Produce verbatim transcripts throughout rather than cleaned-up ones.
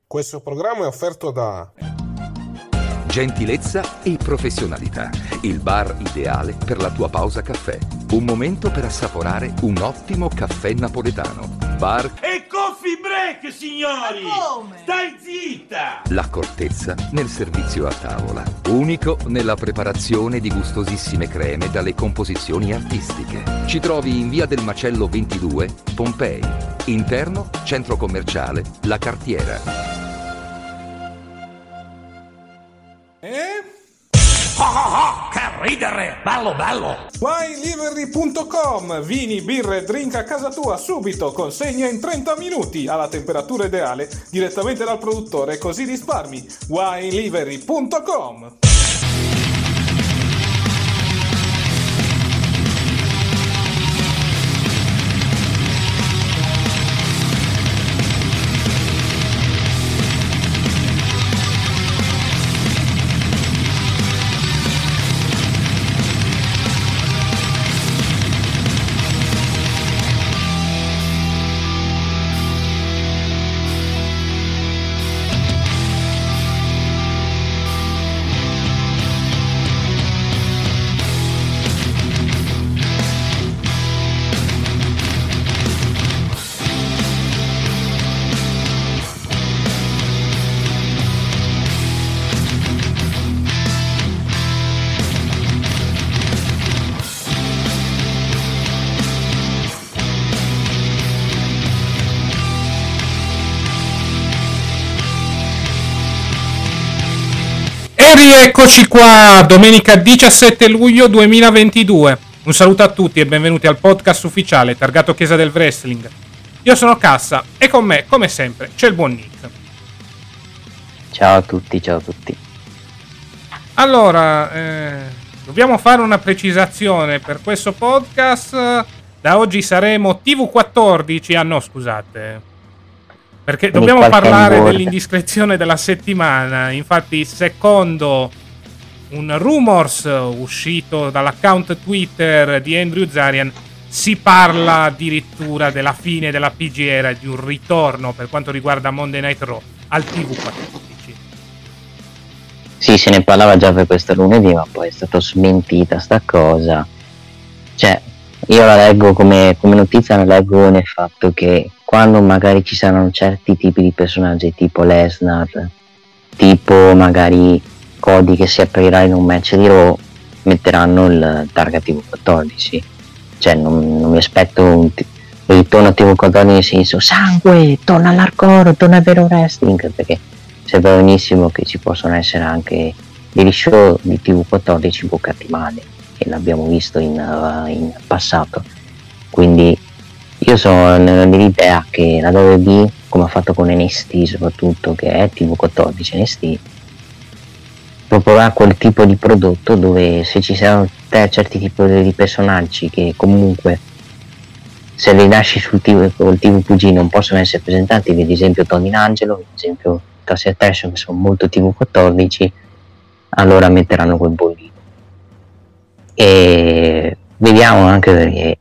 Questo programma è offerto da Gentilezza e professionalità. Il bar ideale per la tua pausa caffè. Un momento per assaporare un ottimo caffè napoletano. Bar e coffee break, signori! Ma come? Stai zitta! L'accortezza nel servizio a tavola. Unico nella preparazione di gustosissime creme dalle composizioni artistiche. Ci trovi in via del Macello ventidue, Pompei. Interno, centro commerciale La Cartiera. Oh, oh, oh, che ridere! Bello, bello! wine livery punto com. Vini, birre e drink a casa tua subito, consegna in trenta minuti alla temperatura ideale direttamente dal produttore, così risparmi. wine livery punto com. Eccoci qua, domenica diciassette luglio duemilaventidue. Un saluto a tutti e benvenuti al podcast ufficiale targato Chiesa del Wrestling. Io sono Cassa e con me, come sempre, c'è il buon Nick. Ciao a tutti, ciao a tutti. Allora, eh, dobbiamo fare una precisazione per questo podcast. Da oggi saremo T V quattordici, ah no scusate, perché dobbiamo parlare dell'indiscrezione della settimana. Infatti, secondo un rumors uscito dall'account Twitter di Andrew Zarian, si parla addirittura della fine della P G era, di un ritorno per quanto riguarda Monday Night Raw al T V quattordici. Sì, se ne parlava già per questo lunedì, ma poi è stata smentita sta cosa. Cioè, io la leggo come, come notizia, la leggo nel fatto che quando magari ci saranno certi tipi di personaggi tipo Lesnar, tipo magari Cody che si aprirà in un match di Raw, metteranno il targa T V quattordici. Cioè non, non mi aspetto un, t- un ritorno a T V quattordici nel senso sangue, torna all'hardcore, torna al vero wrestling, perché sappiamo benissimo che ci possono essere anche degli show di T V quattordici bucati male, e l'abbiamo visto in, uh, in passato. Quindi io sono nell'idea che la W W E, come ha fatto con N X T soprattutto, che è T V quattordici N X T, proporrà quel tipo di prodotto dove se ci saranno te certi tipi di personaggi che comunque se li lasci sul T V, col T V P G non possono essere presentati, ad esempio Tony D'Angelo, ad esempio Cassie Attraction, che sono molto T V quattordici, allora metteranno quel bollino. E vediamo anche perché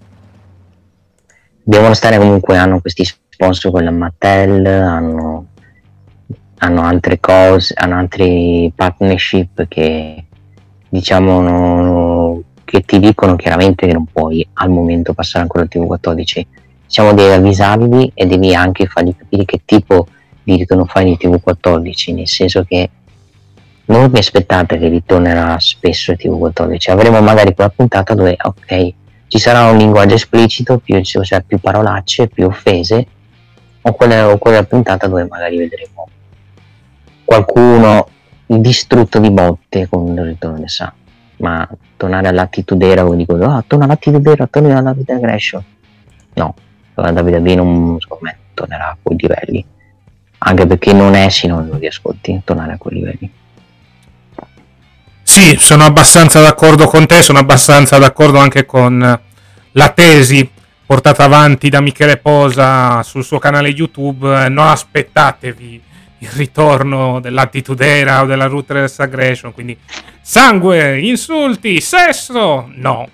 devono stare comunque, hanno questi sponsor con la Mattel, hanno hanno altre cose, hanno altri partnership che diciamo no, che ti dicono chiaramente che non puoi al momento passare ancora al T V quattordici. Diciamo devi avvisarli e devi anche fargli capire che tipo di ritorno fai di T V quattordici, nel senso che non vi aspettate che ritornerà spesso il T V quattordici, avremo magari quella puntata dove ok ci sarà un linguaggio esplicito, più, cioè più parolacce, più offese, o quella, o quella puntata dove magari vedremo qualcuno distrutto di botte con il ritorno del sangue. Ma tornare all'attitude era, come dico, ah, torna all'attitude era, torna alla David Aggression. No, la David B non, secondo me, tornerà a quei livelli, anche perché non è sinonimo di ascolti tornare a quei livelli. Sì, sono abbastanza d'accordo con te, sono abbastanza d'accordo anche con la tesi portata avanti da Michele Posa sul suo canale YouTube. Non aspettatevi il ritorno dell'Attitude Era o della Ruthless Aggression, quindi sangue, insulti, sesso, no,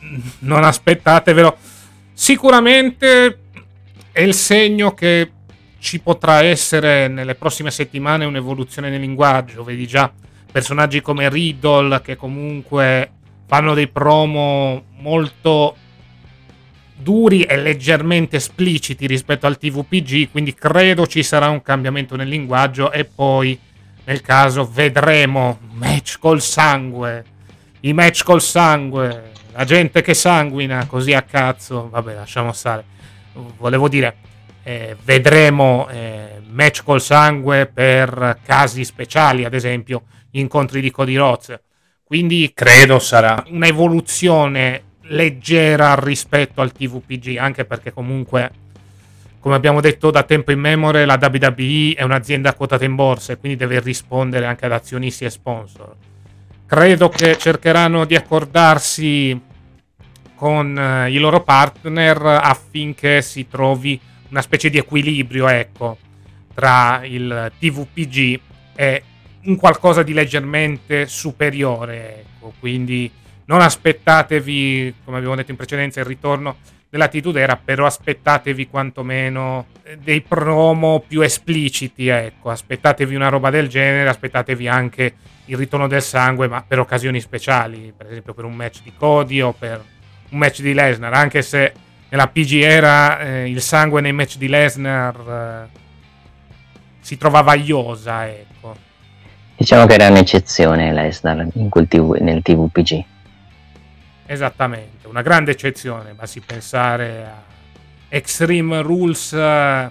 non aspettatevelo. Sicuramente è il segno che ci potrà essere nelle prossime settimane un'evoluzione nel linguaggio. Vedi già personaggi come Riddle che comunque fanno dei promo molto duri e leggermente espliciti rispetto al T V P G, quindi credo ci sarà un cambiamento nel linguaggio, e poi nel caso vedremo match col sangue, i match col sangue, la gente che sanguina così a cazzo, vabbè, lasciamo stare. Volevo dire, eh, vedremo eh, match col sangue per casi speciali, ad esempio incontri di Cody Rhodes, quindi credo sarà un'evoluzione leggera rispetto al T V P G, anche perché comunque, come abbiamo detto da tempo immemore, la W W E è un'azienda quotata in borsa e quindi deve rispondere anche ad azionisti e sponsor. Credo che cercheranno di accordarsi con eh, i loro partner affinché si trovi una specie di equilibrio, ecco, tra il T V P G e un qualcosa di leggermente superiore, ecco. Quindi non aspettatevi, come abbiamo detto in precedenza, il ritorno dell'Attitude Era, però aspettatevi quantomeno dei promo più espliciti, ecco. Aspettatevi una roba del genere, aspettatevi anche il ritorno del sangue, ma per occasioni speciali, per esempio per un match di Cody o per un match di Lesnar, anche se nella P G Era eh, il sangue nei match di Lesnar eh, si trovava iosa, ecco. Diciamo che era un'eccezione Lesnar in quel T V, nel T V P G. Esattamente, una grande eccezione, basti pensare a Extreme Rules eh,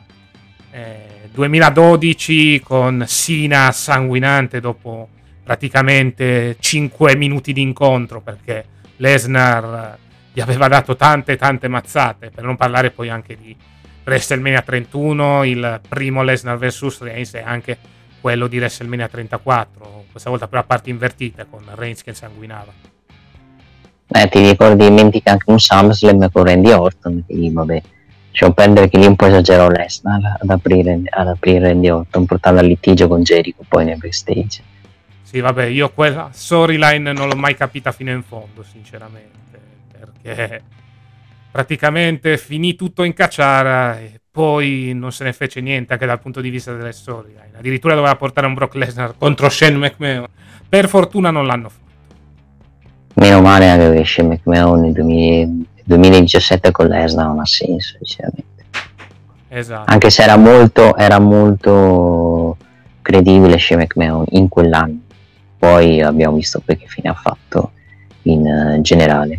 duemiladodici con Cena sanguinante dopo praticamente cinque minuti di incontro, perché Lesnar gli aveva dato tante tante mazzate, per non parlare poi anche di WrestleMania trentuno, il primo Lesnar versus Reigns, e anche quello di WrestleMania trentaquattro, questa volta per la parte invertita con Reigns che sanguinava. Eh, ti ricordi, dimentica anche un SummerSlam con Randy Orton, quindi vabbè, lasciamo perdere che lì un po' esagerò Lesnar ad aprire, ad aprire Randy Orton, portando al litigio con Jericho poi nel backstage. Sì, vabbè, io quella storyline non l'ho mai capita fino in fondo, sinceramente, perché praticamente finì tutto in cacciara e poi non se ne fece niente anche dal punto di vista delle storyline. Addirittura doveva portare un Brock Lesnar contro Shane McMahon. Per fortuna non l'hanno fatto. Meno male anche che Shane McMahon nel duemiladiciassette con Lesnar non ha senso, sinceramente. Esatto. Anche se era molto, era molto credibile Shane McMahon in quell'anno. Poi abbiamo visto poi che fine ha fatto in uh, generale.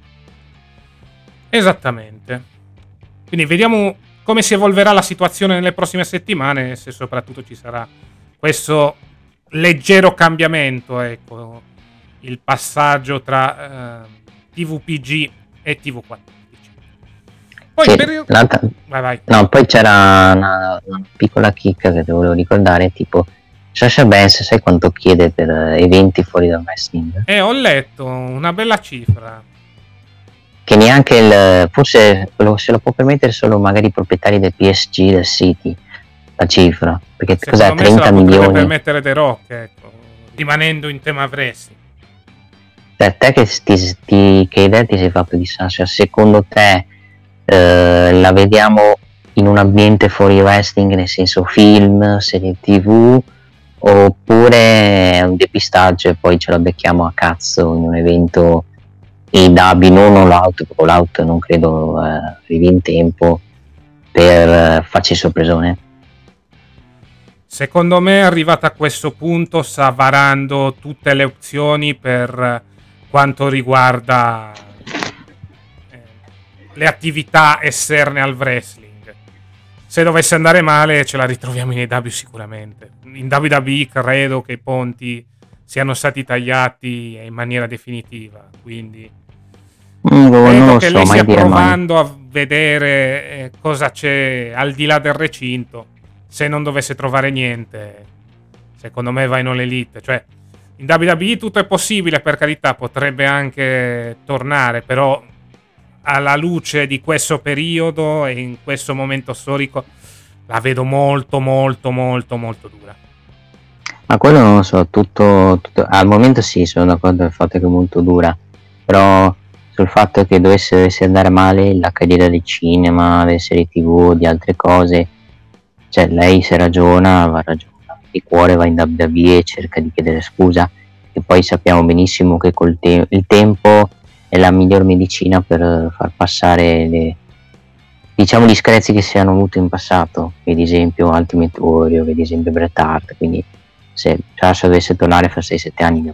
Esattamente. Quindi vediamo come si evolverà la situazione nelle prossime settimane, se soprattutto ci sarà questo leggero cambiamento, ecco, il passaggio tra uh, T V P G e T V quattordici. Poi sì, per... vai, vai. No, poi c'era una, una piccola chicca che ti volevo ricordare, tipo Sasha Banks, sai quanto chiede per eventi fuori dal wrestling? Eh, ho letto una bella cifra. Che neanche il, forse se lo può permettere solo magari i proprietari del P S G, del City, la cifra, perché secondo cos'è, trenta milioni? Secondo me per permettere The Rock, ecco, rimanendo in tema wrestling. Per te che, ti, ti, che idea ti sei fatto di Sasha? Secondo te eh, la vediamo in un ambiente fuori wrestling, nel senso film, serie tv, oppure è un depistaggio e poi ce la becchiamo a cazzo in un evento A E W, non all out, perché all out non credo eh, arrivi in tempo per eh, farci sorpresone? Secondo me, arrivata a questo punto, sta varando tutte le opzioni per quanto riguarda eh, le attività esterne al wrestling. Se dovesse andare male, ce la ritroviamo in A E W sicuramente. In W W E credo che i ponti siano stati tagliati in maniera definitiva, quindi mm, credo che so, lei stia dire, provando mai. a vedere eh, cosa c'è al di là del recinto. Se non dovesse trovare niente, secondo me va in All Elite. Cioè, in W W E tutto è possibile, per carità, potrebbe anche tornare, però alla luce di questo periodo e in questo momento storico la vedo molto molto molto molto dura. Ma quello non lo so, tutto, tutto al momento sì, sono d'accordo sul fatto che è molto dura, però sul fatto che dovesse, dovesse andare male la carriera del cinema, delle serie tv, di altre cose, cioè lei se ragiona va ragiona di cuore, va in W W E e cerca di chiedere scusa, e poi sappiamo benissimo che col te- il tempo è la miglior medicina per far passare le, diciamo, gli screzi che si hanno avuto in passato, vedi esempio Ultimate Warrior, vedi esempio Bret Hart. Quindi se Sasha dovesse tornare fra sei sette anni,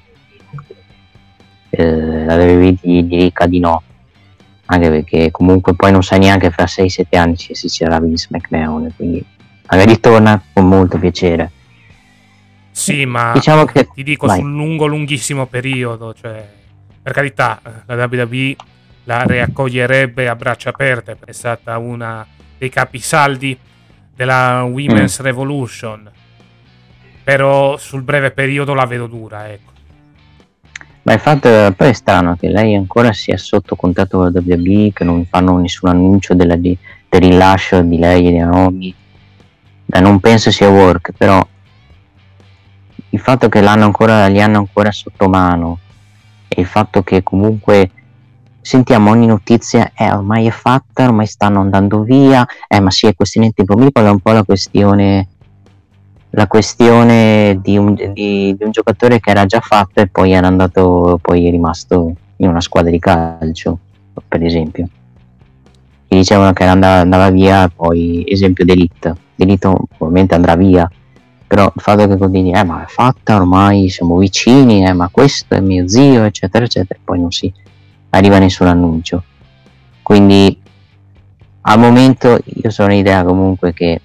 eh, la W W E gli dica di no, anche perché comunque poi non sai neanche fra sei sette anni se si sarà di SmackDown, quindi magari torna con molto piacere. Sì, ma diciamo che, ti dico, vai. sul lungo lunghissimo periodo, cioè, per carità, la W W E la riaccoglierebbe a braccia aperte, è stata una dei capisaldi della Women's mm. Revolution, però sul breve periodo la vedo dura, ecco. Ma il fatto poi è strano che lei ancora sia sotto contratto con la W W E, che non fanno nessun annuncio della, di, del rilascio di lei e di Naomi. Beh, non penso sia work, però il fatto che l'hanno ancora, li hanno ancora sotto mano, e il fatto che comunque sentiamo ogni notizia, eh ormai è fatta, ormai stanno andando via, eh ma sì, è questione di tempo. Mi ricorda un po' la questione la questione di un, di, di un giocatore che era già fatto e poi era andato, poi è rimasto in una squadra di calcio, per esempio, e dicevano che andava, andava via. Poi esempio D'Elite D'Elite ovviamente andrà via, però il fatto che continui, eh ma è fatta ormai, siamo vicini, eh ma questo è mio zio, eccetera eccetera, poi non si arriva nessun annuncio. Quindi al momento io sono l'idea comunque che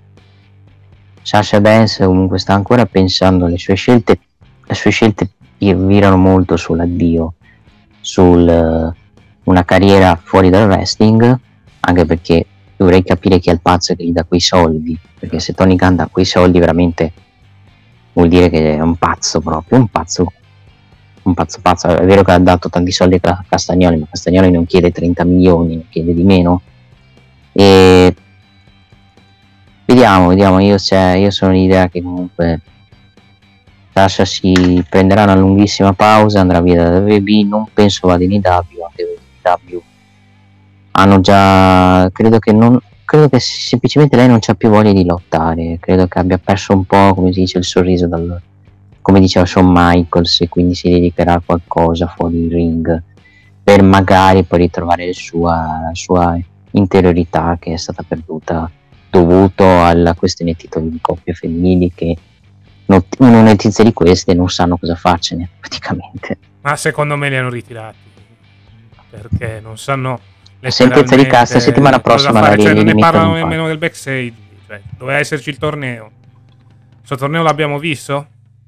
Sasha Banks comunque sta ancora pensando alle sue scelte, le sue scelte virano molto sull'addio, sul uh, una carriera fuori dal wrestling, anche perché dovrei capire chi è il pazzo che gli dà quei soldi, perché se Tony Khan dà quei soldi veramente vuol dire che è un pazzo, proprio un pazzo un pazzo pazzo. È vero che ha dato tanti soldi a Castagnoli, ma Castagnoli non chiede trenta milioni, non chiede di meno, e vediamo, vediamo. Io, cioè, io sono l'idea che comunque Sasha si prenderà una lunghissima pausa, andrà via da W W E, non penso vada in I W, anche I W hanno già, credo che non credo che semplicemente lei non c'ha più voglia di lottare, credo che abbia perso un po', come si dice, il sorriso dal, come diceva Shawn Michaels, e quindi si dedicherà a qualcosa fuori il ring per magari poi ritrovare il sua, la sua interiorità che è stata perduta dovuto alla questione titoli di coppie femminili, che not- una notizia di queste non sanno cosa farcene praticamente. Ma secondo me li hanno ritirati perché non sanno sentenza di cassa settimana prossima, fare, cioè non ne parlano nemmeno del backstage, cioè, doveva esserci il torneo. Questo torneo l'abbiamo visto?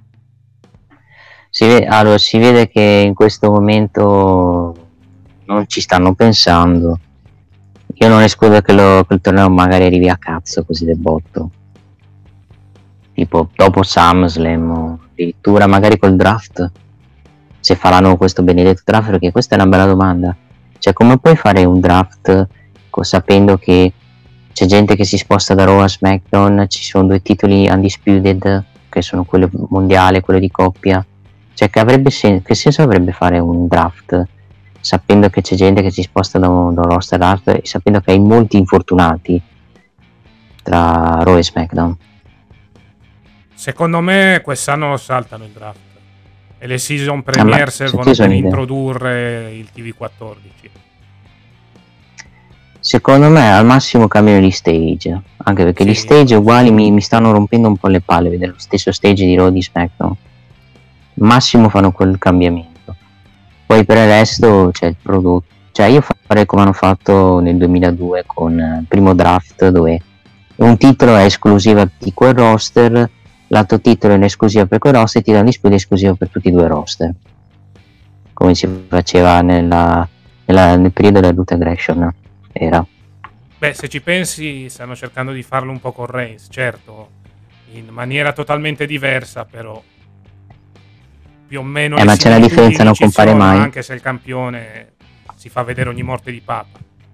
Si vede, allora, si vede che in questo momento non ci stanno pensando. Io non escludo che, lo, che il torneo magari arrivi a cazzo così del botto, tipo dopo SummerSlam, o addirittura magari col draft, se faranno questo benedetto draft, perché questa è una bella domanda. Cioè, come puoi fare un draft sapendo che c'è gente che si sposta da Raw a SmackDown, ci sono due titoli undisputed che sono quello mondiale e quello di coppia? Cioè, che avrebbe sen- che senso avrebbe fare un draft sapendo che c'è gente che si sposta da un, da un roster all'altro e sapendo che hai molti infortunati tra Raw e SmackDown? Secondo me quest'anno lo saltano il draft e le season premiere ah, servono per introdurre il T V quattordici. Secondo me al massimo cambiano gli stage, anche perché sì, gli stage uguali mi, mi stanno rompendo un po' le palle vedere lo stesso stage di Raw e di SmackDown. Massimo fanno quel cambiamento, poi per il resto c'è il prodotto. Cioè, io farei come hanno fatto nel duemiladue con il primo draft, dove un titolo è esclusiva di quel roster, l'altro titolo è in esclusiva per quel roster e ti danno disputa esclusiva per tutti e due roster, come si faceva nella, nella, nel periodo della Root Aggression era. Beh, se ci pensi stanno cercando di farlo un po' con Reigns, certo in maniera totalmente diversa, però più o meno eh, ma c'è la differenza, non compare mai, anche se il campione si fa vedere ogni morte di papa.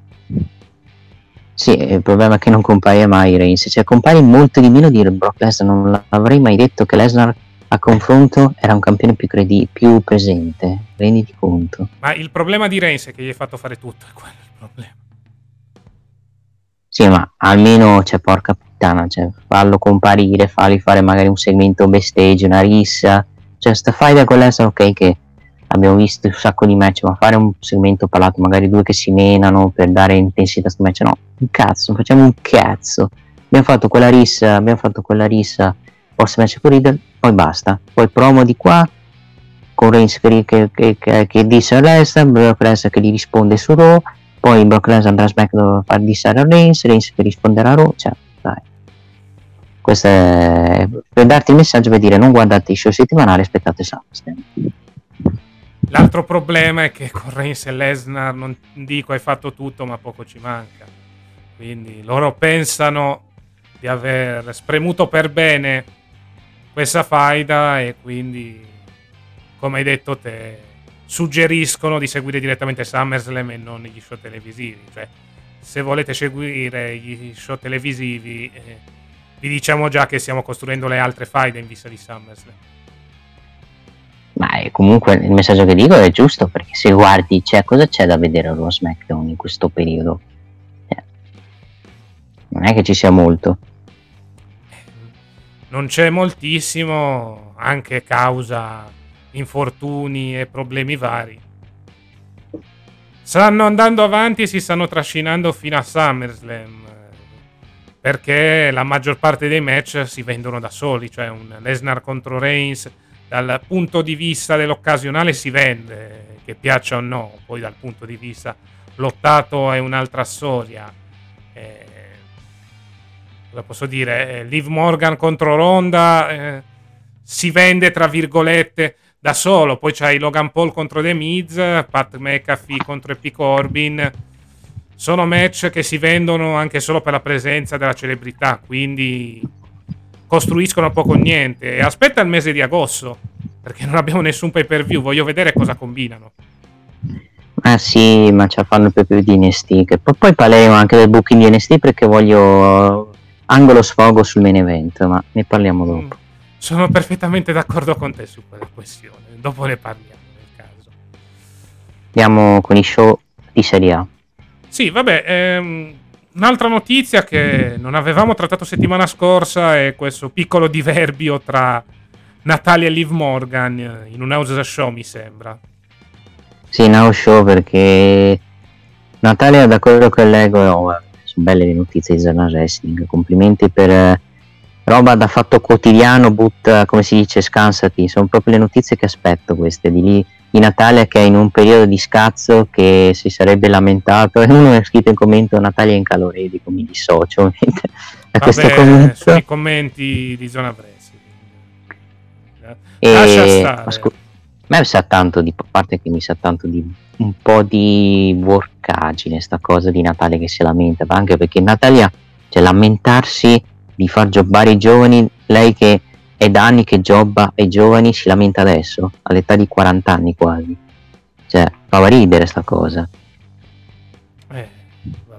Sì, il problema è che non compare mai Reigns, cioè compare molto di meno di Brock Lesnar. Non l'avrei mai detto che Lesnar a confronto era un campione più credi- più presente, renditi conto. Ma il problema di Reigns è che gli hai fatto fare tutto, è quello il problema. Sì, ma almeno, cioè, porca puttana, americana, cioè fallo comparire, falli fare magari un segmento backstage, una rissa, cioè sta faida con Lesnar, ok, che abbiamo visto un sacco di match, ma fare un segmento parlato, magari due che si menano per dare intensità a sto match, no, un cazzo, facciamo un cazzo. Abbiamo fatto quella rissa, abbiamo fatto quella rissa post match con Riddle, poi basta. Poi promo di qua con Reigns che, che, che, che, che disse a Lesnar, Brock Lesnar che gli risponde su Raw, poi Brock Lesnar andrà a SmackDown a far dissare a Reigns, Reigns che risponderà a Raw, cioè dai. Questo è per darti il messaggio, per dire non guardate i show settimanali, aspettate SummerSlam. L'altro problema è che con Reigns e Lesnar non dico hai fatto tutto, ma poco ci manca. Quindi loro pensano di aver spremuto per bene questa faida e quindi, come hai detto te, suggeriscono di seguire direttamente SummerSlam e non gli show televisivi. Cioè, se volete seguire gli show televisivi, eh, vi diciamo già che stiamo costruendo le altre faide in vista di SummerSlam. Ma è, comunque il messaggio che dico è giusto, perché se guardi, cioè, cosa c'è da vedere allo SmackDown in questo periodo? Cioè, non è che ci sia molto. Non c'è moltissimo, anche causa infortuni e problemi vari. Stanno andando avanti e si stanno trascinando fino a SummerSlam, perché la maggior parte dei match si vendono da soli, cioè un Lesnar contro Reigns dal punto di vista dell'occasionale si vende, che piaccia o no, poi dal punto di vista lottato è un'altra storia. Eh, cosa posso dire? Eh, Liv Morgan contro Ronda eh, si vende tra virgolette da solo, poi c'hai Logan Paul contro The Miz, Pat McAfee contro Epic Corbin, sono match che si vendono anche solo per la presenza della celebrità, quindi costruiscono poco o niente. E aspetta il mese di agosto, perché non abbiamo nessun pay per view, voglio vedere cosa combinano. Ah sì, ma ce la fanno proprio di N X T, che poi, poi parleremo anche del booking di N X T, perché voglio angolo sfogo sul main event, ma ne parliamo dopo. Mm, sono perfettamente d'accordo con te su quella questione, dopo ne parliamo nel caso. Andiamo con i show di Serie A. Sì, vabbè, ehm, un'altra notizia che non avevamo trattato settimana scorsa è questo piccolo diverbio tra Natalia e Liv Morgan in un house show, mi sembra. Sì, in house show, perché Natalia, da quello che leggo, oh, sono belle le notizie di Zona Wrestling, complimenti per eh, roba da fatto quotidiano, butta, come si dice, scansati, sono proprio le notizie che aspetto queste, di lì di Natalia che è in un periodo di scazzo, che si sarebbe lamentato, e uno ha scritto in commento Natalia è in calore, dico mi dissocio a Vabbè, questo commento. Sui commenti di Zona Wrestling E... lascia stare. Ma scu- a me sa tanto di, a parte che mi sa tanto di un po' di workaggine sta cosa di Natalia che si lamenta, ma anche perché Natalia, cioè, lamentarsi di far jobbare i giovani, lei che è da anni che jobba ai giovani, si lamenta adesso all'età di quaranta anni quasi, cioè fa ridere sta cosa. Eh, vabbè.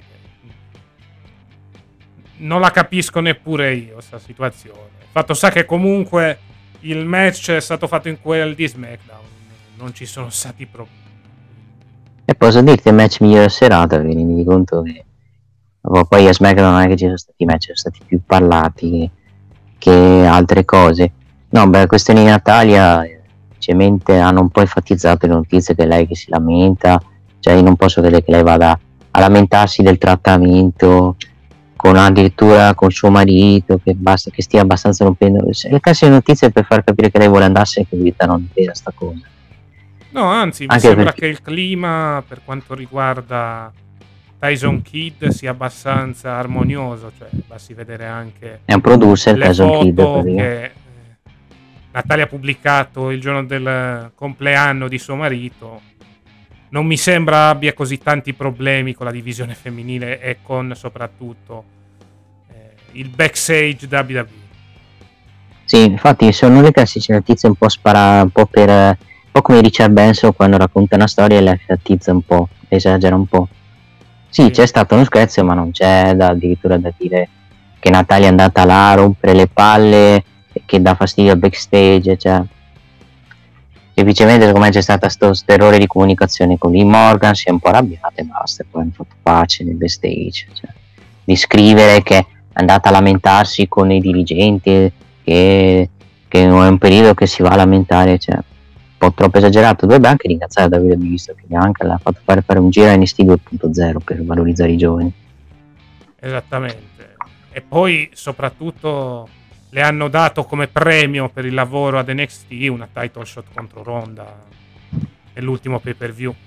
Non la capisco neppure io sta situazione. Fatto sta che comunque il match è stato fatto in quel di SmackDown, non ci sono stati problemi. E posso dirti il match migliore serata, vi rendi conto che poi a SmackDown non è che ci sono stati match, sono stati più parlati che, che altre cose. No, beh, questione di Natalia, semplicemente hanno un po' enfatizzato le notizie che lei che si lamenta, cioè io non posso credere che lei vada a lamentarsi del trattamento con addirittura con suo marito, che basta che stia abbastanza rompendo le classiche notizie per far capire che lei vuole andarsene, che vita non intesa sta cosa. No, anzi, mi Anche sembra perché... che il clima per quanto riguarda Tyson Kidd sia abbastanza armonioso, cioè basti vedere anche è un producer, le Tyson foto Kidd, che eh, Natalia ha pubblicato il giorno del compleanno di suo marito. Non mi sembra abbia così tanti problemi con la divisione femminile e con soprattutto eh, il backstage W W E. Sì, infatti sono le classiche notizie un po' spara, un po' per un po' come Richard Benson quando racconta una storia e la enfatizza un po', esagera un po'. Sì, sì, c'è stato uno scherzo, ma non c'è da, addirittura da dire che Natalia è andata là a rompere le palle e che dà fastidio al backstage, cioè semplicemente secondo me c'è stato questo errore di comunicazione con Liv Morgan, si è un po' arrabbiata e basta, poi hanno fatto pace nel backstage, cioè, di scrivere che è andata a lamentarsi con i dirigenti, che, che è un periodo che si va a lamentare, cioè un po' troppo esagerato. Dovrebbe anche ringraziare Davide, visto che neanche l'ha fatto fare fare un giro a N X T due punto zero per valorizzare i giovani. Esattamente. E poi soprattutto le hanno dato come premio per il lavoro ad N X T una title shot contro Ronda nell'ultimo pay per view.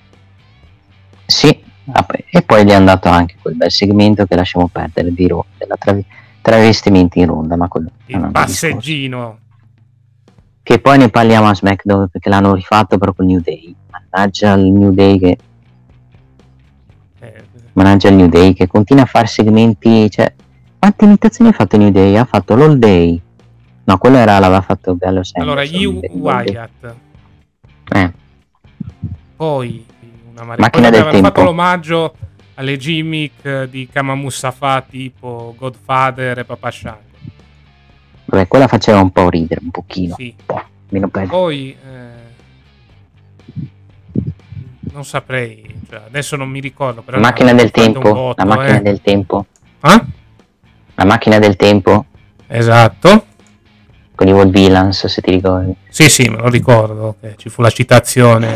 Sì, e poi gli hanno dato anche quel bel segmento che lasciamo perdere di Ronda, della trav- travestimenti in Ronda, ma quello il passeggino. Che poi ne parliamo a SmackDown, perché l'hanno rifatto però con New Day. Mannaggia il New Day che eh. Mannaggia il New Day che continua a fare segmenti, cioè quante imitazioni ha fatto New Day? Ha fatto l'All Day, no, quello era, l'aveva fatto Gallo Sanderson. Allora Hugh Wyatt, eh. poi una mare... macchina del tempo, fatto l'omaggio alle gimmick di Kama Mustafa tipo Godfather e Papa Shango. Beh, quella faceva un po' ridere, un pochino, sì. Un po', meno peggio. Poi eh... non saprei, cioè, adesso non mi ricordo, però la macchina del tempo, botto, la macchina eh. del tempo. Eh? La macchina del tempo. Esatto. Con i World Villains, se ti ricordi. Sì, sì, me lo ricordo. Che ci fu la citazione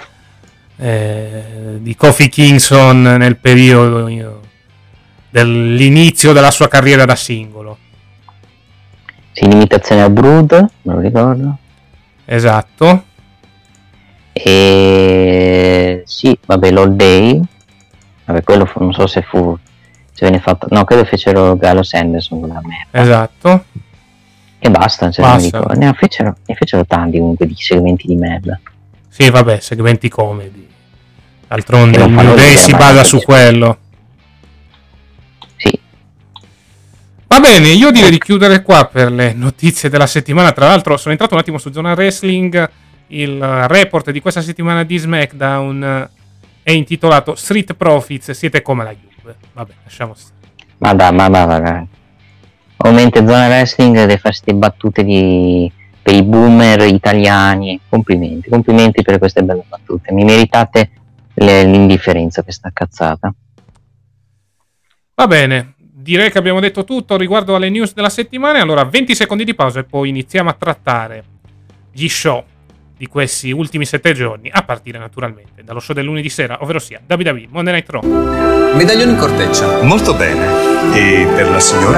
eh, di Kofi Kingston nel periodo io, dell'inizio della sua carriera da singolo. Sì, l'imitazione a Brood, me lo ricordo. Esatto. E sì, vabbè, l'All Day. Vabbè, quello fu, non so se fu se venne fatto, no, credo fecero Gallo Sanderson con la merda. Esatto. E basta, cioè, basta. Non mi ricordo. Ne fecero, ne fecero tanti comunque di segmenti di merda. Sì, vabbè, segmenti comedy. D'altronde il New Day si basa su quello. Sì. Va bene, io direi di chiudere qua per le notizie della settimana. Tra l'altro sono entrato un attimo su Zona Wrestling. Il report di questa settimana di SmackDown è intitolato Street Profits, siete come la Juve. Vabbè, lasciamo stare. Ma dai, ma dai, ma dai. Ovviamente Zona Wrestling deve fare queste battute di, per i boomer italiani. Complimenti, complimenti per queste belle battute. Mi meritate le, l'indifferenza per questa cazzata. Va bene, direi che abbiamo detto tutto riguardo alle news della settimana. Allora, venti secondi di pausa e poi iniziamo a trattare gli show di questi ultimi sette giorni, a partire naturalmente dallo show del lunedì sera, ovvero sia W W E Monday Night Raw. Medaglione in corteccia. Molto bene. E per la signora?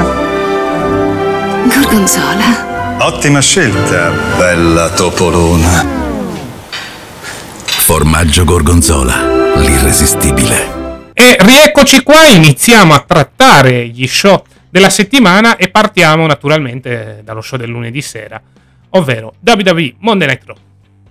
Gorgonzola. Ottima scelta, bella topolona. Formaggio Gorgonzola, l'irresistibile. E rieccoci qua, iniziamo a trattare gli show della settimana e partiamo naturalmente dallo show del lunedì sera, ovvero W W E Monday Night Raw.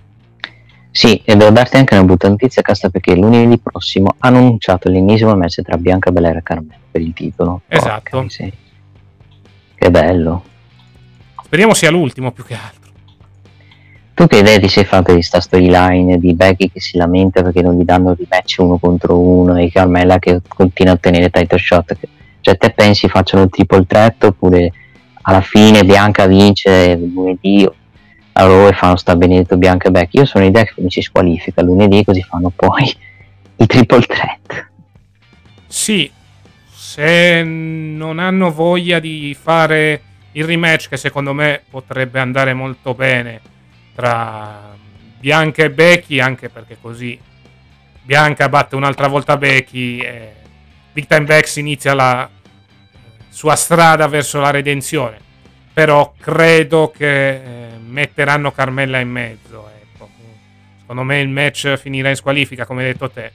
Sì, e devo darti anche una brutta notizia, Casta, perché lunedì prossimo hanno annunciato l'ennesimo match tra Bianca Belair e Carmella per il titolo. Esatto. Oh, sì. Che bello. Speriamo sia l'ultimo più che altro. Tu che idea ti sei fatta di sta storyline di Becky che si lamenta perché non gli danno rematch uno contro uno e Carmella che continua a ottenere title shot? Cioè te pensi facciano il triple threat oppure alla fine Bianca vince lunedì a Raw e fanno sta benedetto Bianca e Becky? Io sono l'idea che mi si squalifica lunedì così fanno poi i triple threat. Sì, se non hanno voglia di fare il rematch, che secondo me potrebbe andare molto bene tra Bianca e Becky, anche perché così Bianca batte un'altra volta Becky e Big Time Bex inizia la sua strada verso la redenzione. Però credo che eh, metteranno Carmella in mezzo, ecco. Secondo me il match finirà in squalifica, come hai detto te.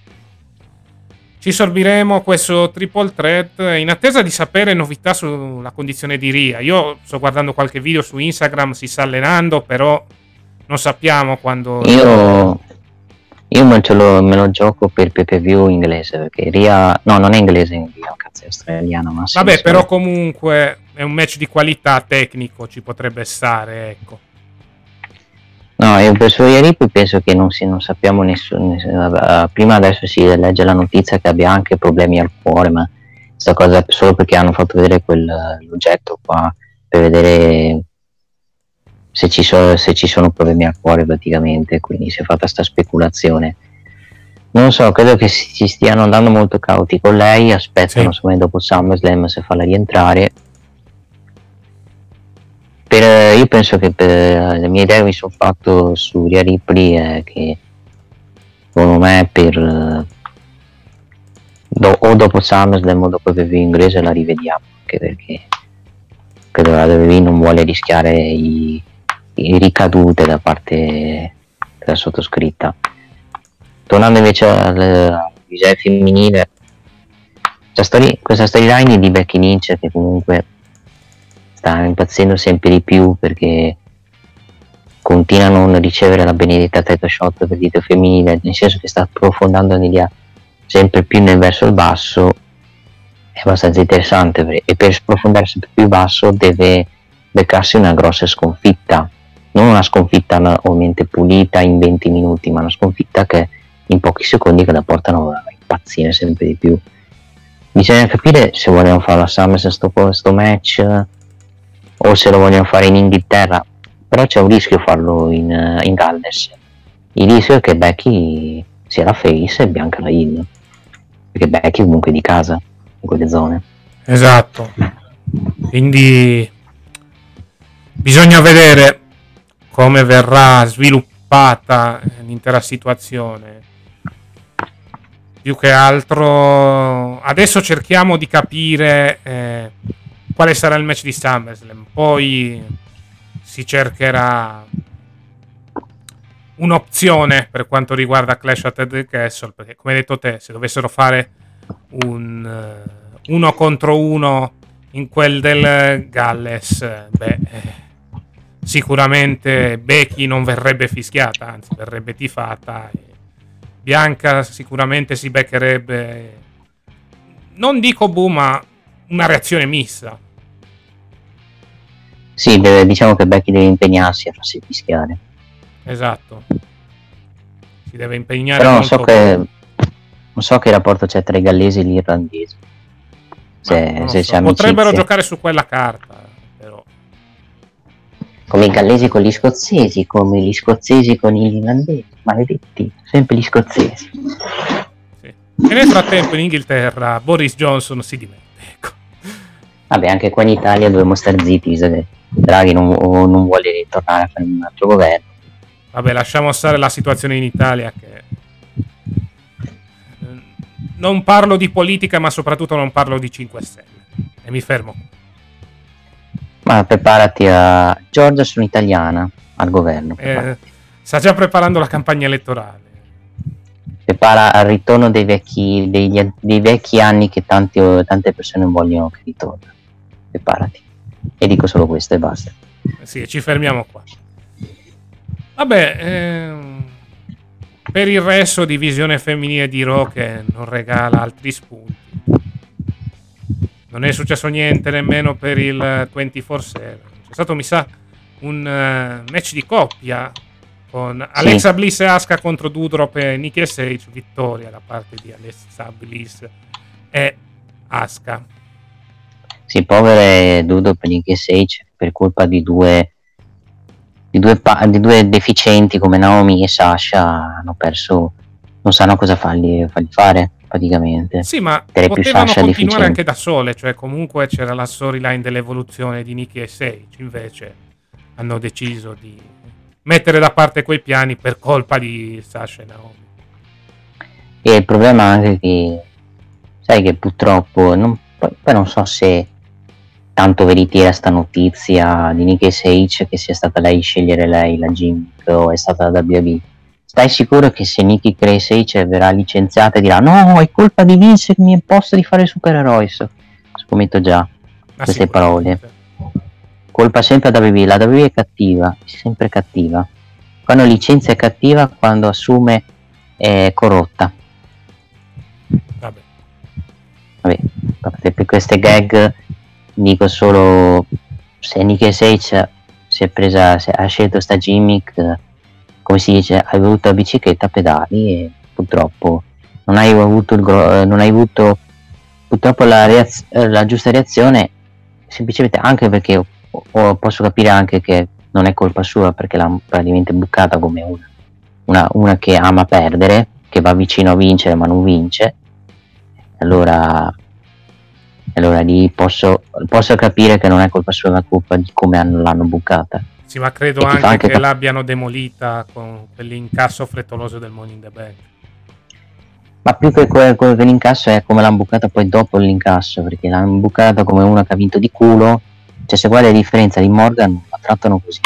Ci sorbiremo questo triple threat in attesa di sapere novità sulla condizione di Rhea. Io sto guardando qualche video su Instagram, si sta allenando, però non sappiamo quando... Io, io me, ce lo, me lo gioco per pay per view inglese, perché Rhea... No, non è inglese, è cazzo, è australiana, ma Vabbè, sì, però comunque è un match di qualità, tecnico, ci potrebbe stare, ecco. No, io per Soria Rip penso che non, si, non sappiamo nessuno. Uh, prima adesso si legge la notizia che abbia anche problemi al cuore, ma questa cosa è solo perché hanno fatto vedere quell'oggetto qua per vedere se ci, so, se ci sono problemi al cuore praticamente, quindi si è fatta sta speculazione. Non so, credo che si si stiano andando molto cauti con lei, aspettano Sì. secondo me dopo SummerSlam se farla rientrare. Per, io penso che per le mie idee che mi sono fatto su Rhea Ripley è che secondo me per eh, do- o dopo SummerSlam o dopo il P V inglese la rivediamo, anche perché credo la W W E non vuole rischiare i, i ricadute da parte della sottoscritta. Tornando invece al viseo femminile, questa story- questa storyline di Becky Lynch che comunque sta impazzendo sempre di più perché continua a non ricevere la benedetta title shot per il titolo femminile, nel senso che sta approfondendo un'idea sempre più nel verso il basso, è abbastanza interessante per- e per sprofondare sempre più basso deve beccarsi una grossa sconfitta, non una sconfitta no, ovviamente pulita in venti minuti, ma una sconfitta che in pochi secondi che la portano a impazzire sempre di più. Bisogna capire se vogliono fare la SummerSlam sto, sto match o se lo vogliono fare in Inghilterra, però c'è un rischio farlo in, uh, in Galles. Il rischio è che Becky sia la face e Bianca la heel, perché Becky è comunque di casa in quelle zone. Esatto. Quindi bisogna vedere come verrà sviluppata l'intera situazione. Più che altro adesso cerchiamo di capire eh, quale sarà il match di SummerSlam, poi si cercherà un'opzione per quanto riguarda Clash at the Castle, perché come hai detto te, se dovessero fare un uh, uno contro uno in quel del Galles, beh, eh, sicuramente Becky non verrebbe fischiata, anzi verrebbe tifata, e Bianca sicuramente si beccherebbe, non dico boom, ma una reazione mista. Sì, deve- diciamo che Becky deve impegnarsi a farsi fischiare. Esatto, si deve impegnare Però non molto so che non so che rapporto c'è tra i gallesi e gli irlandesi. Se, Ma non se so, c'è potrebbero amicizia. giocare su quella carta, però Come i gallesi con gli scozzesi, come gli scozzesi con gli irlandesi. Maledetti, sempre gli scozzesi. sì. E nel frattempo in Inghilterra Boris Johnson si dimette, ecco. Vabbè, anche qua in Italia dobbiamo stare zitti, visto che Draghi non, o non vuole ritornare a fare un altro governo. Vabbè, lasciamo stare la situazione in Italia, che eh, non parlo di politica, ma soprattutto non parlo di cinque Stelle, e mi fermo. Ma preparati a... Giorgia, sono italiana, al governo. Eh, sta già preparando la campagna elettorale. Prepara al ritorno dei vecchi, degli, dei vecchi anni che tanti, tante persone vogliono che ritornino. Preparati. E dico solo questo e basta. Eh, sì, ci fermiamo qua. Vabbè, ehm, per il resto divisione femminile di Raw che non regala altri spunti. Non è successo niente nemmeno per il ventiquattro sette. C'è stato, mi sa, un uh, match di coppia con Alexa Bliss e Asuka contro Doudrop e Nikki S H. Vittoria da parte di Alexa Bliss e Asuka. Sì, povere Dudo per Nikki S H per colpa di due di due, pa- di due deficienti come Naomi e Sasha hanno perso, non sanno cosa fargli, fargli fare praticamente. Sì, ma Tere più potevano Sasha continuare deficiente. anche da sole, cioè comunque c'era la storyline dell'evoluzione di Nikki S H, invece hanno deciso di mettere da parte quei piani per colpa di Sasha e Naomi. E il problema è anche che sai che purtroppo non, poi, poi non so se tanto veritiera sta notizia di Nikki S H che sia stata lei scegliere lei la gimmick o è stata la W W E. Stai sicuro che se Nikki S H verrà licenziata e dirà no, è colpa di Vince che mi ha imposto di fare supereroi? Scommetto già Ma queste sicuramente. parole. Colpa sempre a W W E, la W W E è cattiva, è sempre cattiva. Quando licenzia è cattiva, quando assume è corrotta. Vabbè. Vabbè, per queste gag dico solo se Nikki S H si è presa, se ha scelto sta gimmick, come si dice, hai avuto la bicicletta a pedali e purtroppo non hai avuto il gro- non hai avuto purtroppo la, reaz- la giusta reazione, semplicemente anche perché o, o posso capire anche che non è colpa sua perché l'ha praticamente bucata come una una, una che ama perdere, che va vicino a vincere ma non vince, allora allora lì posso, posso capire che non è colpa sua, la colpa di come hanno, l'hanno bucata. Sì, ma credo anche, anche che pa- l'abbiano demolita con quell'incasso frettoloso del Money in the Bank. Ma più che quello, quello dell'incasso è come l'hanno bucata poi dopo l'incasso, perché l'hanno bucata come una che ha vinto di culo. Cioè, se guardi la differenza di Morgan, la trattano così.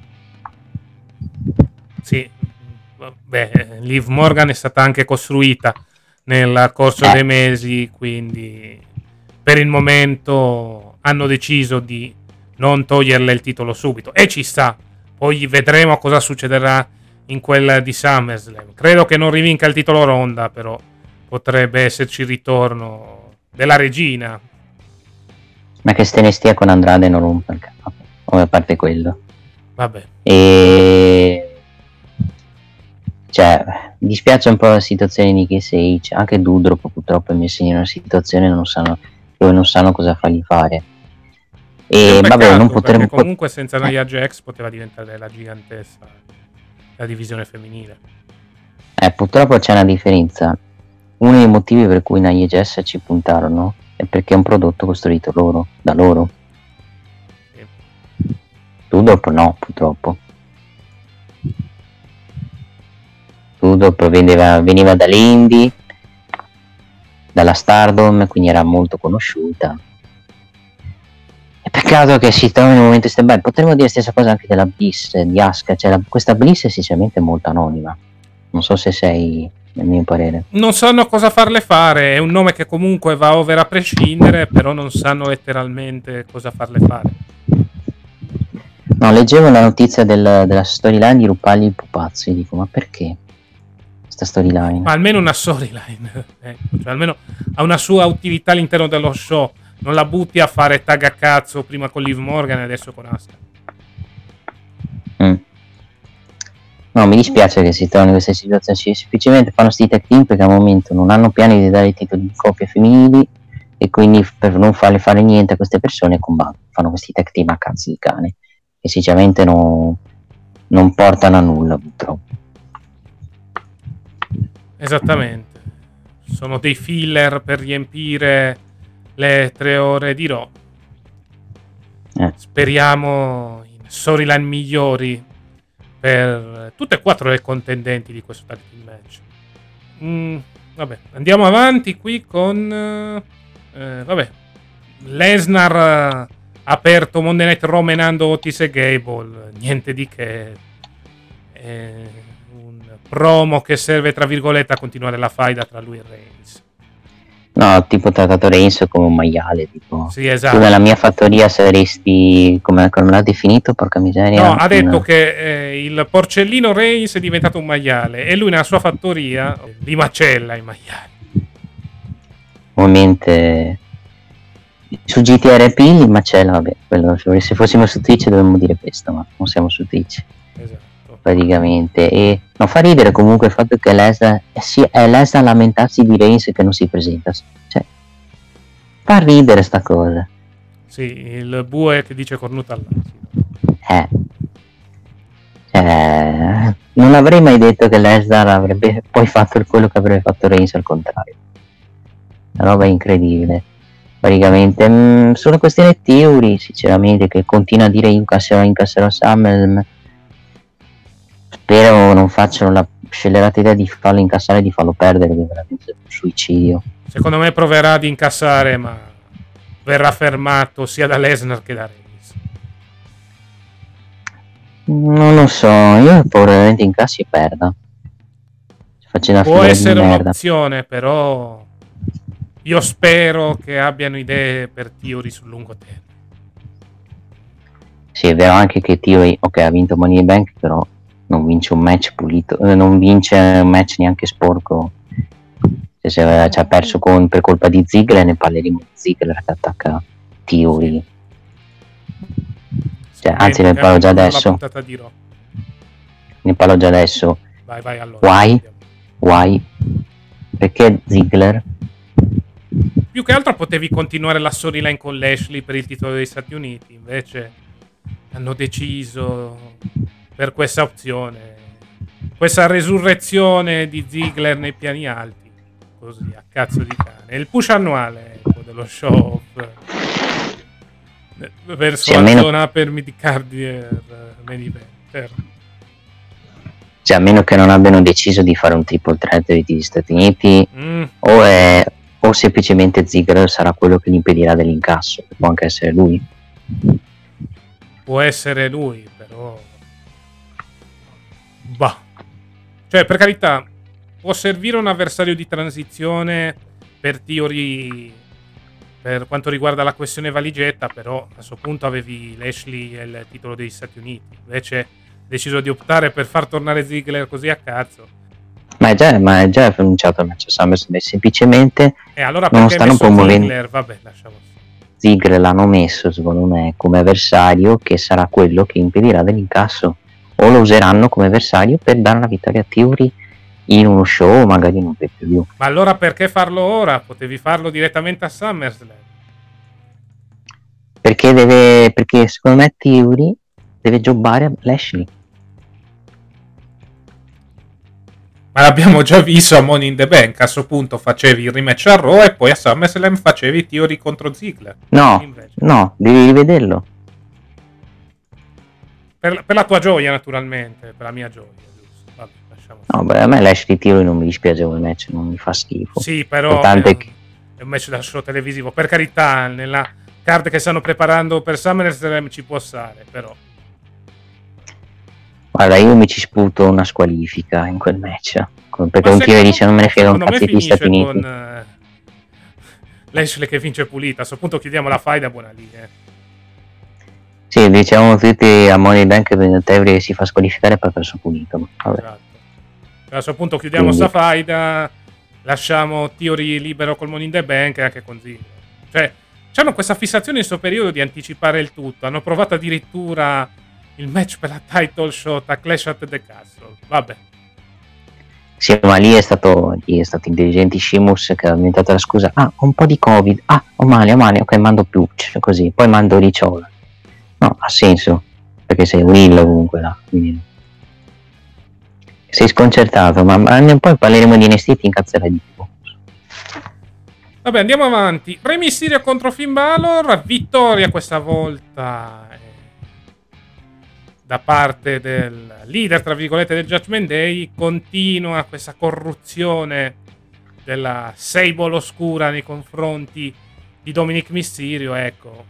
Sì, beh, Liv Morgan è stata anche costruita nel corso eh. dei mesi, quindi per il momento hanno deciso di non toglierle il titolo subito, e ci sta. Poi vedremo cosa succederà in quella di SummerSlam. Credo che non rivinca il titolo Ronda, però potrebbe esserci il ritorno della regina. Ma che se ne stia con Andrade non rompa il capo, o a parte quello. Vabbè. E cioè, mi dispiace un po' la situazione di K S H, anche Doudrop purtroppo è messo in una situazione non sanno, dove non sanno cosa fargli fare. E peccato, vabbè, non potremmo comunque senza Nia Jax poteva diventare la gigantessa la divisione femminile. Eh, purtroppo c'è una differenza. Uno dei motivi per cui Nia Jax ci puntarono è perché è un prodotto costruito loro, da loro. Sì. Doudrop no, purtroppo. Doudrop veniva, veniva dall'Indie, dalla Stardom, quindi era molto conosciuta. È peccato che si trovi in un momento stand-by. Potremmo dire la stessa cosa anche della Bliss di Asuka, cioè la, questa Bliss è sinceramente molto anonima. Non so se sei nel mio parere. Non sanno cosa farle fare, è un nome che comunque va over a prescindere, però non sanno letteralmente cosa farle fare. No, leggevo la notizia del, della storyline di Rupali il pupazzo e dico, ma perché questa storyline? Ma almeno una storyline, eh, cioè almeno ha una sua utilità all'interno dello show. Non la butti a fare tag a cazzo prima con Liv Morgan e adesso con Asuka. Mm. No, mi dispiace che si trovino in queste situazioni. Semplicemente fanno sti tag team perché al momento non hanno piani di dare i titoli di coppie femminili e quindi per non farle fare niente a queste persone combattono. Fanno questi tag team a cazzo di cane che sinceramente non, non portano a nulla purtroppo. Esattamente. Sono dei filler per riempire le tre ore di Raw. Eh. Speriamo in storyline migliori per tutte e quattro le contendenti di questo tag team match. Mm, vabbè, andiamo avanti qui con eh, vabbè, Lesnar ha aperto Monday Night Raw menando Otis e Gable. Niente di che. È un promo che serve tra virgolette a continuare la faida tra lui e Reigns. No, tipo trattato Reigns come un maiale, tipo. Sì, esatto. Tu nella mia fattoria saresti, come, come l'ha definito, porca miseria. No, ha detto un... che eh, il porcellino Reigns è diventato un maiale e lui nella sua fattoria li macella i maiali. Ovviamente su G T R P li macella, vabbè, quello, se fossimo su Twitch dovremmo dire questo, ma non siamo su Twitch. Esatto. Praticamente, e non fa ridere comunque il fatto che Lesnar eh sì, è Lesnar a lamentarsi di Reigns che non si presenta, cioè fa ridere sta cosa. Sì, il bue che dice cornuta all'asino. eh eh non avrei mai detto che Lesnar avrebbe poi fatto quello che avrebbe fatto Reigns, al contrario, una roba incredibile praticamente. Mh, sulla questione Theory sinceramente, che continua a dire incasserò incasserò Summer, spero non facciano la scellerata idea di farlo incassare e di farlo perdere, che è veramente un suicidio. Secondo me proverà ad incassare, ma verrà fermato sia da Lesnar che da Reigns. Non lo so, io probabilmente incassi e perda. Una Può essere un'opzione, però io spero che abbiano idee per Theory sul lungo termine. Sì, è vero anche che Theory, ok, ha vinto Money in the Bank, però non vince un match pulito, eh, non vince un match neanche sporco. Se, se ci ha perso con, per colpa di Ziggler, ne parleremo di Ziggler che attacca Theory. Cioè, anzi, ne parlo già adesso. Ne parlo già adesso. Vai, vai, allora. Why? Why? Perché Ziggler? Più che altro potevi continuare la storyline con Lashley per il titolo degli Stati Uniti, invece hanno deciso per questa opzione. questa resurrezione di Ziggler nei piani alti, così a cazzo di cane. Il push annuale, ecco, dello show verso sì, la meno... zona per mid-cardier main eventer. Cioè, a meno che non abbiano deciso di fare un triple threat degli Stati Uniti, mm. o, è, o semplicemente Ziggler sarà quello che gli impedirà dell'incasso, può anche essere lui. Può essere lui, però bah. Cioè, per carità, può servire un avversario di transizione per Theory per quanto riguarda la questione valigetta, però a questo punto avevi Lashley e il titolo degli Stati Uniti, invece deciso di optare per far tornare Ziggler così a cazzo. Ma è già, ma è già pronunciato il match SummerSlam, semplicemente e allora non perché stanno promuovendo Ziggler? Vabbè, lasciamo Ziggler l'hanno messo secondo me come avversario che sarà quello che impedirà dell'incasso, o lo useranno come avversario per dare una vittoria a Theory in uno show o magari in un pay per view. Ma allora perché farlo ora? Potevi farlo direttamente a SummerSlam. Perché deve perché secondo me Theory deve jobbare a Lashley. Ma l'abbiamo già visto a Money in the Bank. A questo punto facevi il rematch a Raw e poi a SummerSlam facevi Theory contro Ziggler. No, invece. no, devi rivederlo. Per, per la tua gioia, naturalmente, per la mia gioia. Giusto. Vabbè, lasciamo no, beh, a me Lashley Theory non mi dispiace come match, non mi fa schifo. Sì, però è un, che... è un match da show televisivo. Per carità, nella card che stanno preparando per SummerSlam ci può stare, però. Guarda, io mi ci sputo una squalifica in quel match, perché un Theory dice non me ne frega un cazzo di Stati Uniti. Con uh, Lashley che vince pulita, a questo punto chiudiamo la faida, buona linea. Sì, diciamo tutti a Money in Bank che Theory si fa squalificare per perso pulito. Vabbè. Esatto. A questo punto chiudiamo Quindi... sta faida, lasciamo Theory libero col Money in the Bank e anche con Ziggler. Cioè, hanno questa fissazione in questo periodo di anticipare il tutto, hanno provato addirittura il match per la title shot a Clash at the Castle. Vabbè. Sì, ma lì è stato lì è stato intelligente Sheamus che ha inventato la scusa. Ah, ho un po' di Covid. Ah, ho male, ho male. Ok, mando più, così. Poi mando Ricciolo. No, ha senso. Perché sei un hill comunque là. Quindi... sei sconcertato, ma, ma poi parleremo di N X T, ti incazzerai di più. Vabbè, andiamo avanti. Re Mysterio contro Finn Balor. Vittoria questa volta da parte del leader, tra virgolette, del Judgment Day. Continua questa corruzione della Sable oscura nei confronti di Dominic Mysterio. Ecco,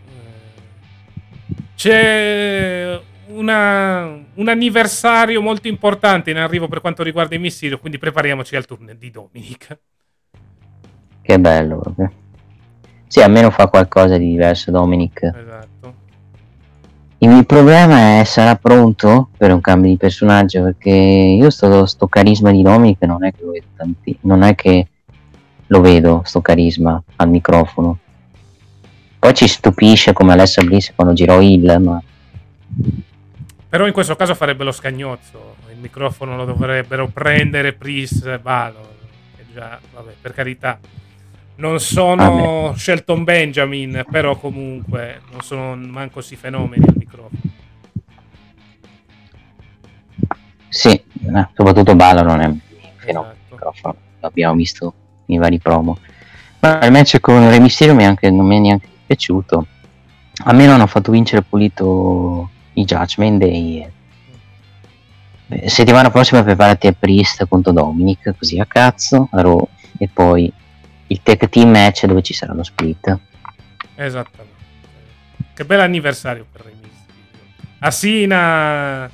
c'è una, un anniversario molto importante in arrivo per quanto riguarda il Mysterio, quindi prepariamoci al turno di Dominic. Che bello proprio. Sì, almeno fa qualcosa di diverso Dominic. Esatto. Il problema è, sarà pronto per un cambio di personaggio, perché io sto, sto carisma di Dominic non è che lo vedo tanti, non è che lo vedo sto carisma al microfono. Poi ci stupisce come Alexa Bliss quando girò Hill, ma però in questo caso farebbe lo scagnozzo, il microfono lo dovrebbero prendere Priest e Balor, che già, vabbè, per carità non sono ah, Shelton Benjamin, però comunque non sono manco si fenomeni al microfono. Sì, eh, soprattutto Balor non è un fenomeno al microfono, l'abbiamo visto nei vari promo. Ma il match con Re Mysterio mi anche, non mi è neanche piaciuto. A me non hanno fatto vincere pulito i Judgment Day. Beh, settimana prossima preparati a Priest contro Dominic, così a cazzo, a Raw, e poi il tag team match dove ci sarà lo split. Esattamente. Che bel anniversario per Re Mysterio. Asina,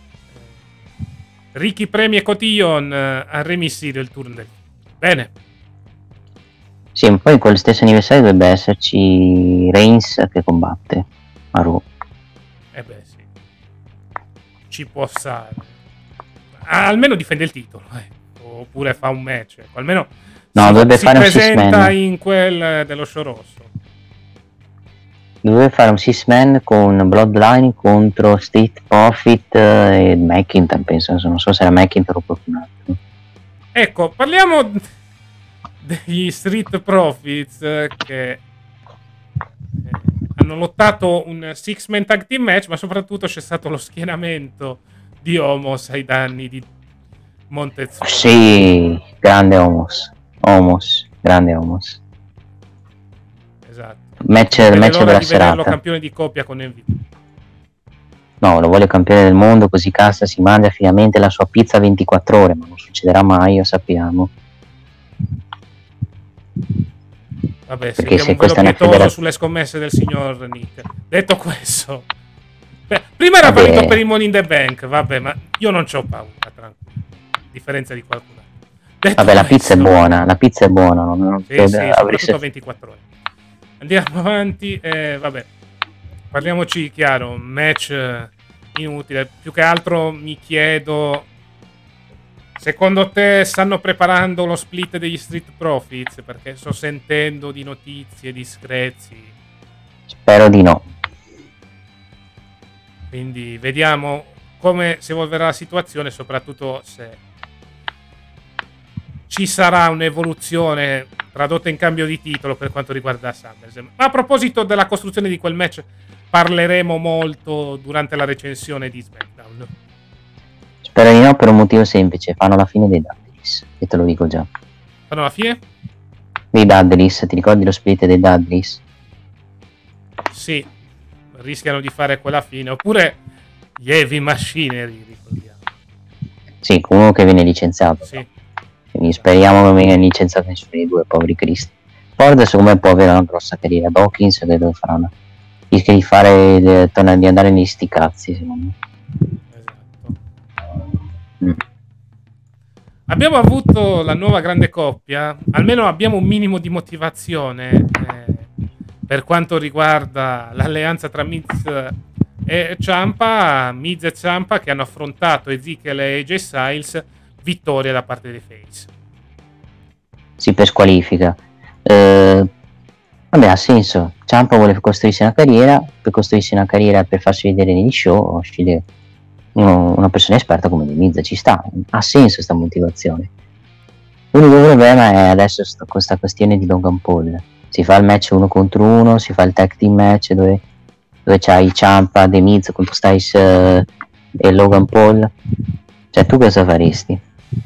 Ricky Premi e Cotillon a Re Mysterio il turno del... Bene. Sì, poi in quello stesso anniversario dovrebbe esserci Reigns che combatte a Raw. Eh beh sì, ci può stare. Ah, almeno difende il titolo, eh. Oppure fa un match, ecco. Almeno no, si, dovrebbe si fare presenta un six man in quel dello show rosso. Doveva fare un six man con Bloodline contro Street Profit e McIntyre, penso, non so se era McIntyre o qualcun altro. Ecco, parliamo degli Street Profits eh, che eh, hanno lottato un six man tag team match, ma soprattutto c'è stato lo schienamento di Omos ai danni di Montezuma. Sì, grande Omos. Omos, grande Omos. Esatto. Match, Non vede match l'ora della di vederlo serata. campione di coppia con M V P. No, lo vuole campione del mondo, così Cassa si mangia finalmente la sua pizza ventiquattro ore, ma non succederà mai, lo sappiamo. Vabbè, Perché sentiamo se un velo questa è una pietoso federa- sulle scommesse del signor Nick. Detto questo, beh, prima era Vabbè. partito per il Money in the Bank, vabbè, ma io non c'ho paura, tranquillo, a differenza di qualcun altro. Detto Vabbè, la pizza è questo- buona, la pizza è buona. Non, non Sì, credo- sì, avreste- soprattutto a ventiquattro ore. Andiamo avanti, eh, vabbè, parliamoci chiaro, match eh, inutile. Più che altro mi chiedo, secondo te stanno preparando lo split degli Street Profits? Perché sto sentendo di notizie discrezi, Spero di no. quindi vediamo come si evolverà la situazione, soprattutto se ci sarà un'evoluzione tradotta in cambio di titolo per quanto riguarda SummerSlam. Ma a proposito della costruzione di quel match, parleremo molto durante la recensione di SmackDown. Spero di no per un motivo semplice, fanno la fine dei Dudleys, e te lo dico già. Fanno la fine? Dei Dudleys, ti ricordi lo split dei Dudleys? Sì, rischiano di fare quella fine. Oppure gli Heavy Machinery, ricordiamo. Sì, uno che viene licenziato. Sì. Quindi speriamo che non venga licenziato nessuno dei due, poveri cristi. Ford secondo me può avere una grossa carriera. Dawkins credo che farà una... rischia di fare le- tornare di andare negli sti cazzi, secondo me. Esatto. Mm. Abbiamo avuto la nuova grande coppia, almeno abbiamo un minimo di motivazione eh, per quanto riguarda l'alleanza tra Miz e Ciampa. Miz e Ciampa che hanno affrontato Ezekiel e A J Styles, vittoria da parte dei face. Si per squalifica. Eh, vabbè, ha senso. Ciampa vuole costruirsi una carriera, per costruirsi una carriera per farsi vedere negli show, sceglie uno- una persona esperta come The Miz, ci sta, ha senso sta motivazione. L'unico problema è adesso sto- questa questione di Logan Paul. Si fa il match uno contro uno, si fa il tag team match dove, dove c'hai Ciampa, The Miz contro Styles eh, e Logan Paul. Cioè, tu cosa faresti?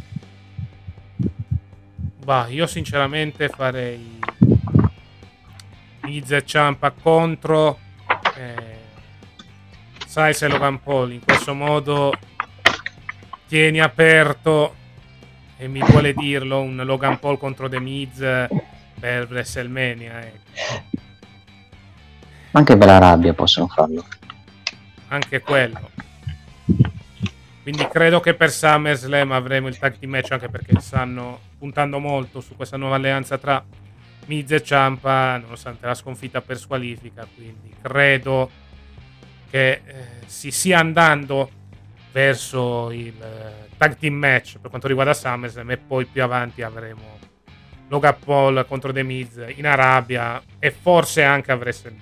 Bah, io sinceramente farei Miz e Ciampa contro eh, Styles e Logan Paul. In questo modo tieni aperto, e mi duole dirlo, un Logan Paul contro The Miz per WrestleMania, ecco. Anche per la rabbia possono farlo. Anche quello. Quindi credo che per SummerSlam avremo il tag team match, anche perché stanno puntando molto su questa nuova alleanza tra Miz e Ciampa, nonostante la sconfitta per squalifica. Quindi credo che eh, si stia andando verso il eh, tag team match per quanto riguarda SummerSlam, e poi più avanti avremo Logan Paul contro The Miz in Arabia e forse anche a WrestleMania.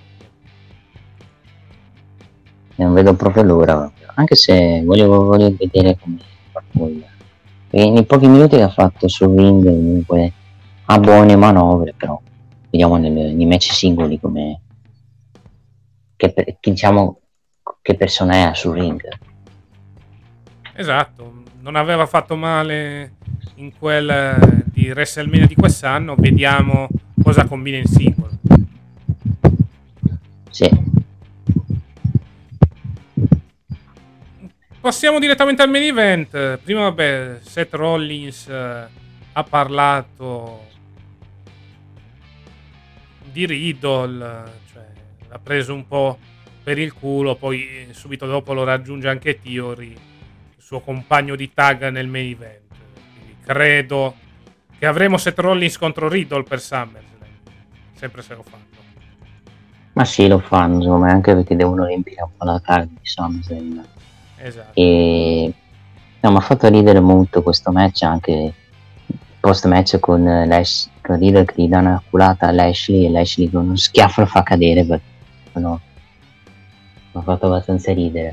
Non vedo proprio l'ora, anche se voglio, voglio vedere come fa poi. E nei pochi minuti che ha fatto sul ring comunque ha buone manovre, però vediamo nel- nei match singoli come che, per- che diciamo che persona è sul ring. Esatto, non aveva fatto male in quel eh, di WrestleMania di quest'anno. Vediamo cosa combina in singolo. Sì. Passiamo direttamente al main event. Prima, vabbè, Seth Rollins eh, ha parlato di Riddle, cioè l'ha preso un po' per il culo, poi subito dopo lo raggiunge anche Theory, il suo compagno di tag nel main event. Quindi credo che avremo Seth Rollins contro Riddle per SummerSlam, sempre se lo fanno. Ma sì, lo fanno, secondo me, anche perché devono riempire un po' la card di SummerSlam. Esatto. E no, mi ha fatto ridere molto questo match, anche post match con Lash, con Riddle che gli dà una culata a Lashley e Lashley con uno schiaffo lo fa cadere, perché no, mi ha fatto abbastanza ridere.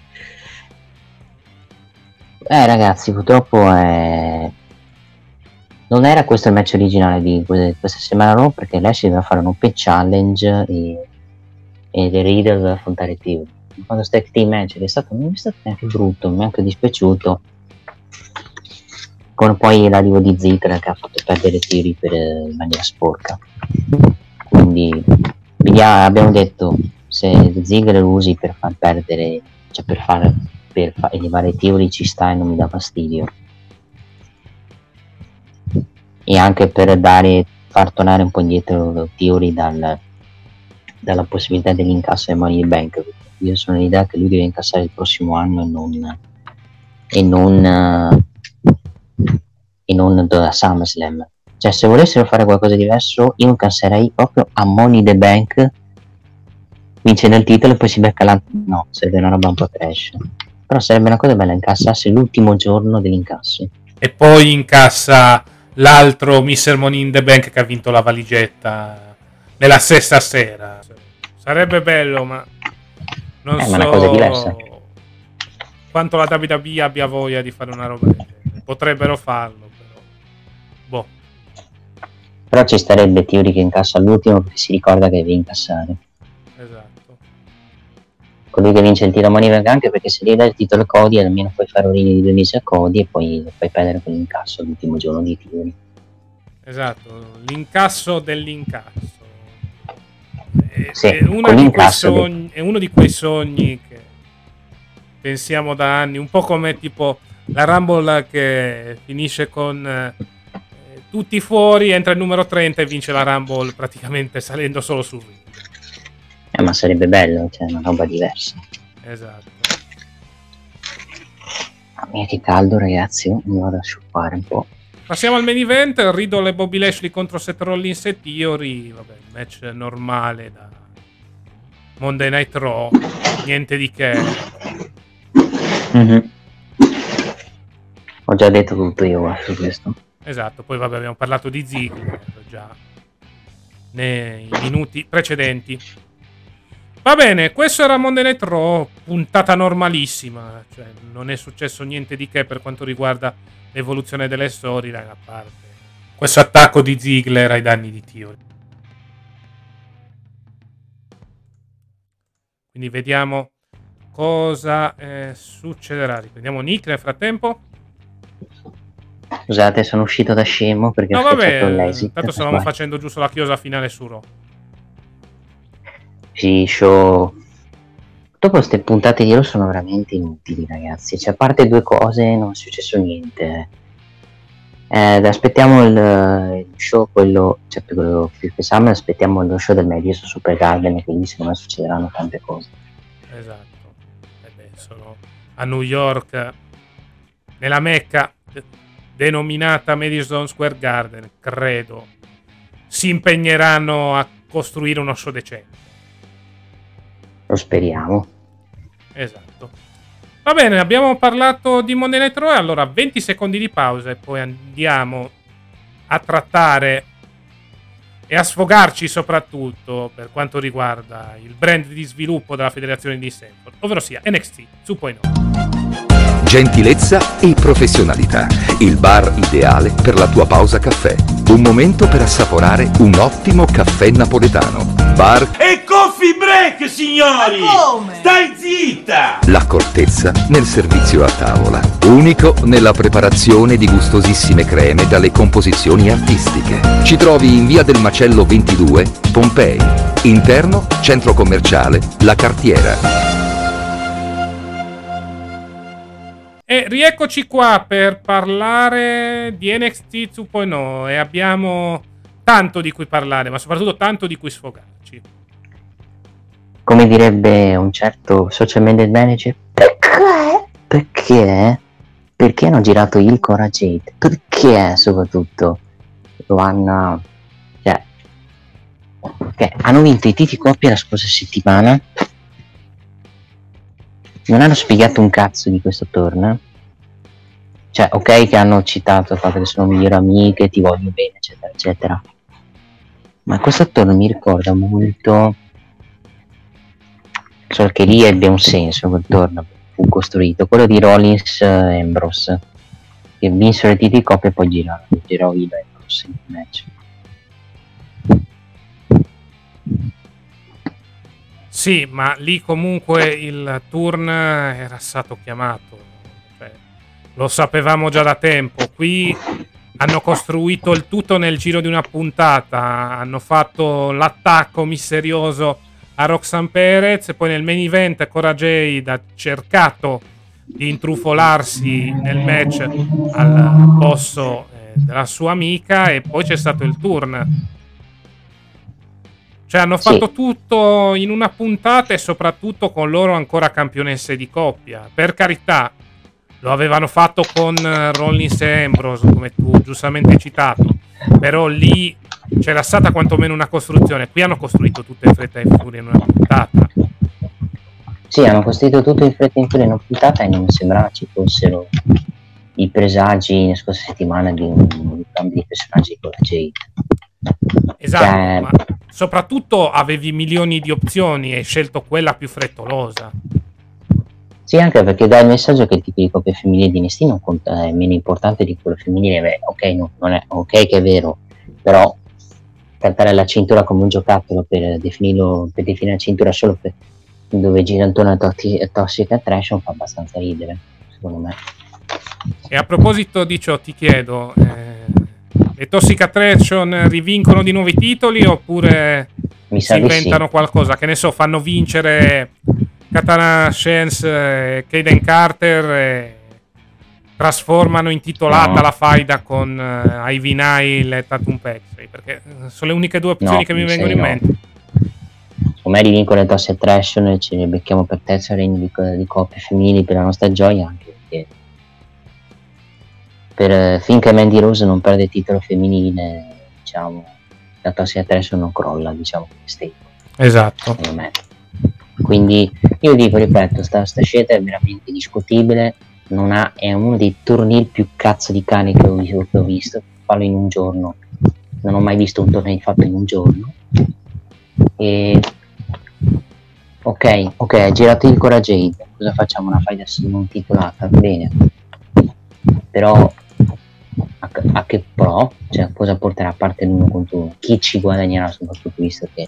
Eh ragazzi, purtroppo è... non era questo il match originale di que- questa settimana, no, perché Lashley doveva fare un open challenge e, e Riddle doveva affrontare Theory. Quando sta team match è stato, non è stato neanche brutto, mi è anche dispiaciuto, con poi l'arrivo di Ziggler che ha fatto perdere tiri per, in maniera sporca. Quindi vediamo, abbiamo detto, se Ziggler lo usi per far perdere, cioè per far per far elevare Theory ci sta e non mi dà fastidio, e anche per dare far tornare un po' indietro Theory dal, dalla possibilità dell'incasso del Money in the Bank. Io sono l'idea che lui deve incassare il prossimo anno e non e non e non da SummerSlam. Cioè, se volessero fare qualcosa di diverso, io incasserei proprio a Money in the Bank, vince il titolo e poi si becca la... no, sarebbe una roba un po' trash, però sarebbe una cosa bella incassasse l'ultimo giorno dell'incasso e poi incassa l'altro mister Money in the Bank che ha vinto la valigetta nella stessa sera. Sarebbe bello, ma non eh, so ma una cosa diversa. Quanto la W W E abbia voglia di fare una roba del genere. Potrebbero farlo, però boh. Però ci starebbe Theory che incassa all'ultimo perché si ricorda che deve incassare. Esatto. Colui che vince il tiro Money in the Bank, anche perché se gli dai il titolo a Cody almeno puoi fare un ring di due mesi a Cody e poi fai perdere con l'incasso l'ultimo giorno di Theory. Esatto, l'incasso dell'incasso. È, sì, è, uno di quei sogni, è uno di quei sogni che pensiamo da anni, un po' come tipo la Rumble che finisce con eh, tutti fuori, entra il numero trenta e vince la Rumble praticamente salendo solo sul ring. Eh, ma sarebbe bello, cioè una roba diversa. Esatto. Ah, mia, che caldo, ragazzi, io mi vado a sciupare un po'. Passiamo al main event, Riddle e Bobby Lashley contro Seth Rollins e Theory. Vabbè, match normale da Monday Night Raw, niente di che. Mm-hmm. Ho già detto tutto io su questo. Esatto, poi vabbè, abbiamo parlato di Ziggler già nei minuti precedenti. Va bene, questo era Monday Night Raw, puntata normalissima, cioè non è successo niente di che per quanto riguarda l'evoluzione delle storyline, a parte questo attacco di Ziggler ai danni di Theory. Quindi vediamo cosa eh, succederà. Riprendiamo Nick nel frattempo. Scusate, sono uscito da scemo perché no, ho vabbè, l'esit. intanto stavamo vai. facendo giusto la chiosa finale su Raw. Sì, show. Dopo queste puntate di Raw sono veramente inutili, ragazzi. Cioè, a parte due cose non è successo niente. Eh, aspettiamo il, il show, quello, cioè per quello più che Summer, aspettiamo lo show del Madison Super Garden, che lì secondo me succederanno tante cose. Esatto. Eh beh, sono a New York, nella Mecca denominata Madison Square Garden, credo si impegneranno a costruire uno show decente. Lo speriamo. Esatto. Va bene, abbiamo parlato di Monday Night Raw, allora venti secondi di pausa e poi andiamo a trattare e a sfogarci soprattutto per quanto riguarda il brand di sviluppo della federazione di Stanford, ovvero sia N X T due punto nominal. Gentilezza e professionalità. Il bar ideale per la tua pausa caffè. Un momento per assaporare un ottimo caffè napoletano. Bar e coffee break, signori! Ma come? Stai zitta! L'accortezza nel servizio a tavola. Unico nella preparazione di gustosissime creme dalle composizioni artistiche. Ci trovi in via del Macello ventidue, Pompei. Interno, centro commerciale, La Cartiera. E rieccoci qua per parlare di N X T due punto nominal e abbiamo tanto di cui parlare, ma soprattutto tanto di cui sfogarci. Come direbbe un certo social media manager, perché? Perché? Perché hanno girato il con Rajade? Perché soprattutto lo hanno... Cioè, okay, hanno vinto i titoli coppia la scorsa settimana. Non hanno spiegato un cazzo di questo turno. Cioè, ok che hanno citato il fatto che sono migliori amiche, ti voglio bene, eccetera, eccetera. Ma questo turno mi ricorda molto... Solo che lì ebbe un senso quel turno, fu costruito. Quello di Rollins e Ambrose, che vinsero i titoli coppia e poi girarono. Girò Ida e Ambrose in match. Sì, ma lì comunque il turn era stato chiamato, cioè lo sapevamo già da tempo. Qui hanno costruito il tutto nel giro di una puntata, hanno fatto l'attacco misterioso a Roxanne Perez e poi nel main event Cora Jade ha cercato di intrufolarsi nel match al posto eh, della sua amica e poi c'è stato il turn. Cioè hanno fatto sì. tutto in una puntata e soprattutto con loro ancora campionesse di coppia. Per carità, lo avevano fatto con Rollins e Ambrose, come tu giustamente hai citato, però lì c'era stata quantomeno una costruzione. Qui hanno costruito tutto in fretta e in furia in una puntata. Sì, hanno costruito tutto in fretta e in furia in una puntata e non mi sembrava ci fossero i presagi la scorsa settimana di un, un cambio di personaggi con la Jade. Esatto, cioè... ma soprattutto avevi milioni di opzioni e hai scelto quella più frettolosa. Sì, anche perché dà il messaggio che il tipo di coppia femminile di N X T non conta, è meno importante di quello femminile. Beh, ok, no, non è ok che è vero, però trattare la cintura come un giocattolo per definirlo, per definire la cintura solo per dove gira intorno a Toxic Attraction fa abbastanza ridere, secondo me. E a proposito di ciò ti chiedo, eh, le Toxic Attraction rivincono di nuovo i titoli oppure Mi si inventano sì. qualcosa? Che ne so, fanno vincere Katana Chance e Kaden Carter e trasformano in titolata no. la faida con uh, Ivy Nile e Tatum Paxley, perché sono le uniche due opzioni no, che mi vengono in no. mente. Secondo me rivincono le Toxic Attraction e ce le becchiamo per terza regno di, di coppie femminili per la nostra gioia, anche perché per, finché Mandy Rose non perde il titolo femminile, diciamo, la Toxic Attraction non crolla, diciamo, come stable. Esatto. Me. Quindi io dico, ripeto, sta, sta scelta è veramente discutibile, non ha, è uno dei tornei più cazzo di cane che ho, che ho visto, farlo in un giorno, non ho mai visto un torneo fatto in un giorno. E ok, ok, girato il Cora Jade, cosa facciamo? Una fight non titolata, bene, però a, a che pro? Cioè cosa porterà a parte l'uno contro uno? Chi ci guadagnerà soprattutto, visto che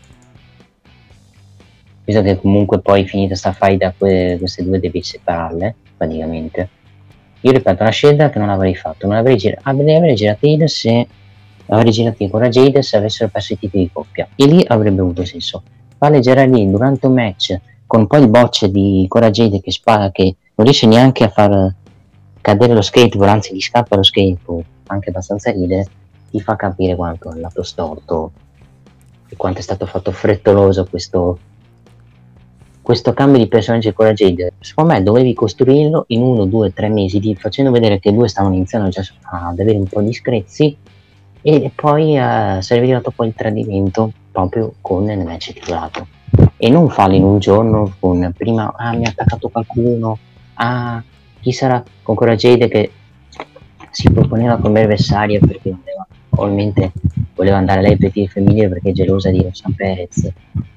visto che comunque poi finita sta fight queste due devi separarle praticamente. Io ripeto, una scelta che non avrei fatto, non avrei girato, avrei girato Jade se avrei girato Cora Jade se avessero perso i titoli di coppia e lì avrebbe avuto senso. Farle girare lì durante un match con un po' di bocce di Cora Jade che spara, che non riesce neanche a far cadere lo skateboard, anzi gli scappa lo skateboard, anche abbastanza ridere, ti fa capire quanto è il lato storto e quanto è stato fatto frettoloso questo questo cambio di personaggio di Cora Jade. Secondo me dovevi costruirlo in uno, due, tre mesi, di, facendo vedere che i due stavano iniziando già ad avere un po' di screzi e poi uh, sarebbe arrivato poi il tradimento proprio con il match titolato e non farlo in un giorno con prima ah mi ha attaccato qualcuno, ah chi sarà, con Cora Jade che si proponeva come avversaria perché voleva, ovviamente voleva andare lei per il titolo femminile perché è gelosa di Roxanne Perez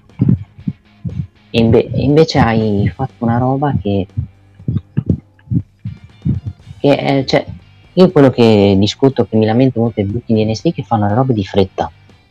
e inve- invece hai fatto una roba che che è, cioè io quello che discuto, che mi lamento molto ai buchi di N X T, che fanno le robe di fretta.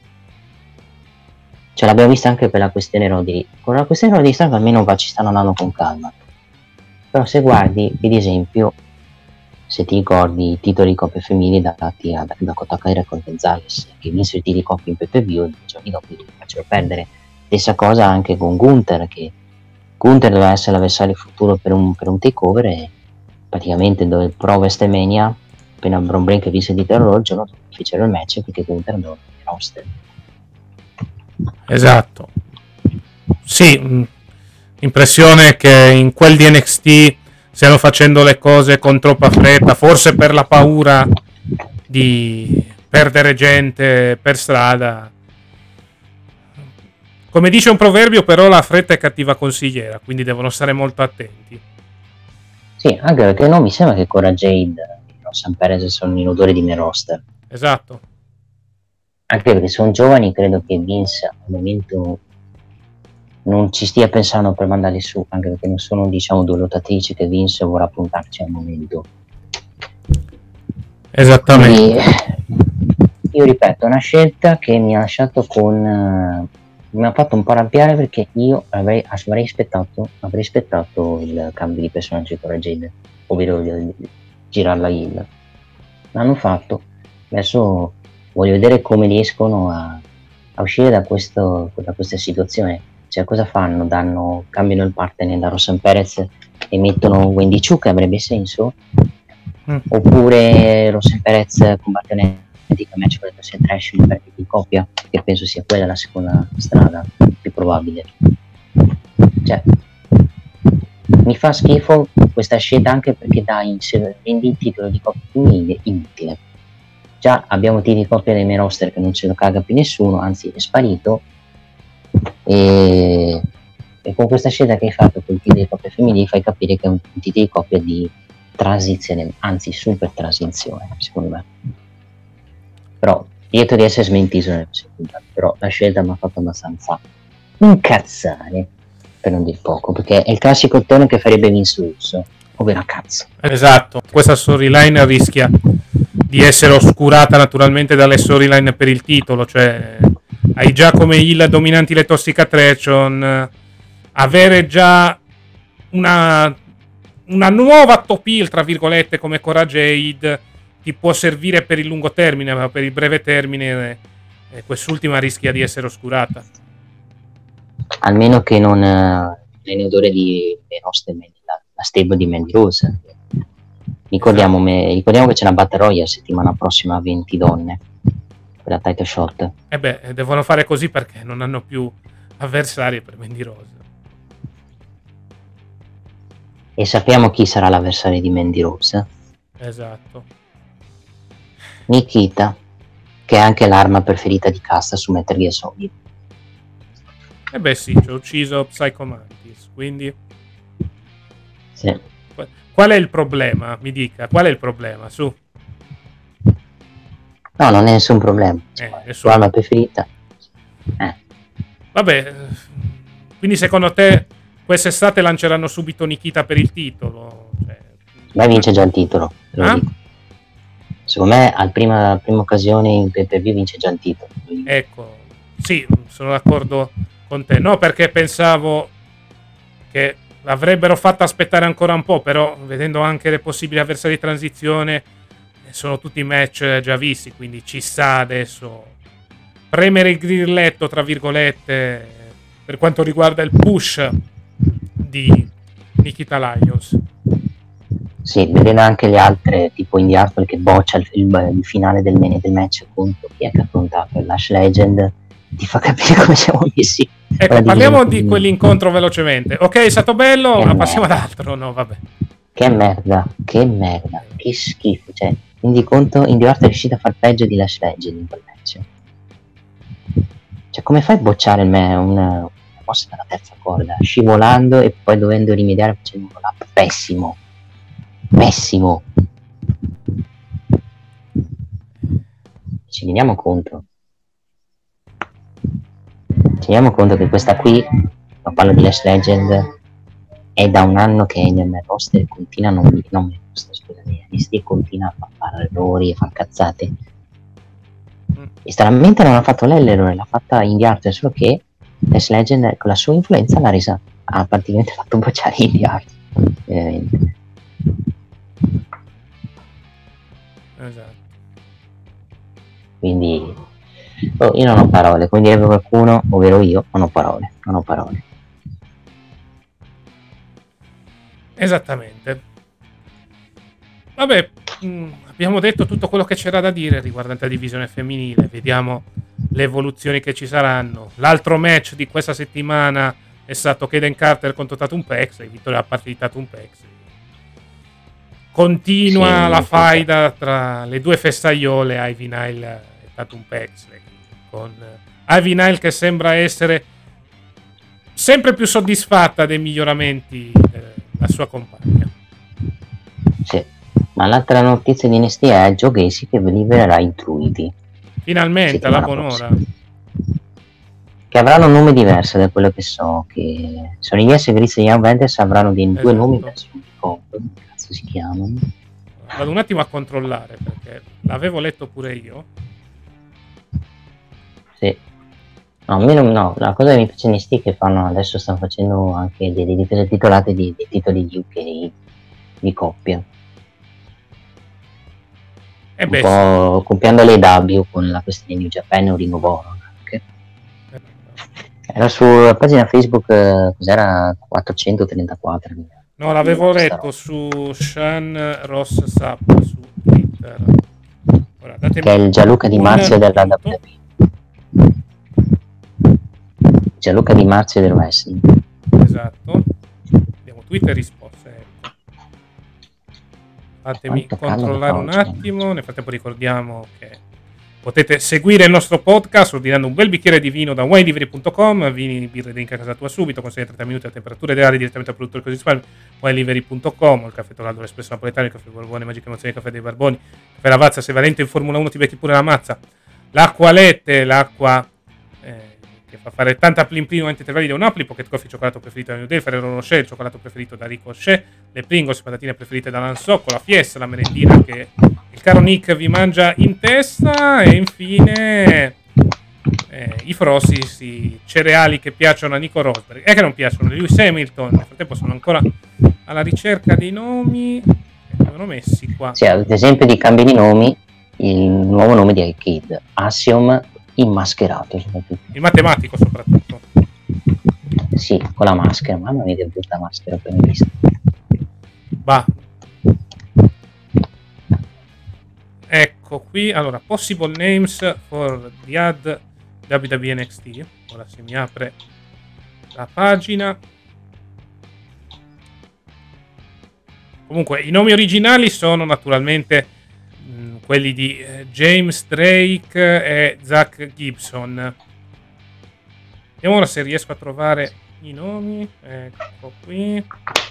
Cioè l'abbiamo vista anche per la questione Rodri. Con la questione Rodri Strong almeno ci stanno andando con calma. Però se guardi, per esempio, se ti ricordi i titoli di coppie femminili dati a Dakota Kai e Raquel Gonzalez, che vinsero i titoli di coppia in pay per view e due giorni dopo li facevano perdere. Stessa cosa anche con Gunther, che Gunther doveva essere l'avversario futuro per un, per un takeover e praticamente dove il Pro WrestleMania appena Bron Breakker vinse di terror il giorno fecero il match perché Gunther non era roster. Esatto, sì, l'impressione che in quel di N X T stiano facendo le cose con troppa fretta, forse per la paura di perdere gente per strada. Come dice un proverbio, però la fretta è cattiva consigliera, quindi devono stare molto attenti. Sì, anche perché non mi sembra che Cora Jade e Roxanne Perez sono in odore di main roster. Esatto. Anche perché sono giovani, credo che Vince al momento non ci stia pensando per mandarli su, anche perché non sono, diciamo, due lottatrici che Vince vorrà puntarci al momento. Esattamente. Quindi, io ripeto, è una scelta che mi ha lasciato con... Uh, mi ha fatto un po' arrabbiare perché io avrei, avrei aspettato avrei aspettato il cambio di personaggio di Cora Jade, ovvero girarla Hill. L'hanno fatto, adesso voglio vedere come riescono a, a uscire da, questo, da questa situazione. Cioè, cosa fanno? Danno, cambiano il partner da Rosen Perez e mettono Wendy Chu, che avrebbe senso? Mm. Oppure Rosen Perez combatte un handicap match con le Toxic Trash in partita di coppia, che penso sia quella la seconda strada più probabile. Cioè, mi fa schifo questa scelta, anche perché dai rendi il titolo di coppia femminile inutile. Già abbiamo titoli di coppia nei main roster che non ce lo caga più nessuno, anzi è sparito, e, e con questa scelta che hai fatto con il titolo di coppia femminile fai capire che è un, un titolo di coppia di transizione, anzi super transizione secondo me. Però lieto di essere smentito nel secondo, però la scelta mi ha fatto abbastanza incazzare, per non dir poco, perché è il classico tono che farebbe Vince Russo, ovvero a cazzo. Esatto, questa storyline rischia di essere oscurata naturalmente dalle storyline per il titolo, cioè hai già come heel dominanti le Toxic Attraction, avere già una, una nuova top heel tra virgolette come Cora Jade ti può servire per il lungo termine, ma per il breve termine eh, quest'ultima rischia di essere oscurata. Almeno che non è in odore di roster, la, la stable di Mandy Rose. Ricordiamo, me, ricordiamo che c'è una Battle Royale settimana prossima a venti donne per la title shot. E eh beh, devono fare così perché non hanno più avversari per Mandy Rose. E sappiamo chi sarà l'avversario di Mandy Rose. Esatto. Nikita, che è anche l'arma preferita di Casta su Metal Gear Solid. Eh beh sì, ci ho ucciso Psycho Mantis, quindi... Sì. Qual è il problema? Mi dica, qual è il problema? Su. No, non è nessun problema. Eh, la sua arma preferita. Eh. Vabbè, quindi secondo te quest'estate lanceranno subito Nikita per il titolo? Cioè... Ma vince già il titolo. Ah? Secondo me al prima, prima occasione in pay per view vince già il titolo. Ecco, sì, sono d'accordo con te. No, perché pensavo che l'avrebbero fatta aspettare ancora un po', però vedendo anche le possibili avversari di transizione sono tutti match già visti, quindi ci sta adesso premere il grilletto tra virgolette per quanto riguarda il push di Nikita Lyons. Sì, vedendo anche le altre tipo Indy Hartwell che boccia il, il, il finale del, del match contro chi è che ha affrontato l'Ash Legend, ti fa capire come siamo messi. Ecco, parliamo di, di quell'incontro velocemente. Ok, è stato bello, che ma merda. Passiamo ad altro. No, vabbè. Che merda, che merda, che schifo. Cioè, rendi conto, Indy Hartwell è riuscito a far peggio di Lash Legend in quel match. Cioè, come fai a bocciare me una, una mossa dalla terza corda, scivolando e poi dovendo rimediare facendo un roll-up pessimo. Pessimo. Ci rendiamo conto. Ci rendiamo conto che questa qui, ma parlo di Lash Legend, è da un anno che è nel roster e continua a non mi non mi roster, scusami, e continua a fare errori e fare cazzate. E stranamente non ha fatto lei l'errore, l'ha fatta Indy Hartwell, solo che Lash Legend con la sua influenza l'ha resa, ha praticamente fatto bocciare Indy Hartwell. Veramente. Esatto. Quindi oh, io non ho parole, come direbbe qualcuno, ovvero io, non ho parole, non ho parole. Esattamente. Vabbè, mh, abbiamo detto tutto quello che c'era da dire riguardante la divisione femminile. Vediamo le evoluzioni che ci saranno. L'altro match di questa settimana è stato Kaden Carter contro Tatum Pax, e vittoria da parte di Tatum Pax. Continua sì, la faida tra le due festaiole, Ivy Nile e Tatum Pax, con Ivy Nile che sembra essere sempre più soddisfatta dei miglioramenti della sua compagna. Sì, ma l'altra notizia di N X T è Joe Gacy che libererà i druidi. Finalmente, alla buon'ora. Che avranno un nome diverso da quello che so, che sono gli S Grizzly e Young Vendors avranno dei esatto. due nomi verso un ricordo, come cazzo si chiamano? Vado un attimo a controllare perché l'avevo letto pure io. Sì. No, a me non, no, la cosa che mi piace in N X T è che fanno, adesso stanno facendo anche delle difese titolate di, di titoli di U K di coppia. Eh un beh, po' compiendo le W con la questione di New Japan o Ring of Honor anche. Era sulla pagina Facebook, eh, cos'era, quattrocentotrentaquattro. no, l'avevo Questa letto roba. su Sean Ross Sapp su Twitter. Ora, datemi Che è il Gianluca Di un Marzio della minuto. W W E. Gianluca Di Marzio del wrestling. Esatto. Abbiamo tweet e risposte. Ecco. Fatemi Quanto caldo controllare che un fa oggi. attimo. Nel frattempo ricordiamo che potete seguire il nostro podcast ordinando un bel bicchiere di vino da wine livery punto com, vini, birre, drink a casa tua subito, consegna trenta minuti a temperatura ideale direttamente al produttore così risparmi, wine livery punto com, il caffè Toraldo, l'espresso napoletano, il caffè Borbone, Magica Emozioni, il caffè dei Barboni, il caffè Lavazza, se valente in Formula uno ti becchi pure la mazza, l'acqua Lette, l'acqua eh, che fa fare tanta plin plin aumenta intervalli da un Napoli, Pocket Coffee, cioccolato preferito da New Day, Ferrero Rocher, il cioccolato preferito da Ricochet, le Pringles, patatine preferite da Lansocco, la Fiesta, la merendina che il caro Nick vi mangia in testa, e infine eh, i Frossis, i cereali che piacciono a Nico Rosberg e che non piacciono a Lewis Hamilton. Nel frattempo sono ancora alla ricerca dei nomi che avevano messi qua. Sì, ad esempio di cambio di nomi, il nuovo nome di iKid, Axiom immascherato soprattutto. Il matematico soprattutto. Sì, con la maschera, mamma mia che brutta maschera appena vista. Bah. Ecco qui, allora, possible names for the ad W W E N X T. Ora si mi apre la pagina. Comunque, i nomi originali sono naturalmente mh, quelli di eh, James Drake e Zach Gibson. Vediamo ora se riesco a trovare i nomi. Ecco qui.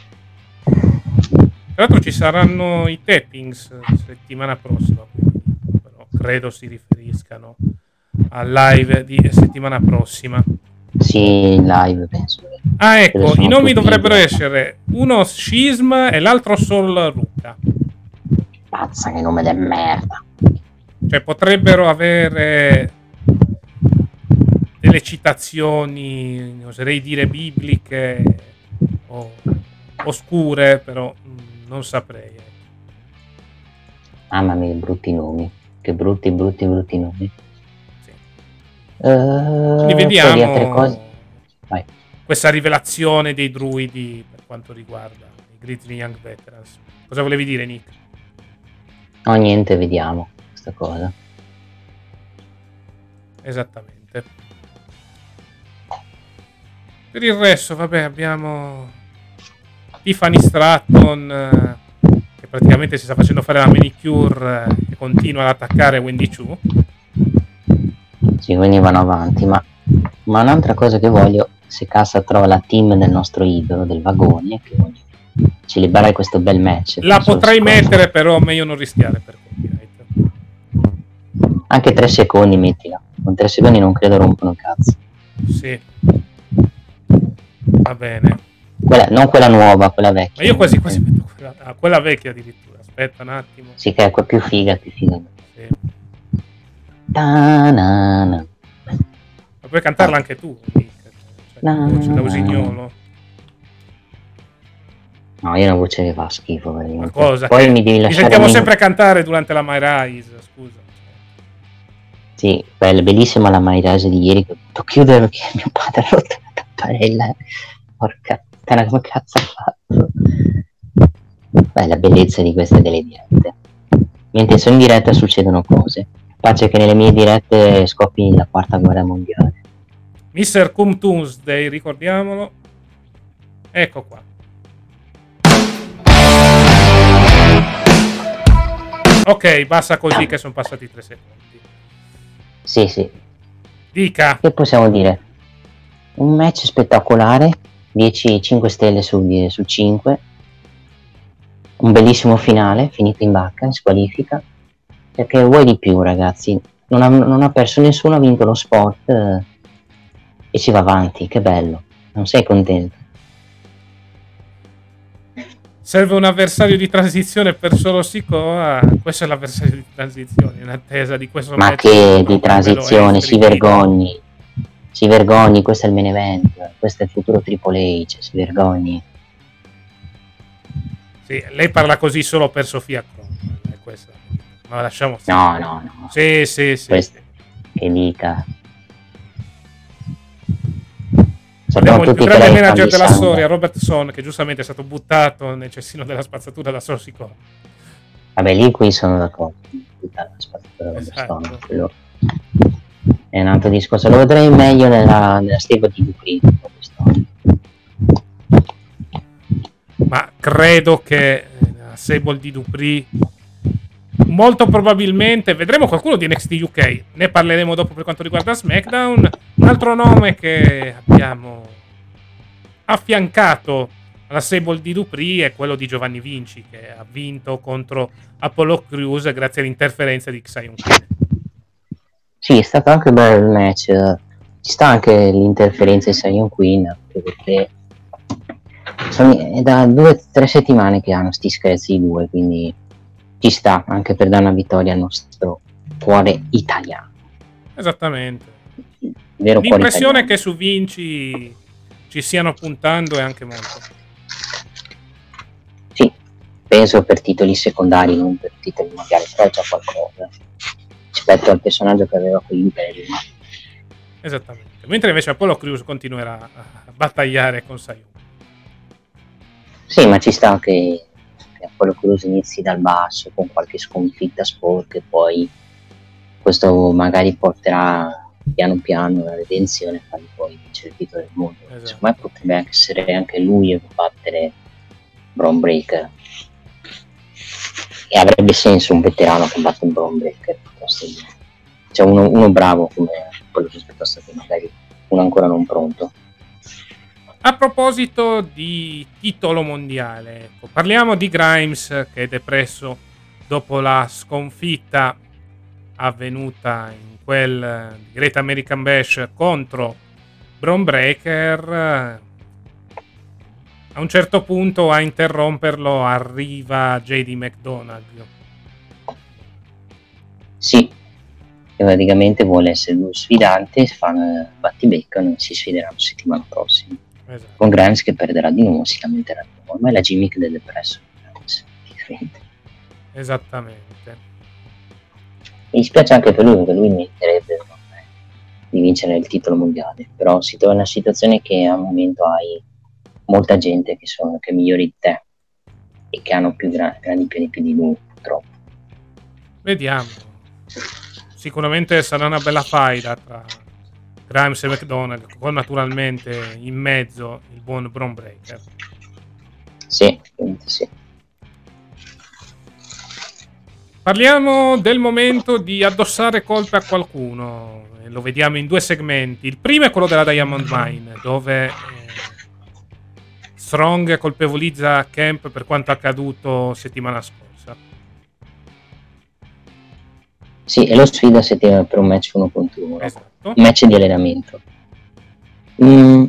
Tra l'altro ci saranno i tappings settimana prossima, però credo si riferiscano al live di settimana prossima. Sì, in live penso. Ah, ecco, Quello sono i nomi tutti dovrebbero in- essere uno Schism e l'altro Sol Ruka. Pazza, che nome de merda. Cioè potrebbero avere delle citazioni, oserei dire bibliche o oscure, però mh, non saprei. Mamma mia, che brutti nomi. Che brutti, brutti, brutti nomi. Sì. Uh, Quindi Poi di altre vediamo cose. Vai. questa rivelazione dei druidi per quanto riguarda i Grizzly Young Veterans. Cosa volevi dire, Nick? No, niente, vediamo questa cosa. Esattamente. Per il resto, vabbè, abbiamo Tiffany Stratton eh, che praticamente si sta facendo fare la manicure eh, e continua ad attaccare Wendy Chu. Sì, quindi vanno avanti, ma, ma un'altra cosa che voglio, se Cassa trova la team del nostro idolo, del vagone, che voglio celebrare questo bel match. La Solo potrei secondo. mettere, però meglio non rischiare per copyright. Anche tre secondi mettila, con tre secondi non credo rompono il cazzo. Sì. Va bene. Quella, non quella nuova, quella vecchia. Ma io quasi quasi metto quella, ah, quella vecchia addirittura. Aspetta un attimo. Sì, che è quella più figa, più figa. Sì. Ta-na-na. Ma puoi cantarla anche tu, Nick. Cioè, No, voce da no, usignolo. No, io ho una voce che fa schifo. Ma cosa? Poi Che mi devi ti lasciare sentiamo almeno- sempre cantare durante la My Rise, scusa. Sì, bella, bellissima la My Rise di ieri. Che ho dovuto chiudere perché mio padre ha rotto la tapparella. Porca puttana, come cazzo ha fatto? Beh, la bellezza di queste delle dirette. Mentre sono in diretta succedono cose. Pace che nelle mie dirette scoppi la quarta guerra mondiale. mister Cum Tuesday, ricordiamolo. Ecco qua. Ok, basta così che sono passati tre secondi. Sì, sì. Dica. Che possiamo dire? Un match spettacolare, dieci, cinque stelle su, su cinque. Un bellissimo finale, finito in bacca, in squalifica. Perché vuoi di più, ragazzi? Non ha, non ha perso nessuno, ha vinto lo sport eh, e si va avanti, che bello. Non sei contento? Serve un avversario di transizione per Solo Sikoa. Questo è l'avversario di transizione in attesa di questo Ma match. che Quello di transizione, è si vergogni. Si vergogni, questo è il main event, questo è il futuro Triple H, si vergogni. Sì, lei parla così solo per Sofia Cromwell, è questa. Ma lasciamo no no no sì sì sì, Questo, sì. che dica abbiamo il più grande manager della sangue. storia, Robertson, che giustamente è stato buttato nel cestino della spazzatura da solo sicuro. Vabbè, lì qui sono d'accordo, tutta la spazzatura Esatto. Robertson, quello è un altro discorso, lo vedrei meglio nella, nella stable di Dupree. Ma credo che la stable di Dupree molto probabilmente vedremo qualcuno di N X T U K, ne parleremo dopo per quanto riguarda SmackDown. Un altro nome che abbiamo affiancato alla stable di Dupree è quello di Giovanni Vinci, che ha vinto contro Apollo Crews grazie all'interferenza di Xion Queen. Sì, è stato anche bello il match, ci sta anche l'interferenza di Xion Queen, perché sono, è da due o tre settimane che hanno sti scherzi i due, quindi ci sta anche per dare una vittoria al nostro cuore italiano. Esattamente. Vero L'impressione italiano. che su Vinci ci stiano puntando è anche molto. Sì, penso per titoli secondari, non per titoli mondiali, però è già qualcosa rispetto al personaggio che aveva con l'Imperium. Esattamente. Mentre invece Apollo Crews continuerà a battagliare con Xion. Sì, ma ci sta che Apollo Crews inizi dal basso con qualche sconfitta sporca e poi questo magari porterà piano piano la redenzione e fargli poi vincere il titolo del mondo. Esatto. Secondo me potrebbe anche essere anche lui a battere Bron Breakker, e avrebbe senso un veterano che batte un Bron Breakker piuttosto di cioè uno, uno bravo come quello piuttosto che magari uno ancora non pronto. A proposito di titolo mondiale, ecco, parliamo di Grimes che è depresso dopo la sconfitta avvenuta in quel Great American Bash contro Bron Breakker. A un certo punto a interromperlo arriva J D McDonagh. Sì, che praticamente vuole essere lo sfidante, fanno battibecca e si sfideranno settimana prossima. Esatto. Con Grimes che perderà di nuovo, si lamenterà di nuovo. Ormai la gimmick del depresso. Esattamente. Mi dispiace anche per lui, perché lui meriterebbe di vincere il titolo mondiale, però si trova in una situazione che al momento hai molta gente che sono che è migliori di te e che hanno più gra- grandi piani più di lui, purtroppo. Vediamo. Sicuramente sarà una bella faida tra Grimes e McDonagh, con naturalmente in mezzo il buon Bron Breakker. Sì, sì. Parliamo del momento di addossare colpe a qualcuno. Lo vediamo in due segmenti. Il primo è quello della Diamond Mine, dove eh, Strong colpevolizza Camp per quanto accaduto settimana scorsa. Sì, e lo sfida settimana per un match uno contro uno. Esatto. Un match di allenamento. Mm.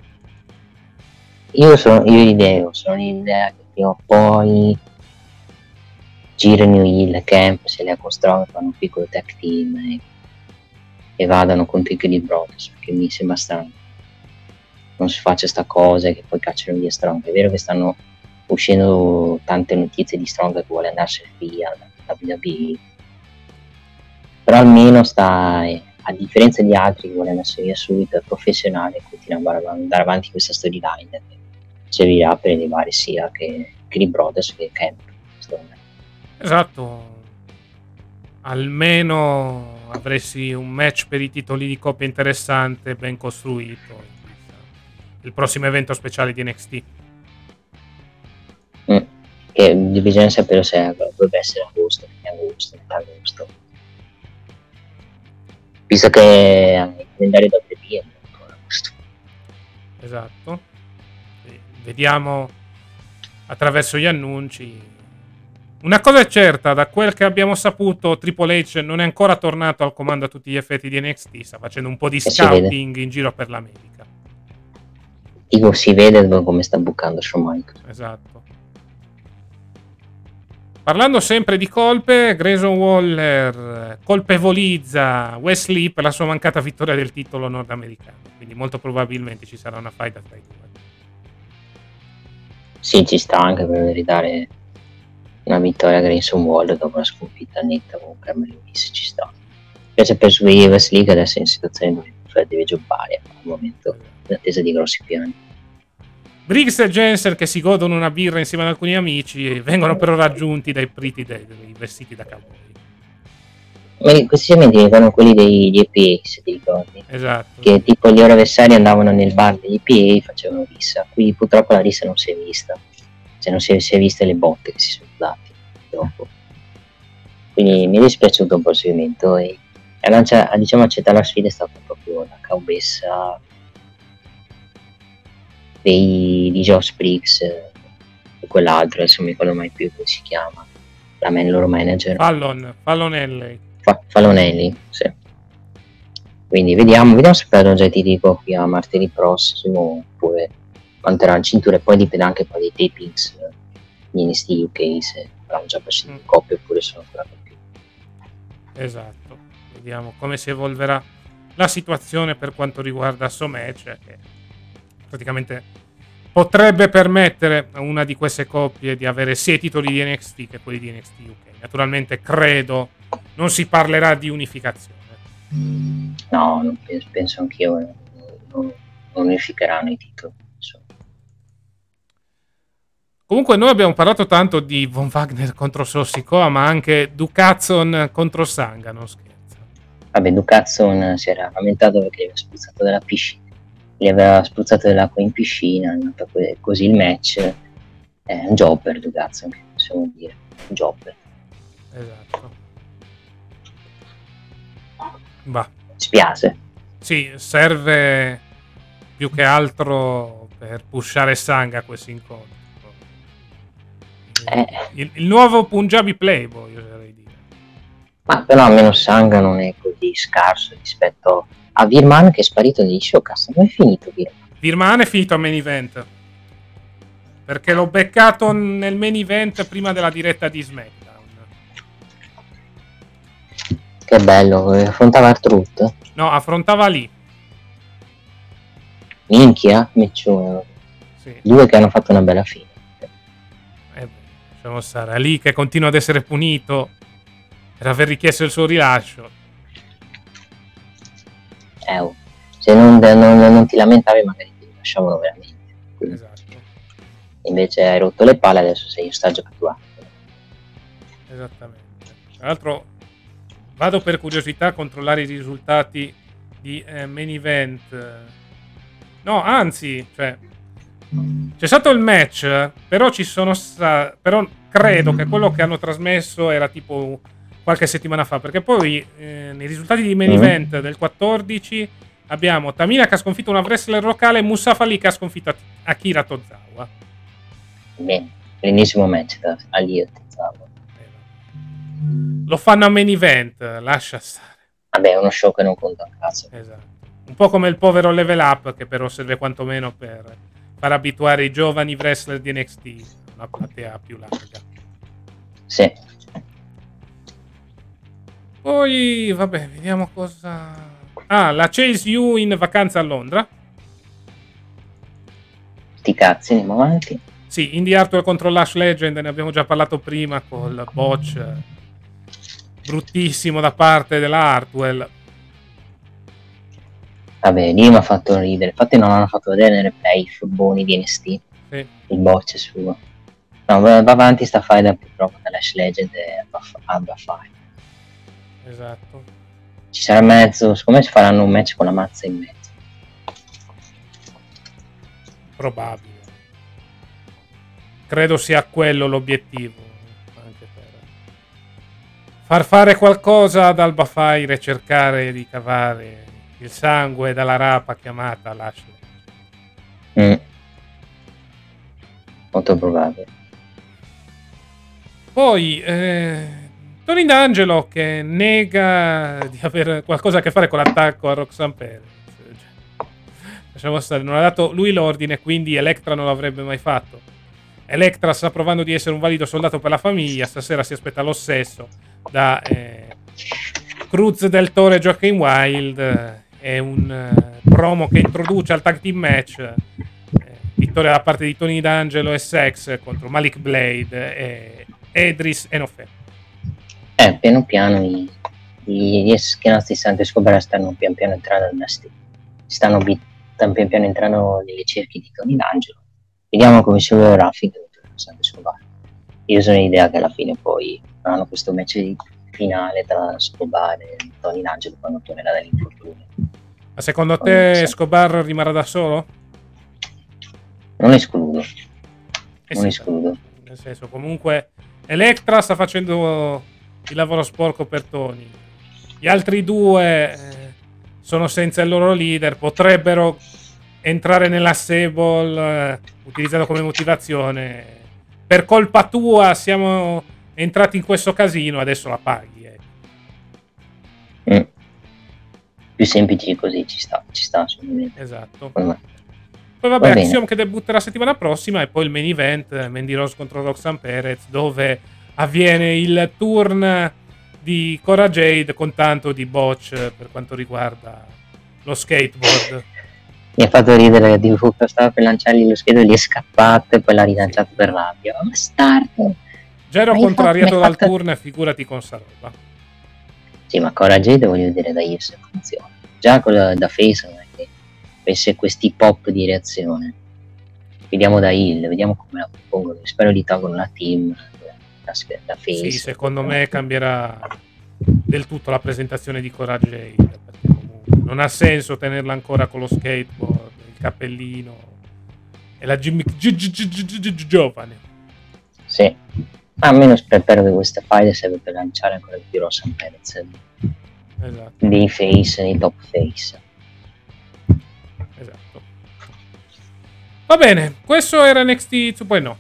Io sono io ideo, sono l'idea che prima o poi girano il Camp, se le Strong fanno un piccolo tag team e, e vadano contro i Creed Brothers, perché mi sembra strano non si faccia sta cosa e che poi cacciano via Strong. È vero che stanno uscendo tante notizie di Strong che vuole andarsene via da W W E, però almeno sta, a differenza di altri che vuole andarsene via subito, è professionale e continua a andare avanti questa storyline che servirà per elevare sia che Creed Brothers che Camp. Esatto, almeno avresti un match per i titoli di coppia interessante, ben costruito, il prossimo evento speciale di N X T. Mm. Che bisogna sapere se dovrebbe essere agosto, agosto, metà agosto, visto che il calendario da W W E è molto agosto. Esatto, e vediamo attraverso gli annunci. Una cosa è certa, da quel che abbiamo saputo, Triple H non è ancora tornato al comando a tutti gli effetti di N X T, sta facendo un po' di scouting in giro per l'America. Dico, si vede come sta bucando Shawn Michaels. Esatto. Parlando sempre di colpe, Grayson Waller colpevolizza Wesley per la sua mancata vittoria del titolo nordamericano, quindi molto probabilmente ci sarà una faida tra i due. Sì, ci sta anche per ridare una vittoria a Grayson Waller dopo una sconfitta netta con Carmelo Lewis ci sta. Invece per su West League adesso è in situazione dove deve giocare al momento in attesa di grossi piani. Briggs e Jensen che si godono una birra insieme ad alcuni amici vengono però raggiunti dai preti dei, dei vestiti da cowboy. Ma questi segmenti diventano quelli degli E P A, se ti ricordi. Esatto. Che tipo gli loro avversari andavano nel bar degli E P A e facevano rissa. Qui purtroppo la rissa non si è vista. Cioè non si è, si è viste le botte che si sono dati dopo. Quindi mi è dispiaciuto un po' il segmento e a, lancia, a diciamo accettare la sfida è stata proprio la caubessa dei, di Josh Briggs e quell'altro, adesso non mi ricordo mai più come si chiama, la man, loro manager. Fallon, Fallonelli. Fa, Fallonelli, sì. Quindi vediamo, vediamo se perdono già, ti dico, qui a martedì prossimo oppure manterranno cintura, e poi dipende anche poi dei tapings di N X T U K, se avranno già perso in coppia oppure sono ancora più. Esatto, vediamo come si evolverà la situazione per quanto riguarda SoMatch, che praticamente potrebbe permettere a una di queste coppie di avere sia i titoli di N X T che quelli di N X T U K. Naturalmente credo non si parlerà di unificazione. No, non penso, penso anch'io, non, non, non unificheranno i titoli. Insomma. Comunque noi abbiamo parlato tanto di Von Wagner contro Sosikoa, ma anche Ducatson contro Sanga, non scherza. Vabbè, Ducatson si era lamentato perché gli aveva spruzzato della piscina. Gli aveva spruzzato dell'acqua in piscina, è andato così il match. È un jobber Ducatson, che possiamo dire. Un jobber. Esatto. Bah. Spiace. Sì, serve più che altro per pushare Sanga a questo incontro. Eh. Il, il nuovo Punjabi Playboy, oserei dire. Ma però almeno Sanga non è così scarso rispetto a Virman, che è sparito negli showcast. Non è finito Virman. Virman è finito a main event, perché l'ho beccato nel main event prima della diretta di SmackDown. Che bello, affrontava R-Truth? No, affrontava lì. Minchia, Meccione. Sì. Due che hanno fatto una bella fine. Eh, lasciamo stare. Lì che continua ad essere punito per aver richiesto il suo rilascio. Eh, oh. Se non, non, non ti lamentavi magari ti lasciavano veramente. Quindi. Esatto. Invece hai rotto le palle, adesso sei in ostaggio cattuato. Esattamente. Tra l'altro vado per curiosità a controllare i risultati di eh, main event. No, anzi, cioè c'è stato il match, però ci sono sta- però credo che quello che hanno trasmesso era tipo qualche settimana fa, perché poi eh, nei risultati di main event del quattordici abbiamo Tamina che ha sconfitto una wrestler locale e Mustafa Ali che ha sconfitto Akira Tozawa. Bene, l'ennesimo match da Ali e Tozawa. Lo fanno a main event, lascia stare. Vabbè, è uno show che non conta un cazzo. Esatto. Un po' come il povero Level Up, che però serve quantomeno per far abituare i giovani wrestler di N X T a una platea più larga. Sì. Poi, vabbè, vediamo cosa... Ah, la Chase U in vacanza a Londra. Sti cazzi, andiamo avanti. Sì, Indy Hartwell contro Lash Legend, ne abbiamo già parlato prima col botch bruttissimo da parte della Hartwell. Vabbè, lì mi ha fatto ridere. Infatti non hanno fatto vedere nel replay i furboni di N X T. Sì. Il botch suo. No, va avanti sta fight purtroppo da Lash Legend e Abba Fight. Esatto. Ci sarà mezzo, secondo me si faranno un match con la mazza in mezzo. Probabile. Credo sia quello l'obiettivo, anche per far fare qualcosa ad Alba Fire e cercare di cavare il sangue dalla rapa chiamata Lashley. Mm. Molto probabile. Poi eh, Tony D'Angelo che nega di avere qualcosa a che fare con l'attacco a Roxanne Perez. Lasciamo stare, non ha dato lui l'ordine, quindi Electra non l'avrebbe mai fatto. Electra sta provando di essere un valido soldato per la famiglia, stasera si aspetta lo stesso da eh, Cruz del Toro e Joaquin Wild. È un eh, promo che introduce al tag team match eh, vittoria da parte di Tony D'Angelo e Sex contro Malik Blade e Edris e Nofè. Eh, piano piano i, i, gli schienazzi Santo Escobar stanno pian piano entrando nella st- stanno bi- stanno pian piano entrando nelle cerchi di Tony D'Angelo. Vediamo come si evolverà finché Santo Escobar. Io sono l'idea che alla fine poi faranno questo match di finale tra Escobar e Tony D'Angelo quando tornerà dall'infortunio. Ma secondo te Escobar rimarrà da solo? Non escludo. Eh non sì, escludo. Nel senso, comunque Electra sta facendo il lavoro sporco per Tony. Gli altri due eh, sono senza il loro leader, potrebbero entrare nella Sable eh, utilizzato come motivazione. Per colpa tua siamo entrati in questo casino, adesso la paghi. Eh. Mm. Più semplice così ci sta, ci sta assolutamente. Esatto. Poi, poi vabbè, Va Axiom che debutta la settimana prossima e poi il main event, Mandy Rose contro Roxanne Perez, dove avviene il turn di Cora Jade con tanto di botch per quanto riguarda lo skateboard. Mi ha fatto ridere di Luca, stava per lanciargli lo scheda, gli è scappato e poi l'ha rilanciato per rabbia. Oh, bastardo! Già ero Ma contrariato infatti, dal fatto... turn, figurati con sta roba. Sì, ma Cora Jade voglio dire da io se funziona. Già con la, da face non è che avesse questi pop di reazione. Vediamo da Hill, vediamo come la propongono. Spero li tolgono la team da, da face. Sì, secondo me cambierà del tutto la presentazione di Cora Jade, perché comunque non ha senso tenerla ancora con lo skateboard, il cappellino e la gimmick giovane. Sì, ma almeno spero che questa fight serve per lanciare ancora di più Roxanne Perez. Esatto. Dei face, dei top face. Esatto. Va bene, questo era N X T due punto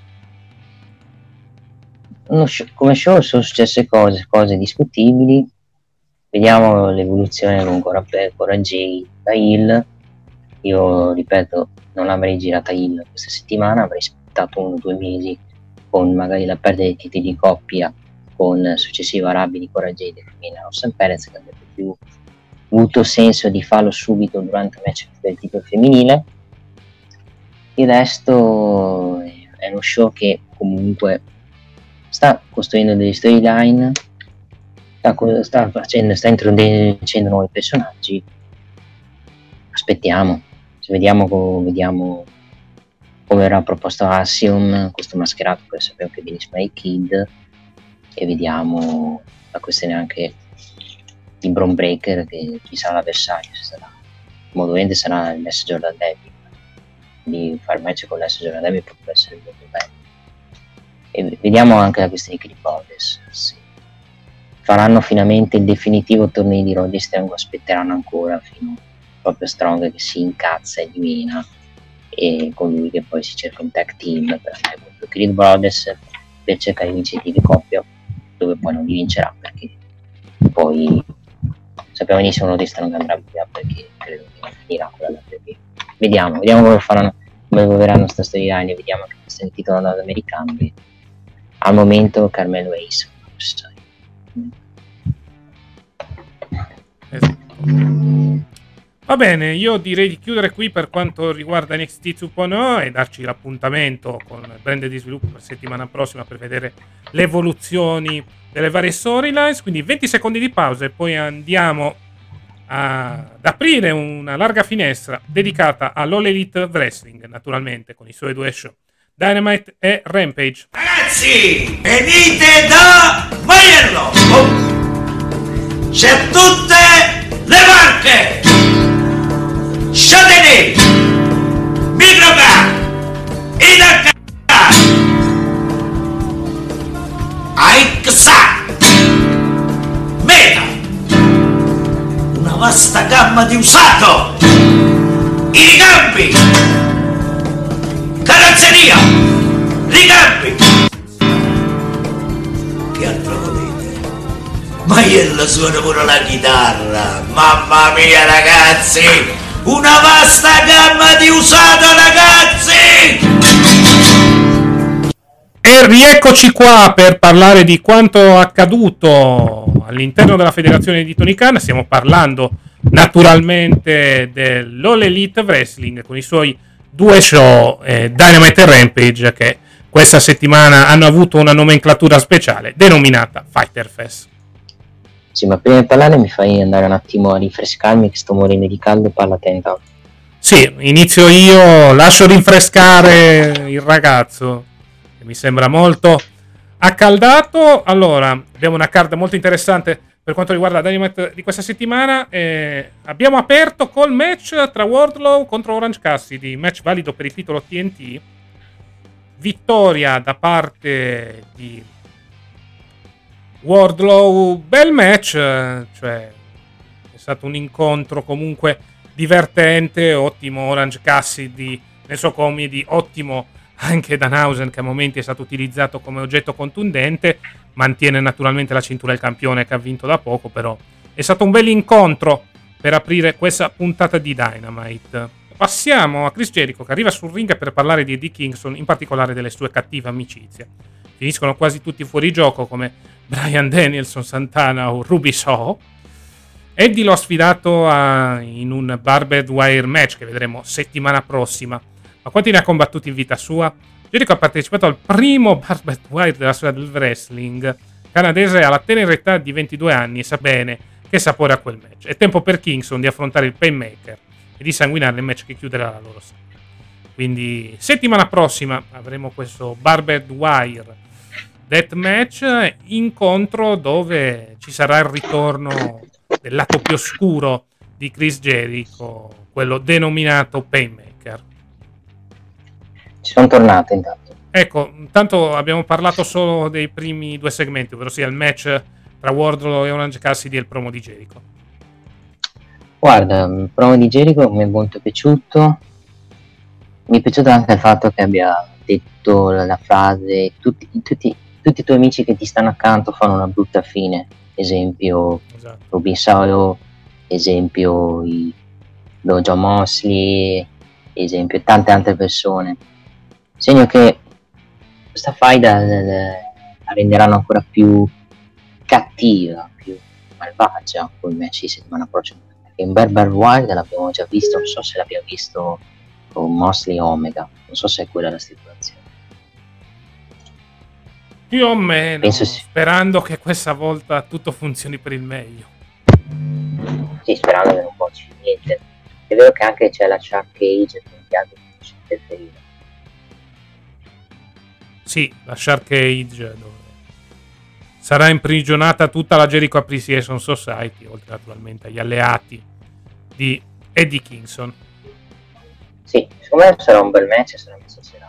zero. Show, come show sono successe cose, cose discutibili. Vediamo l'evoluzione con Cora, Cora Jade da Hill. Io ripeto, non l'avrei girata Hill questa settimana, avrei aspettato uno o due mesi con magari la perdita dei titoli di coppia con successiva rabbia di Cora Jade e femmina Roxanne Perez, che avrebbe più avuto senso di farlo subito durante il match del titolo femminile. Il resto è uno show che comunque sta costruendo delle storyline, sta, sta facendo, sta introducendo nuovi personaggi. Aspettiamo, vediamo, vediamo come verrà proposto Axiom, questo mascherato, poi sappiamo che viene Spy Kid, e vediamo la questione anche di Bron Breakker, che chi sarà l'avversario, se sarà modamente sarà il S. Jordan Devil. Di fare match con l'S. Jordan Devil potrebbe essere molto bello. E vediamo anche la questione di Clip Rhodes, sì. Faranno finalmente il definitivo torneo di Rhodes Strong, aspetteranno ancora fino proprio Strong che si incazza e dimena, e con lui che poi si cerca un tag team per andare contro Creed Brothers per cercare di vincere di coppia, dove poi non li vincerà, perché poi sappiamo benissimo che non andrà via, perché credo che finirà quella da tre. Vediamo, vediamo come faranno, come evolveranno sta storyline, vediamo che questo è il titolo americano. Al momento Carmelo Ace. Esatto. Va bene, io direi di chiudere qui per quanto riguarda N X T due punto zero e darci l'appuntamento con il brand di sviluppo per settimana prossima per vedere le evoluzioni delle varie storylines. Quindi venti secondi di pausa e poi andiamo a, ad aprire una larga finestra dedicata all'All Elite Wrestling, naturalmente con i suoi due show Dynamite e Rampage. Ragazzi, venite da Maiello! Oh. C'è tutte le marche! Châtelet, Microcar, Idacar, Aixa, Meta, una vasta gamma di usato, i ricambi, carrozzeria, ricambi. Che altro volete? Maiello suona pure la chitarra, mamma mia ragazzi! Una vasta gamma di usato, ragazzi! E rieccoci qua per parlare di quanto accaduto all'interno della federazione di Tony Khan. Stiamo parlando naturalmente dell'All Elite Wrestling con i suoi due show, eh, Dynamite e Rampage, che questa settimana hanno avuto una nomenclatura speciale denominata Fighter Fest. Sì, ma prima di parlare mi fai andare un attimo a rinfrescarmi che sto morendo di caldo, parla te intanto. Sì, inizio io, lascio rinfrescare il ragazzo, che mi sembra molto accaldato. Allora, abbiamo una card molto interessante per quanto riguarda Dynamite di questa settimana. Eh, abbiamo aperto col match tra Wardlow contro Orange Cassidy, match valido per il titolo T N T. Vittoria da parte di Wardlow, bel match, cioè è stato un incontro comunque divertente, ottimo Orange Cassidy nel suo comedy, ottimo anche Danhausen che a momenti è stato utilizzato come oggetto contundente, mantiene naturalmente la cintura del campione che ha vinto da poco, però è stato un bel incontro per aprire questa puntata di Dynamite. Passiamo a Chris Jericho che arriva sul ring per parlare di Eddie Kingston, in particolare delle sue cattive amicizie. Finiscono quasi tutti fuori gioco come Bryan Danielson, Santana o Ruby Soho. Eddie lo ha sfidato a, in un barbed wire match che vedremo settimana prossima. Ma quanti ne ha combattuti in vita sua? Jericho ha partecipato al primo barbed wire della storia del wrestling canadese alla tenera età di ventidue anni e sa bene che sapore ha quel match. È tempo per Kingston di affrontare il Painmaker e di sanguinare il match che chiuderà la loro storia. Quindi settimana prossima avremo questo barbed wire death match, incontro dove ci sarà il ritorno del lato più oscuro di Chris Jericho, quello denominato Painmaker. Ci sono tornato intanto. Ecco, intanto abbiamo parlato solo dei primi due segmenti, ovvero sia il match tra Wardlow e Orange Cassidy e il promo di Jericho. Guarda, il promo di Jericho mi è molto piaciuto. Mi è piaciuto anche il fatto che abbia detto la, la frase tutti, tutti, tutti i tuoi amici che ti stanno accanto fanno una brutta fine. Esempio, esatto. Ruby Soho, esempio i Dojo Mosley, esempio tante altre persone. Segno che questa faida la renderanno ancora più cattiva, più malvagia col match di settimana prossima. Perché in Barbed Wire l'abbiamo già visto, non so se l'abbiamo visto con Mosley Omega, non so se è quella la stipulazione. Più o meno, penso sì. Sperando che questa volta tutto funzioni per il meglio. Sì, sperando che non faccia niente. È vero che anche c'è la Shark Cage che mi piace che interferire. Sì, la Shark Cage dove sarà imprigionata tutta la Jericho Appreciation Society, oltre naturalmente agli alleati di Eddie Kingston. Sì, secondo me sarà un bel match, sarà messa serata.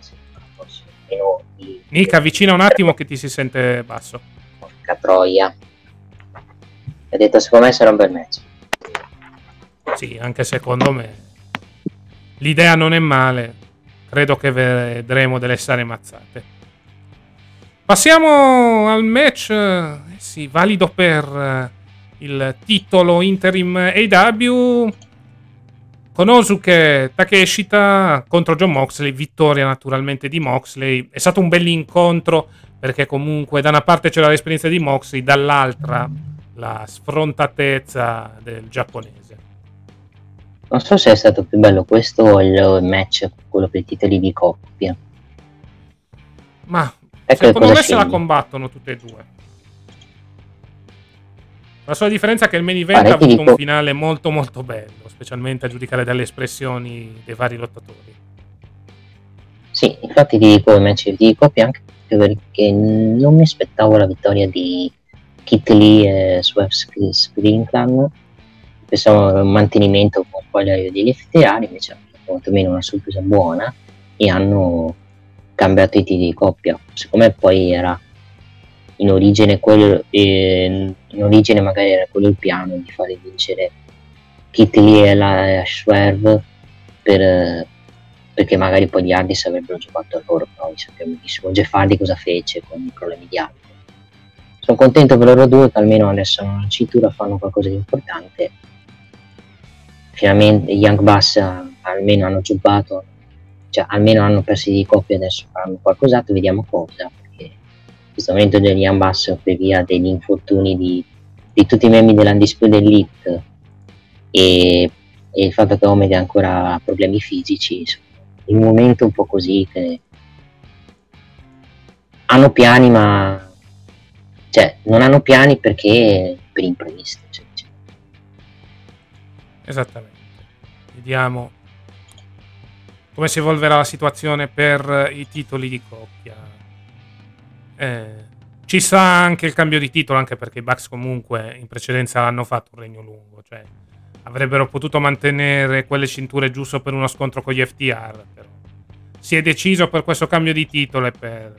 Nick, avvicina un attimo che ti si sente basso. Porca troia. Ho detto secondo me sarà un bel match. Sì, anche secondo me. L'idea non è male. Credo che vedremo delle sane mazzate. Passiamo al match, eh, sì, valido per eh, il titolo interim A E W. Konosuke Takeshita contro Jon Moxley, vittoria naturalmente di Moxley. È stato un bell'incontro perché comunque da una parte c'era l'esperienza di Moxley, dall'altra la sfrontatezza del giapponese. Non so se è stato più bello questo o il match, quello per i titoli di coppia. Ma ecco, secondo me scegli? se la combattono tutte e due. La sola differenza è che il main event Guarda, ha avuto dico... un finale molto molto bello, specialmente a giudicare dalle espressioni dei vari lottatori. Sì, infatti ti dico il match di coppia anche perché non mi aspettavo la vittoria di Kit Lee e Swerve Strickland. Pensavo un mantenimento con poi degli F T R, invece hanno fatto quantomeno una sorpresa buona e hanno cambiato i titoli di coppia. Secondo me poi era in origine quello eh, in origine magari era quello il piano di fare vincere Kit Lee e la Swerve per, perché magari poi gli Hardys avrebbero giocato a loro, però sappiamo benissimo Jeff Hardy cosa fece con i problemi di altri. Sono contento per loro due che almeno adesso hanno la cintura, fanno qualcosa di importante. Finalmente i Young Bucks almeno hanno giocato, cioè almeno hanno perso di coppia, adesso faranno qualcos'altro, vediamo cosa, perché in questo momento degli Young Bucks per via degli infortuni di, di tutti i membri dell'Undisputed Elite e, e il fatto che Omega ancora ha problemi fisici, in un momento un po' così che hanno piani, ma cioè non hanno piani perché per imprevisti, cioè, cioè. Esattamente. Vediamo come si evolverà la situazione per i titoli di coppia. Eh, ci sarà anche il cambio di titolo, anche perché i Bucks comunque in precedenza hanno fatto un regno lungo, cioè avrebbero potuto mantenere quelle cinture giusto per uno scontro con gli F T R, però si è deciso per questo cambio di titolo e per,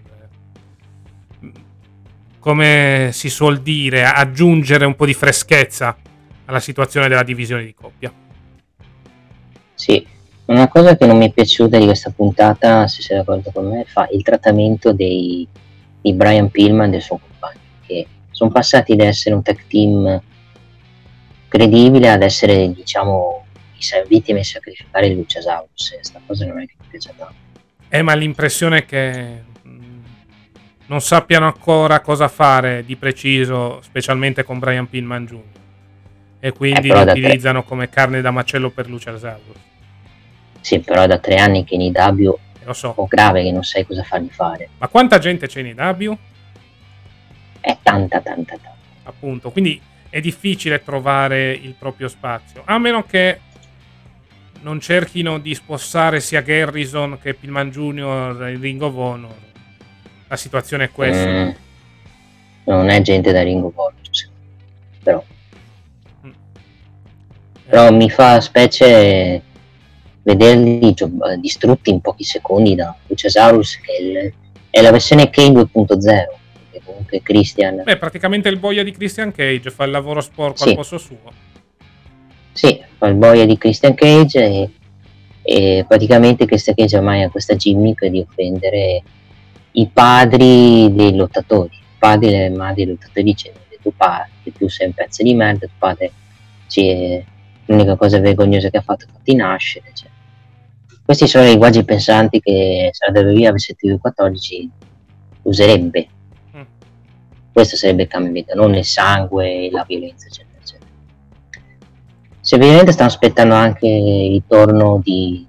come si suol dire, aggiungere un po' di freschezza alla situazione della divisione di coppia. Sì, una cosa che non mi è piaciuta di questa puntata, se sei d'accordo con me, fa il trattamento dei, di Brian Pillman e del suo compagno, che sono passati da essere un tag team credibile ad essere, diciamo, i serviti messi a sacrificare il Luchasaurus. Questa cosa non è che mi piace tanto. Eh, ma l'impressione è che mh, non sappiano ancora cosa fare di preciso, specialmente con Brian Pillman Junior E quindi eh, li utilizzano tre... come carne da macello per Luchasaurus. Sì, però è da tre anni che in I W lo so. È un po' grave che non sai cosa fargli fare. Ma quanta gente c'è in I W? È tanta, tanta, tanta. Appunto, quindi è difficile trovare il proprio spazio, a meno che non cerchino di spossare sia Garrison che Pillman Junior in Ring of Honor. La situazione è questa. Mm, non è gente da Ring of Honor, però. Mm. Però eh. mi fa specie vederli gio- distrutti in pochi secondi da Luchasaurus, che è, il, è la versione Kane due punto zero. Perché comunque Christian... Beh, praticamente il boia di Christian Cage, fa il lavoro sporco sì. al posto suo. Sì, fa il boia di Christian Cage e, e praticamente Christian Cage ormai ha questa gimmick di offendere i padri dei lottatori, i padri e le madri dei lottatori, dicendo che tu padre, tu sei un pezzo di merda, tuo padre sì, l'unica cosa vergognosa che ha fatto è farti nascere, cioè. Questi sono i linguaggi pensanti che se la W W E avesse T V quattordici userebbe. Mm. Questo sarebbe il cambiamento, non il sangue, la violenza, eccetera, eccetera. Se ovviamente stanno aspettando anche il ritorno di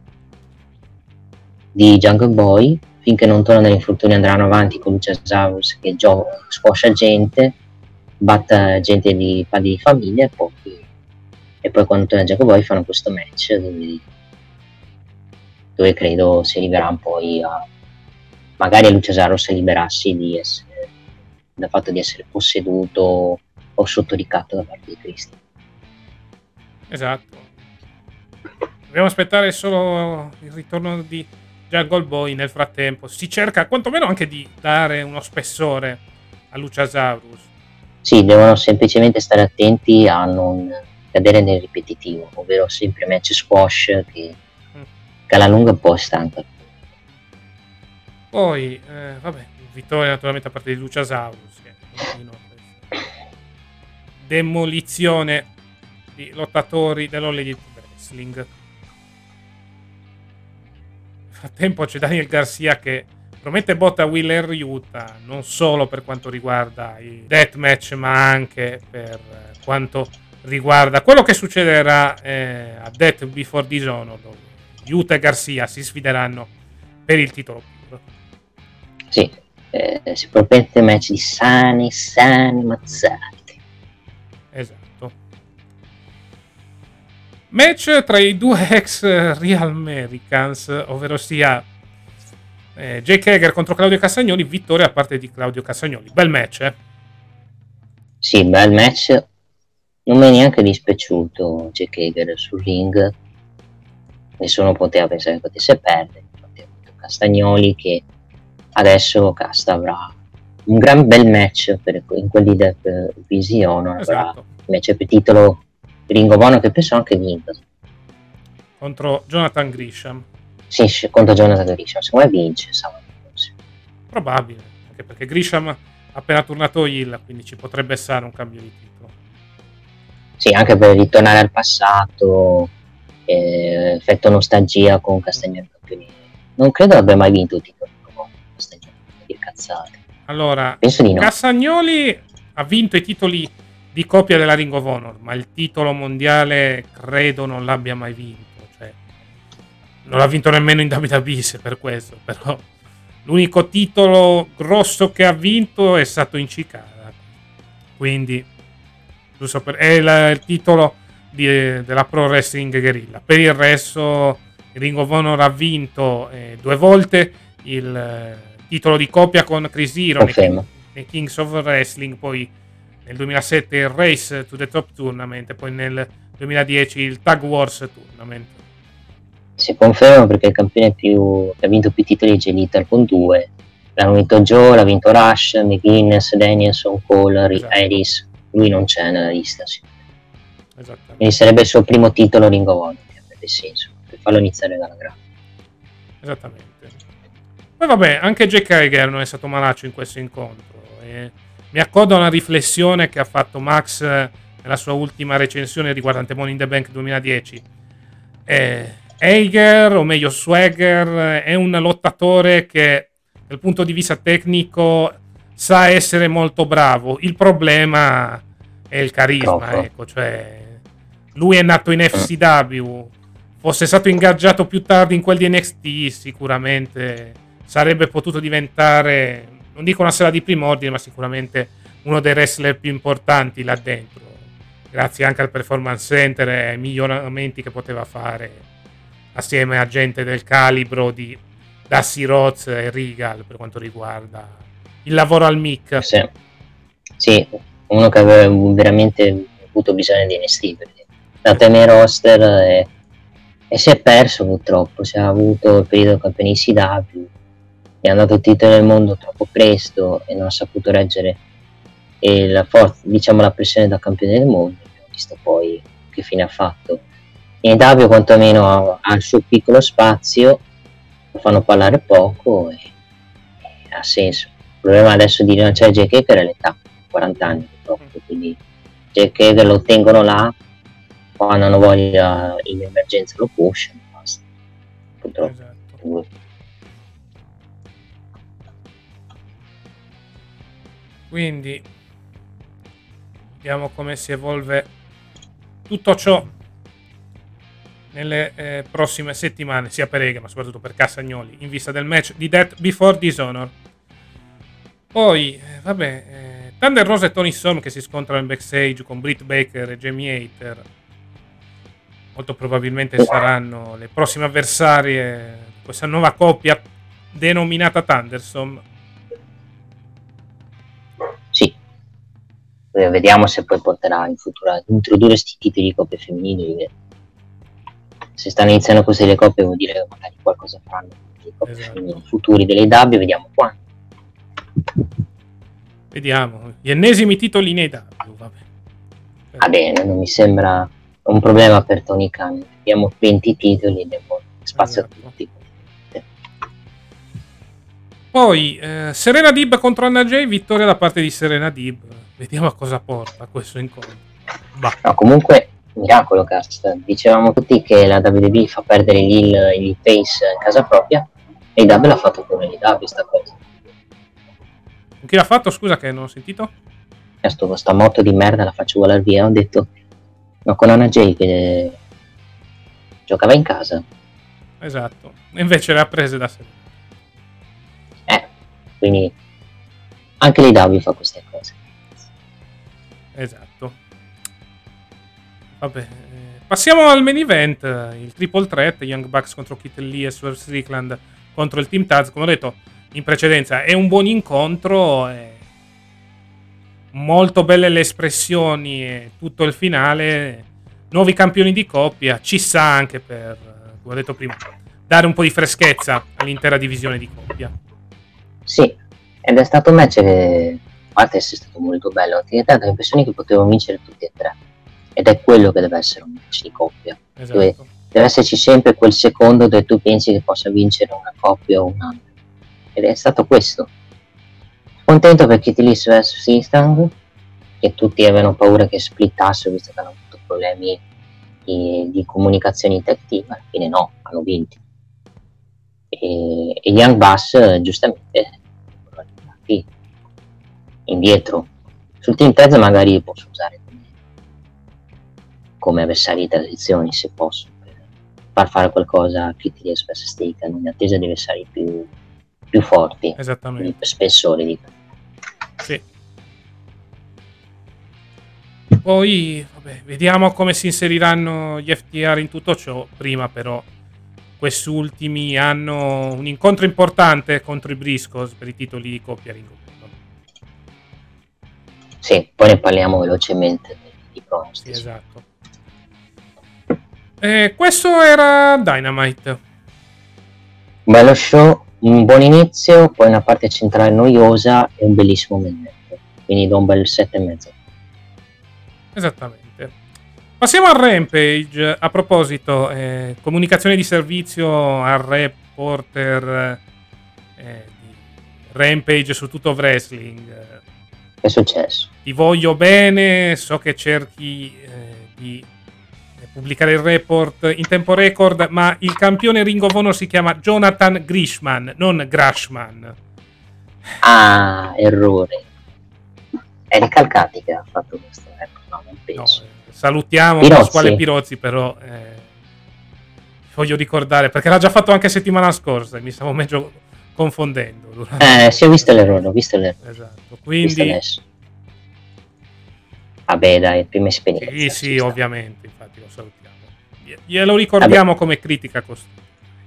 di Jungle Boy, finché non torna dall'infortunio andranno avanti con Luchasaurus che gio- squascia gente, batta gente di padri di famiglia e poi, e poi quando torna Jungle Boy fanno questo match dove, dove credo si arriveranno poi a magari a Luchasaurus a liberarsi di essere, dal fatto di essere posseduto o sotto ricatto da parte di Christian. Esatto, dobbiamo aspettare solo il ritorno di Jungle Boy. Nel frattempo si cerca quantomeno anche di dare uno spessore a Luchasaurus. Sì, devono semplicemente stare attenti a non cadere nel ripetitivo, ovvero sempre match squash che, mm. che alla lunga poi stanca. Poi eh, vabbè, vittoria naturalmente a parte di Luchasaurus, che demolizione di lottatori dell'All Elite Wrestling. Nel frattempo c'è Daniel Garcia che promette botta a Wheeler Yuta, non solo per quanto riguarda i deathmatch, ma anche per quanto riguarda quello che succederà eh, a Death Before Dishonor, dove Yuta e Garcia si sfideranno per il titolo puro. Sì, eh, si promette match di sani, sani mazzati. Esatto. Match tra i due ex Real Americans, ovvero sia eh, Jake Hager contro Claudio Castagnoli, vittoria a parte di Claudio Castagnoli. Bel match, eh? Sì, bel match. Non mi è neanche dispiaciuto Jake Hager sul ring. Nessuno poteva pensare che potesse perdere. Castagnoli che adesso Casta avrà un gran bel match per, in quelli del Vision. Esatto. Match per titolo Ring of Honor che penso anche vinto contro Jonathan Grisham. Sì, contro Jonathan Grisham, secondo me vince, sa. Probabile, anche perché Grisham ha appena tornato heel, quindi ci potrebbe essere un cambio di titolo. Sì, anche per ritornare al passato, eh, effetto nostalgia con Castagnoli campione. Non credo abbia mai vinto il titolo con Castagnoli, che cazzate. Allora, penso di no. Castagnoli ha vinto i titoli di coppia della Ring of Honor, ma il titolo mondiale credo non l'abbia mai vinto, cioè non l'ha vinto nemmeno in W W E per questo, però l'unico titolo grosso che ha vinto è stato in Chicago, quindi giusto per, è la, il titolo di, della Pro Wrestling Guerrilla. Per il resto il Ring of Honor ha vinto eh, due volte il eh, titolo di coppia con Chris Hero nei, nei Kings of Wrestling, poi nel duemilasette il Race to the Top Tournament e poi nel duemiladieci il Tag Wars Tournament. Si conferma perché il campione più che ha vinto più titoli è Jay Lethal con due. L'hanno vinto Joe, l'ha vinto Rush, McGuinness, Danielson, Cole, esatto. Harris. Lui non c'è nella lista, sì. Quindi sarebbe il suo primo titolo Ring of Honor, che avrebbe senso per farlo iniziare dalla grande. Esattamente. Poi vabbè, anche Jake Hager non è stato malaccio in questo incontro. E mi accodo a una riflessione che ha fatto Max nella sua ultima recensione riguardante Money in the Bank duemiladieci. Eh, Hager, o meglio Swagger, è un lottatore che dal punto di vista tecnico sa essere molto bravo. Il problema è il carisma, ecco, cioè lui è nato in F C W, fosse stato ingaggiato più tardi in quel di N X T sicuramente sarebbe potuto diventare, non dico una sala di prim'ordine, ma sicuramente uno dei wrestler più importanti là dentro, grazie anche al Performance Center e ai miglioramenti che poteva fare assieme a gente del calibro di Dusty Rhodes e Regal per quanto riguarda il lavoro al mic. Sì, sì, uno che aveva veramente avuto bisogno di N X T, perché dato ai miei roster e, e si è perso purtroppo. Si è avuto il periodo campione di C W, è andato il titolo del mondo troppo presto e non ha saputo reggere e la forza, diciamo, la pressione da campione del mondo. Abbiamo visto poi che fine ha fatto. In A E W quantomeno ha, ha il suo piccolo spazio, lo fanno parlare poco e, e ha senso. Il problema adesso di rilanciare Jake Hager è l'età, quaranta anni purtroppo, quindi Jake Hager lo tengono là, quando hanno voglia in emergenza lo pushano, basta, purtroppo. Esatto. Quindi vediamo come si evolve tutto ciò nelle eh, prossime settimane, sia per Ega ma soprattutto per Cassagnoli, in vista del match di Death Before Dishonor. Poi eh, vabbè eh, Thunder Rosa e Tony Storm che si scontrano in backstage con Britt Baker e Jamie Hayter, molto probabilmente saranno le prossime avversarie di questa nuova coppia denominata Thunderstorm. Sì, vediamo se poi porterà in futuro ad introdurre questi titoli di coppie femminili. Se stanno iniziando così le coppie vuol dire che magari qualcosa faranno i coppie esatto. femminili futuri delle A E W, vediamo quando. Vediamo gli ennesimi titoli in A E W. Vabbè. Va bene, non mi sembra un problema per Tony Khan. Abbiamo venti titoli e abbiamo spazio esatto. a tutti. Poi eh, Serena Deeb contro Anna Jay, vittoria da parte di Serena Deeb. Vediamo a cosa porta questo incontro. Bah. No, comunque miracolo, cast. Dicevamo tutti che la W W E fa perdere il, il face in casa propria e l'A E W l'ha fatto pure l'A E W sta cosa. Chi l'ha fatto? Scusa che non ho sentito. Sto, sta moto di merda la faccio volare via. Ho detto no, con Anna Jay che giocava in casa. Esatto. E invece le ha prese da sé. Eh, quindi anche l'A E W fa queste cose. Esatto. Vabbè, eh, passiamo al main event, il triple threat, Young Bucks contro Keith Lee e Swerve Strickland contro il Team Taz. Come ho detto in precedenza, è un buon incontro, è molto belle le espressioni e tutto il finale, nuovi campioni di coppia, ci sa anche per, come ho detto prima, dare un po' di freschezza all'intera divisione di coppia. Sì, ed è stato un match che, a parte essere stato molto bello, ti ha dato l'impressione che potevano vincere tutti e tre. Ed è quello che deve essere un match di coppia. Esatto. Dove deve esserci sempre quel secondo dove tu pensi che possa vincere una coppia o un'altra. Ed è stato questo. Contento per Keith Lee versus Strickland, che tutti avevano paura che splittassero, visto che hanno avuto problemi di, di comunicazione in tag team. Alla fine no, hanno vinto. E, e Young Bucks giustamente sono arrivati indietro. Sul Team Taz magari posso usare come avversari di transizioni, se posso, per far fare qualcosa a Keith Lee versus Strickland in attesa di avversari più più forti. Esattamente. Per spessore, dico. Sì. Poi, vabbè, vediamo come si inseriranno gli F T R in tutto ciò. Prima, però, questi ultimi hanno un incontro importante contro i Briscoes per i titoli di coppia Ring of Honor. Sì, poi ne parliamo velocemente di pronostici. Sì, esatto. E questo era Dynamite. Bello show, un buon inizio, poi una parte centrale noiosa e un bellissimo momento. Quindi do un bel sette e mezzo. Esattamente. Passiamo al Rampage. A proposito, eh, comunicazione di servizio al reporter eh, di Rampage su Tutto Wrestling. Che è successo? Ti voglio bene, so che cerchi eh, di pubblicare il report in tempo record, ma il campione Ring of Honor si chiama Jonathan Grisham, non Grashman. Ah, errore. È Recalcati che ha fatto questo report, no, non penso. No, eh, salutiamo Pirozzi. Pasquale Pirozzi, però eh, voglio ricordare, perché l'ha già fatto anche settimana scorsa e mi stavo meglio confondendo. Eh, sì, ho visto l'errore, ho visto l'errore. Esatto, Visto quindi... adesso. Vabbè, dai, prima esperienza. Sì, sì, ci sta. ovviamente, infatti lo salutiamo. Glielo ricordiamo Vabbè. Come critica costruita.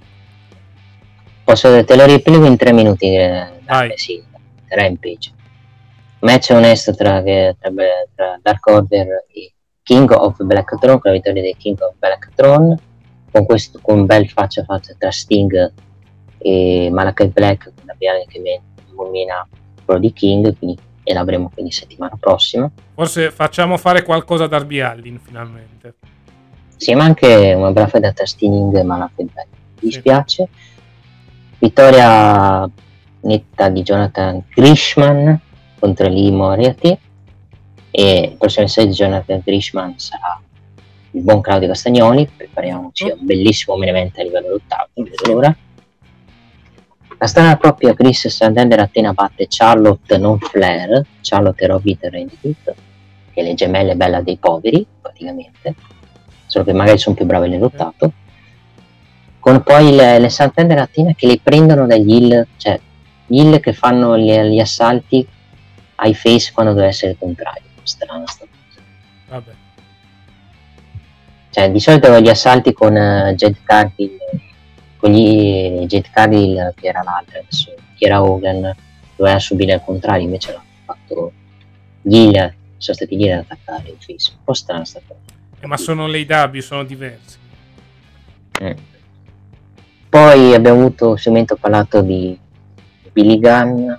Posso, te lo ripiego in tre minuti. Eh, dai, sì, Rampage. Match onesto tra, tra, tra Dark Order e King of Black Throne, con la vittoria dei King of Black Throne, con questo con un bel faccia a faccia tra Sting e Malakai Black, con la Biale che nomina quello di King, quindi, e l'avremo quindi settimana prossima. Forse facciamo fare qualcosa a Darby Allin finalmente. Sì, ma anche una brava fede tra Sting e Malakai Black. Mi dispiace. Sì. Vittoria netta di Jonathan Grisham contro Lee Moriarty, e il prossimo set di Jonathan Grisham sarà il buon Claudio Castagnoli. Prepariamoci a un bellissimo main event a livello lottato, non vedo l'ora. La strana propria Chris Sandender Athena batte Charlotte non Flair, Charlotte e Robbie Rendicott, che è le gemelle bella dei poveri praticamente, solo che magari sono più brave nel lottato, con poi le, le Sandender Athena che le prendono dagli heel, cioè gli heel che fanno gli, gli assalti ai face quando deve essere il contrario. Strana sta cosa. Vabbè. Cioè di solito gli assalti con uh, Jed Cargill, con gli Jed Cargill che era l'altra, adesso Kiera Hogan doveva subire al contrario, invece l'ha fatto gli heel, sono stati gli heel ad attaccare il face. Un po' strana sta cosa. Eh, ma sono le A W, sono diversi. Mm. Poi abbiamo avuto segmento parlato di Billy Gunn,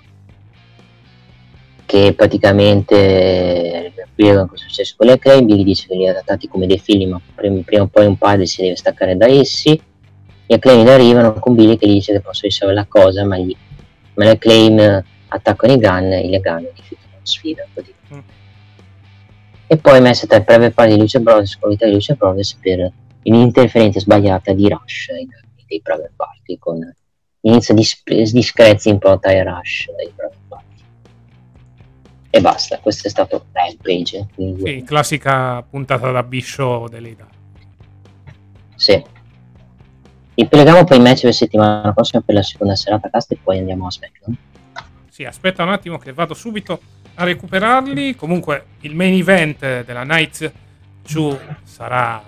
che praticamente spiega cosa è successo con le Acclaim. Billy dice che li ha trattati come dei figli, ma prima, prima o poi un padre si deve staccare da essi. Gli Acclaim arrivano con Billy che gli dice che possono risolvere la cosa, ma, gli, ma le Acclaim attaccano i Gunn e i Gunn rifiutano la sfida. Mm. E poi messa tra il private party di Lucha Brothers con l'Italia di Lucha Brothers per un'interferenza sbagliata di Rush ai danni dei private party, con inizio di discrezzi un po' tra Rush e i private party. E basta, questo è stato Rampage. Quindi... Sì, classica puntata da B-Show dell'I D A. Sì. Ripleghiamo poi i match per settimana prossima per la seconda serata cast e poi andiamo a SmackDown. Sì, aspetta un attimo che vado subito a recuperarli. Comunque il main event della Night due sarà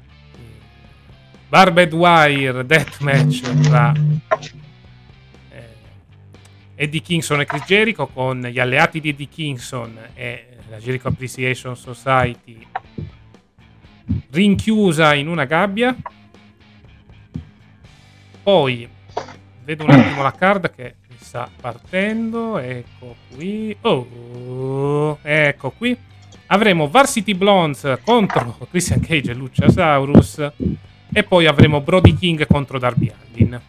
Barbed Wire Deathmatch tra Eddie Kingston e Chris Jericho, con gli alleati di Eddie Kingston e la Jericho Appreciation Society rinchiusa in una gabbia. Poi vedo un attimo la card che mi sta partendo. Ecco qui. Oh, ecco qui. Avremo Varsity Blondes contro Christian Cage e Luchasaurus, e poi avremo Brody King contro Darby Allin.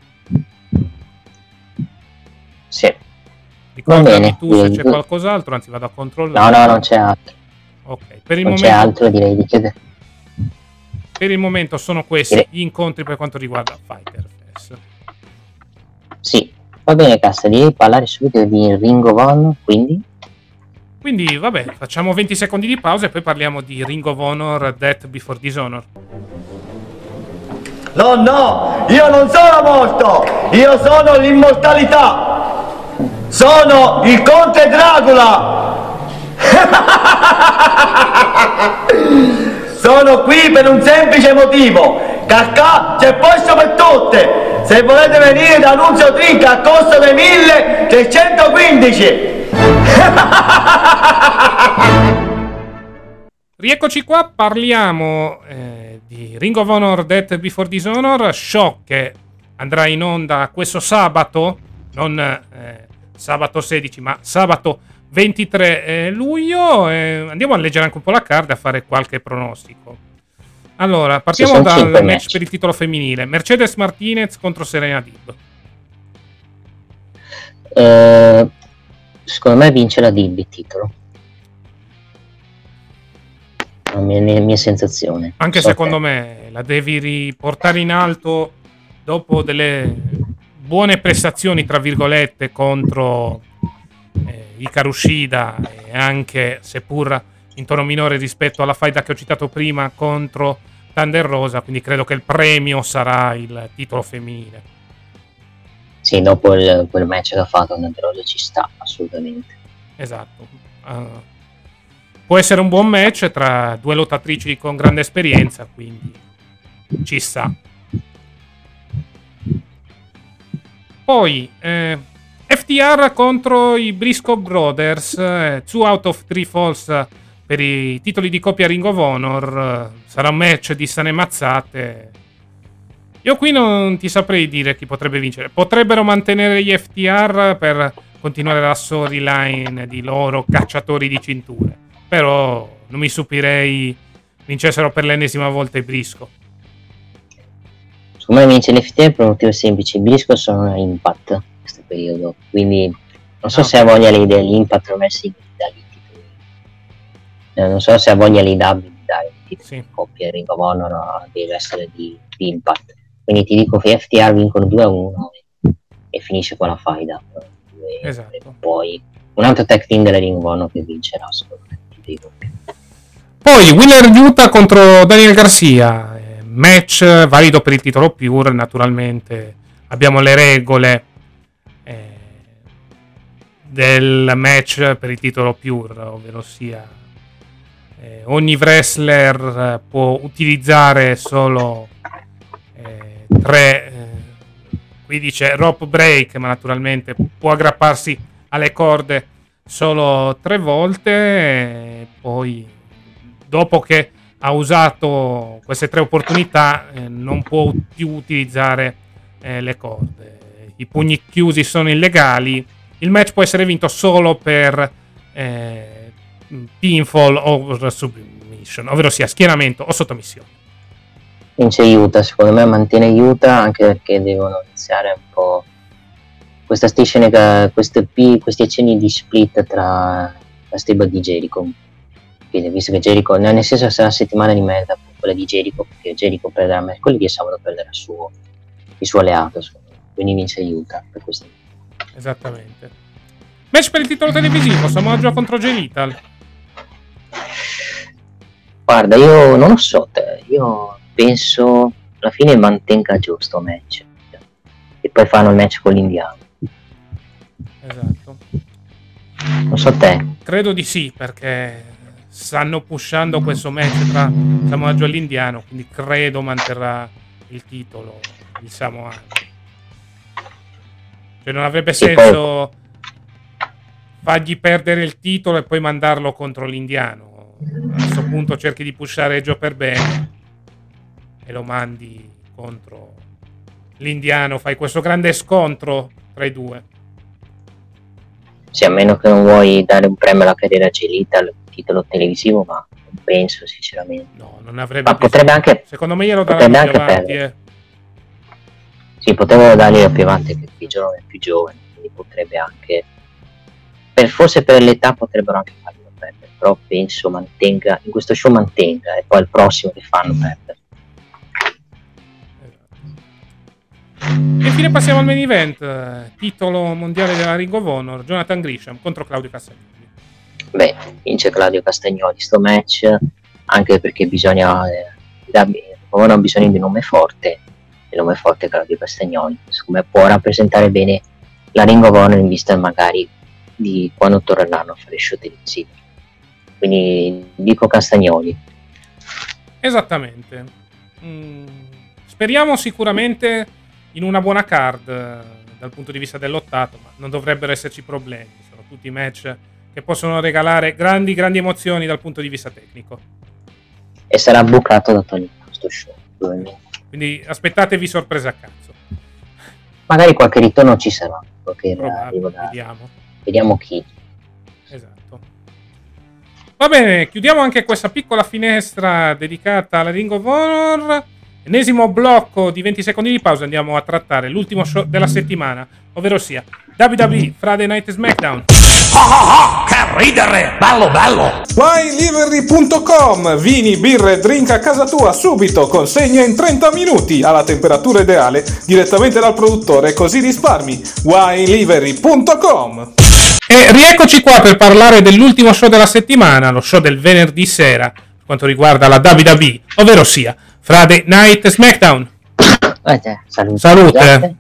Sì. Ricordami tu se c'è qualcos'altro, anzi vado a controllare. No, no, non c'è altro. Ok, per il non momento c'è altro, direi di chiedere. Per il momento sono questi direi. gli incontri per quanto riguarda Fighter Fest. Sì, va bene, Cassa, devi parlare subito di Ring of Honor, quindi? Quindi, vabbè, facciamo venti secondi di pausa e poi parliamo di Ring of Honor Death Before Dishonor. No, no, io non sono morto, io sono l'immortalità. Sono il conte Dracula. Sono qui per un semplice motivo. Cacca c'è posto per tutte. Se volete venire da Nunzio Trinca a costo dei milletrecentoquindici. Rieccoci qua, parliamo eh, di Ring of Honor Death Before Dishonor, show che andrà in onda questo sabato, non eh, sabato sedici, ma sabato ventitré eh, luglio. Eh, andiamo a leggere anche un po' la card e a fare qualche pronostico. Allora, partiamo dal match, match per il titolo femminile. Mercedes Martinez contro Serena Deeb. Uh, secondo me vince la Deeb il titolo. La mia, mia, mia sensazione. Anche so secondo che... me la devi riportare in alto dopo delle buone prestazioni, tra virgolette, contro eh, Hikaru Shida e anche, seppur in tono minore rispetto alla faida che ho citato prima, contro Thunder Rosa, quindi credo che il premio sarà il titolo femminile. Sì, dopo il, quel match che ha fatto Thunder Rosa ci sta, assolutamente. Esatto. Uh, può essere un buon match tra due lottatrici con grande esperienza, quindi ci sta. Poi eh, F T R contro i Briscoe Brothers, eh, two out of three falls per i titoli di coppia Ring of Honor. Eh, sarà un match di sane mazzate. Io qui non ti saprei dire chi potrebbe vincere. Potrebbero mantenere gli F T R per continuare la storyline di loro cacciatori di cinture, però non mi stupirei vincessero per l'ennesima volta i Briscoe. Secondo me vince l'F T R per un motivo semplice: i Briscoe sono in Impact in questo periodo, quindi non so ah, se ha voglia lì dell'Impact per messi dai titoli, eh, non so se ha voglia lì da dare i titoli di coppia Ring of Honor dei wrestler di, di Impact, quindi ti dico che F T R vincono due a uno e, e finisce qua la faida. E, esatto. E poi un altro tag team della Ring of Honor che vincerà, secondo me. Poi Wheeler Yuta contro Daniel Garcia, eh, match valido per il titolo Pure. Naturalmente abbiamo le regole eh, del match per il titolo Pure, ovvero sia eh, ogni wrestler può utilizzare solo eh, tre eh, qui dice rope break, ma naturalmente può aggrapparsi alle corde solo tre volte. E poi dopo che ha usato queste tre opportunità eh, non può più utilizzare eh, le corde. I pugni chiusi sono illegali. Il match può essere vinto solo per eh, pinfall o submission, ovvero sia schienamento o sottomissione. Vince Utah, secondo me mantiene Utah, anche perché devono iniziare un po' questa station, queste, questi accenni di split tra la stable di Jericho. Quindi, visto che Jericho, nel senso, sarà una settimana di merda quella di Jericho, perché Jericho perderà me, quelli di sabato perderà il suo, il suo alleato, quindi vince Utah per questo. Esattamente. Match per il titolo televisivo, Samoa Joe contro Jay Lethal. Guarda, io non lo so, te, io penso alla fine mantenga Joe sto match e poi fanno il match con l'Indiano. Esatto. Non so te. Credo di sì, perché stanno pushando questo match tra Samoa Joe e l'Indiano, quindi credo manterrà il titolo il Samoano. Cioè non avrebbe senso fargli perdere il titolo e poi mandarlo contro l'Indiano. A questo punto cerchi di pushare Joe per bene e lo mandi contro l'Indiano, fai questo grande scontro tra i due. Sì, a meno che non vuoi dare un premio alla carriera a Jay Lethal, il titolo televisivo, ma non penso sinceramente. No, non avrebbe ma potrebbe anche, secondo me glielo daranno più avanti, eh. Sì, potrebbero darglielo più avanti, che più giovane è più giovane, quindi potrebbe anche, per, forse per l'età potrebbero anche farlo perdere, però penso mantenga, in questo show mantenga e poi il prossimo che fanno perdere. E infine passiamo al main event, titolo mondiale della Ring of Honor, Jonathan Gresham contro Claudio Castagnoli. Beh, vince Claudio Castagnoli sto match, anche perché bisogna eh, non ha bisogno di un nome forte, il nome forte è Claudio Castagnoli, secondo me può rappresentare bene la Ring of Honor in vista magari di quando torneranno a fare show televisivi. Quindi dico Castagnoli. Esattamente. Mm, speriamo sicuramente in una buona card dal punto di vista dell'ottato, ma non dovrebbero esserci problemi. Sono tutti match che possono regalare grandi, grandi emozioni dal punto di vista tecnico. E sarà bucato da Tony questo show, probabilmente. Quindi aspettatevi sorpresa a cazzo. Magari qualche ritorno ci sarà. Probabile, da... vediamo. Vediamo chi. Esatto. Va bene, chiudiamo anche questa piccola finestra dedicata alla Ring of Honor. Ennesimo blocco di venti secondi di pausa, andiamo a trattare l'ultimo show della settimana, ovvero sia W W E Friday Night SmackDown. Oh, oh, oh, che ridere, bello bello. wine livery punto com, vini, birre, drink a casa tua subito, consegna in trenta minuti alla temperatura ideale direttamente dal produttore, così risparmi. wine livery punto com. E rieccoci qua per parlare dell'ultimo show della settimana, lo show del venerdì sera per quanto riguarda la W W E, ovvero sia Friday Night SmackDown. Eh, salute. Salute.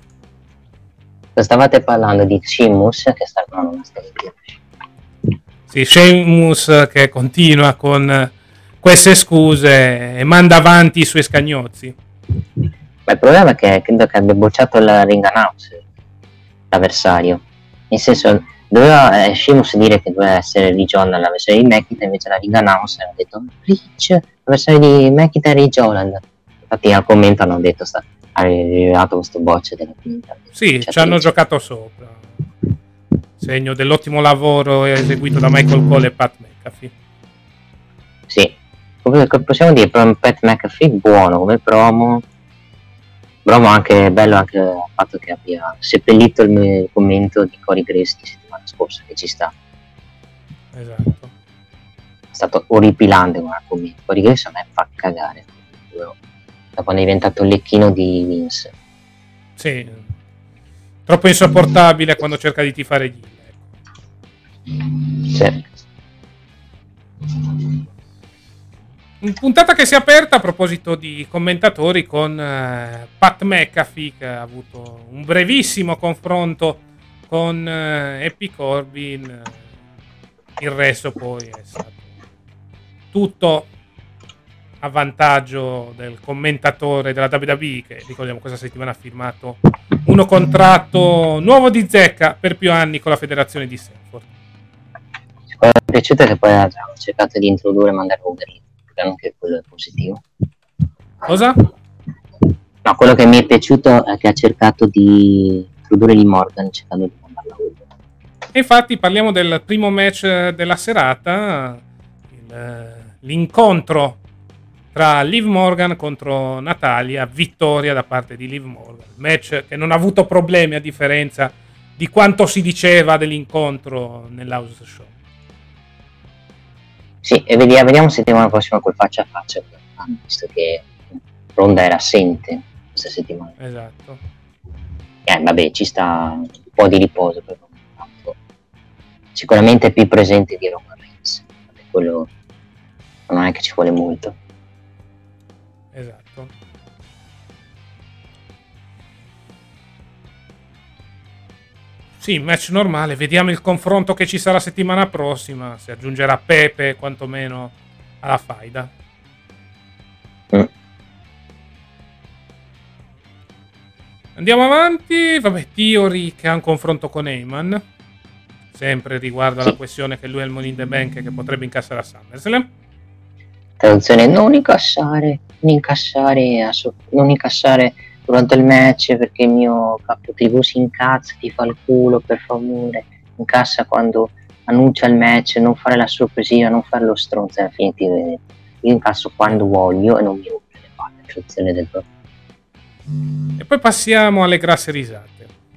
Stavate parlando di Sheamus che sta con una storia. Sì, Sheamus che continua con queste scuse e manda avanti i suoi scagnozzi. Ma il problema è che credo che abbia bocciato il ring announcer, l'avversario. Nel senso, doveva eh, Sheamus dire che doveva essere Ridge Holland l'avversario di McIntyre, invece la ring announcer ha detto Rich, l'avversario di McIntyre è Ridge Holland. Infatti al commento hanno detto sta, ha rivelato questo boccio della quinta. Sì, ci hanno giocato sopra. Segno dell'ottimo lavoro eseguito da Michael Cole e Pat McAfee. Sì, possiamo dire Pat McAfee buono come promo. Promo anche bello anche il fatto che abbia seppellito il commento di Corey Grace di settimana scorsa, che ci sta. Esatto. È stato orripilante come commento. Corey Grace a me fa cagare. Da quando è diventato il lecchino di Vince. Sì, troppo insopportabile quando cerca di tifare gli. Sì. Puntata che si è aperta a proposito di commentatori con eh, Pat McAfee, che ha avuto un brevissimo confronto con eh, Happy Corbin. Il resto poi è stato tutto a vantaggio del commentatore della W W E, che ricordiamo questa settimana ha firmato uno contratto nuovo di zecca per più anni con la federazione di Stanford. Mi è piaciuto che poi ha cercato di introdurre e mandare over, perché anche quello è positivo. Cosa? No, quello che mi è piaciuto è che ha cercato di introdurre Liv Morgan cercando di mandarla over. E infatti parliamo del primo match della serata, il, l'incontro tra Liv Morgan contro Natalia, vittoria da parte di Liv Morgan. Match che non ha avuto problemi a differenza di quanto si diceva dell'incontro nell'house show. Sì, e vediamo, vediamo settimana prossima col faccia a faccia, visto che Ronda era assente questa settimana. Esatto. Eh, vabbè, ci sta un po' di riposo per tanto. Sicuramente è più presente di Roman Reigns. Quello non è che ci vuole molto. Esatto. Sì, match normale. Vediamo il confronto che ci sarà settimana prossima. Si aggiungerà Pepe quantomeno alla faida. Mm. Andiamo avanti. Vabbè, Theory che ha un confronto con Heyman. Sempre riguardo alla sì. questione che lui è il Money in the Bank che potrebbe incassare a SummerSlam. Traduzione: non incassare, non incassare, non incassare durante il match perché il mio capo tivù si incazza, ti fa il culo, per favore, incassa quando annuncia il match, non fare la sorpresina, non fare lo stronzo, alla fine ti vede. Io incasso quando voglio e non mi rompo le palle, traduzione del proprio. E poi passiamo alle grasse risate.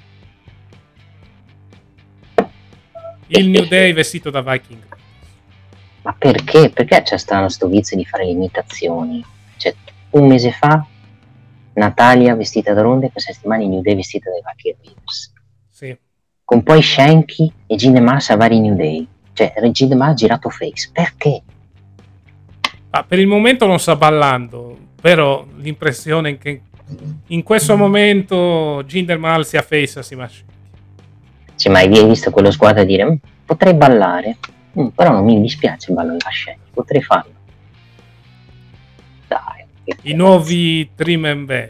Il New Day vestito da Viking. Ma perché? Perché c'è stato sto vizio di fare le imitazioni? Cioè, un mese fa Natalia vestita da Ronda e questa settimana il New Day vestita dai Viking Raiders. Sì. Con poi Shanky e Jinder Mahal a vari New Day. Cioè, Jinder Mahal ha girato face. Perché? Ah, per il momento non sta ballando, però l'impressione che in questo momento Jinder Mahal si affessa si masci. Sì, ma hai visto quello squadra dire potrei ballare, mm, però non mi dispiace ballare la scena, potrei farlo. Dai. I nuovi Dream and Band.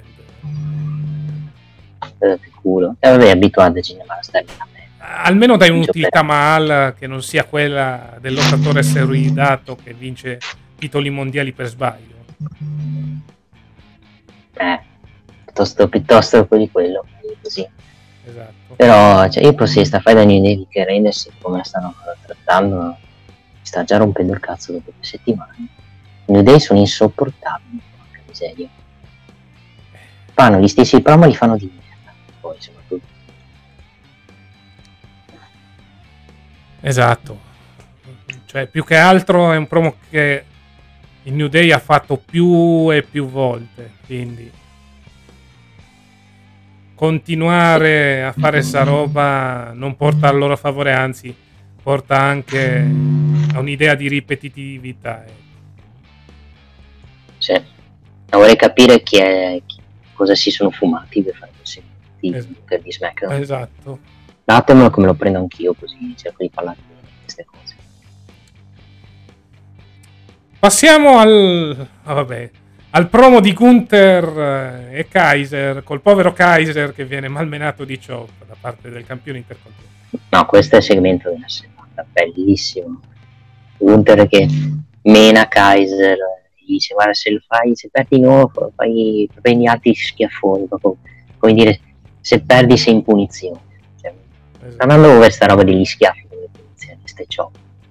Eh, che culo. E eh, vabbè, abituato a Jinder Mahal a stare a me. Almeno dai un'utilità Mahal che non sia quella del lottatore seridato che vince titoli mondiali per sbaglio. Eh, piuttosto, piuttosto di quello, così. Esatto. Però, cioè, io posso sta fai da New Day che rendersi come la stanno trattando, mi sta già rompendo il cazzo dopo due settimane. New Day sono insopportabili, porca miseria. Fanno gli stessi promo, li fanno di merda, poi soprattutto. Esatto. Cioè, più che altro è un promo che il New Day ha fatto più e più volte, quindi continuare a fare sta roba non porta al loro favore, anzi porta anche a un'idea di ripetitività. Sì, ma vorrei capire chi è, chi, cosa si sono fumati per fare così di, esatto. di SmackDown. Esatto. Datemelo che me lo prendo anch'io, così cerco di parlare di queste cose. Passiamo al ah, vabbè, al promo di Gunther e Kaiser, col povero Kaiser che viene malmenato di chop da parte del campione intercontinentale. No, questo è il segmento della serata, bellissimo. Gunther che mena Kaiser, dice guarda se lo fai, se perdi di nuovo fai, prendi altri schiaffoni, proprio, come dire, se perdi sei in punizione. Cioè, esatto. Sta andando over sta roba degli schiaffi delle punizioni, stai chop.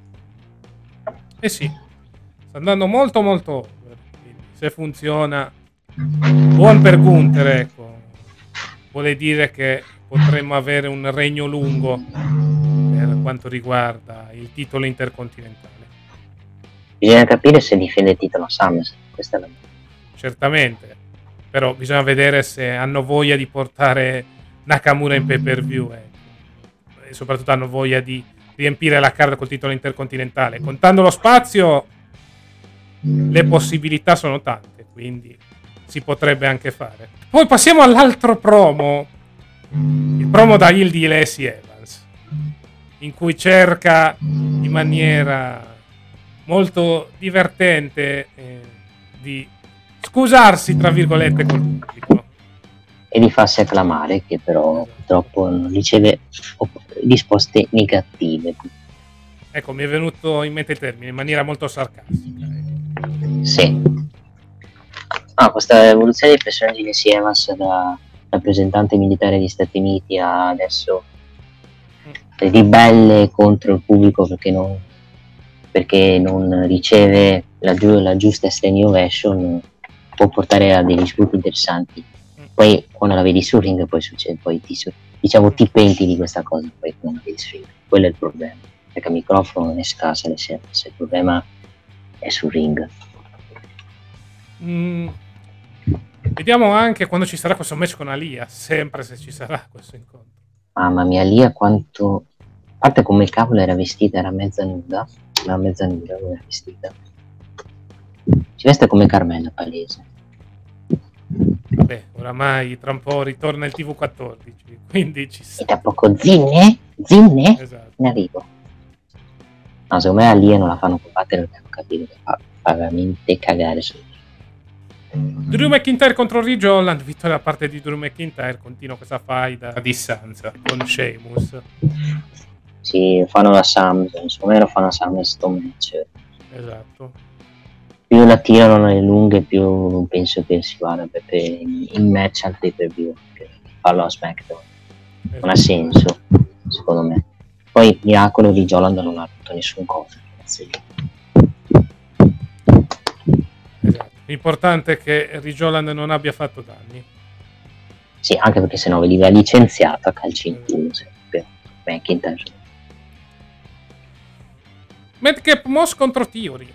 Eh sì, sta andando molto molto over. Se funziona, buon per Gunther, ecco. Vuole dire che potremmo avere un regno lungo per quanto riguarda il titolo intercontinentale. Bisogna capire se difende il titolo a SummerSlam, questa è la... Certamente, però bisogna vedere se hanno voglia di portare Nakamura in pay per view, ecco. E soprattutto hanno voglia di riempire la card col titolo intercontinentale. Contando lo spazio, le possibilità sono tante, quindi si potrebbe anche fare. Poi passiamo all'altro promo, il promo da heel di Lacey Evans, in cui cerca in maniera molto divertente eh, di scusarsi tra virgolette col pubblico e di farsi acclamare, che però purtroppo non riceve risposte negative. Ecco, mi è venuto in mente il termine in maniera molto sarcastica. Eh. Sì. Ah, questa evoluzione dei personaggi di Lacey Evans da rappresentante militare degli Stati Uniti a adesso ribelle contro il pubblico perché non, perché non riceve la, giu- la giusta standing ovation, può portare a degli sviluppi interessanti. Poi quando la vedi sul ring poi succede, poi ti, diciamo ti penti di questa cosa, poi quando la vedi sul ring, quello è il problema, perché il microfono non è scarsa, se il problema è sul ring. Mm. Vediamo anche quando ci sarà questo match con Aliyah, sempre se ci sarà questo incontro. Mamma mia, Aliyah quanto, a parte come cavolo era vestita, era mezza nuda, era mezza nuda, non era vestita, si veste come Carmella palese. Vabbè, oramai tra un po' ritorna il T V quattordici, quindi ci sta. E tra poco zinne, zinne, esatto. In arrivo. No, secondo me Aliyah non la fanno combattere perché non capire che fa, fa veramente cagare su. Drew McIntyre contro Ridge Holland, vittoria da parte di Drew McIntyre, continua questa faida a distanza con Sheamus. Sì, fanno la SummerSlam, secondo me lo fanno la SummerSlam sto match. Esatto. Più la tirano nelle lunghe, più penso che si vada per, per il match al pay per view, che farlo a SmackDown. Esatto. Non ha senso, secondo me. Poi miracolo di Holland non ha fatto nessun cosa. Esatto. L'importante è che Ridge Holland non abbia fatto danni. Sì, anche perché sennò veniva licenziato a calci in culo sempre. McIntyre. Madcap Moss contro Theory.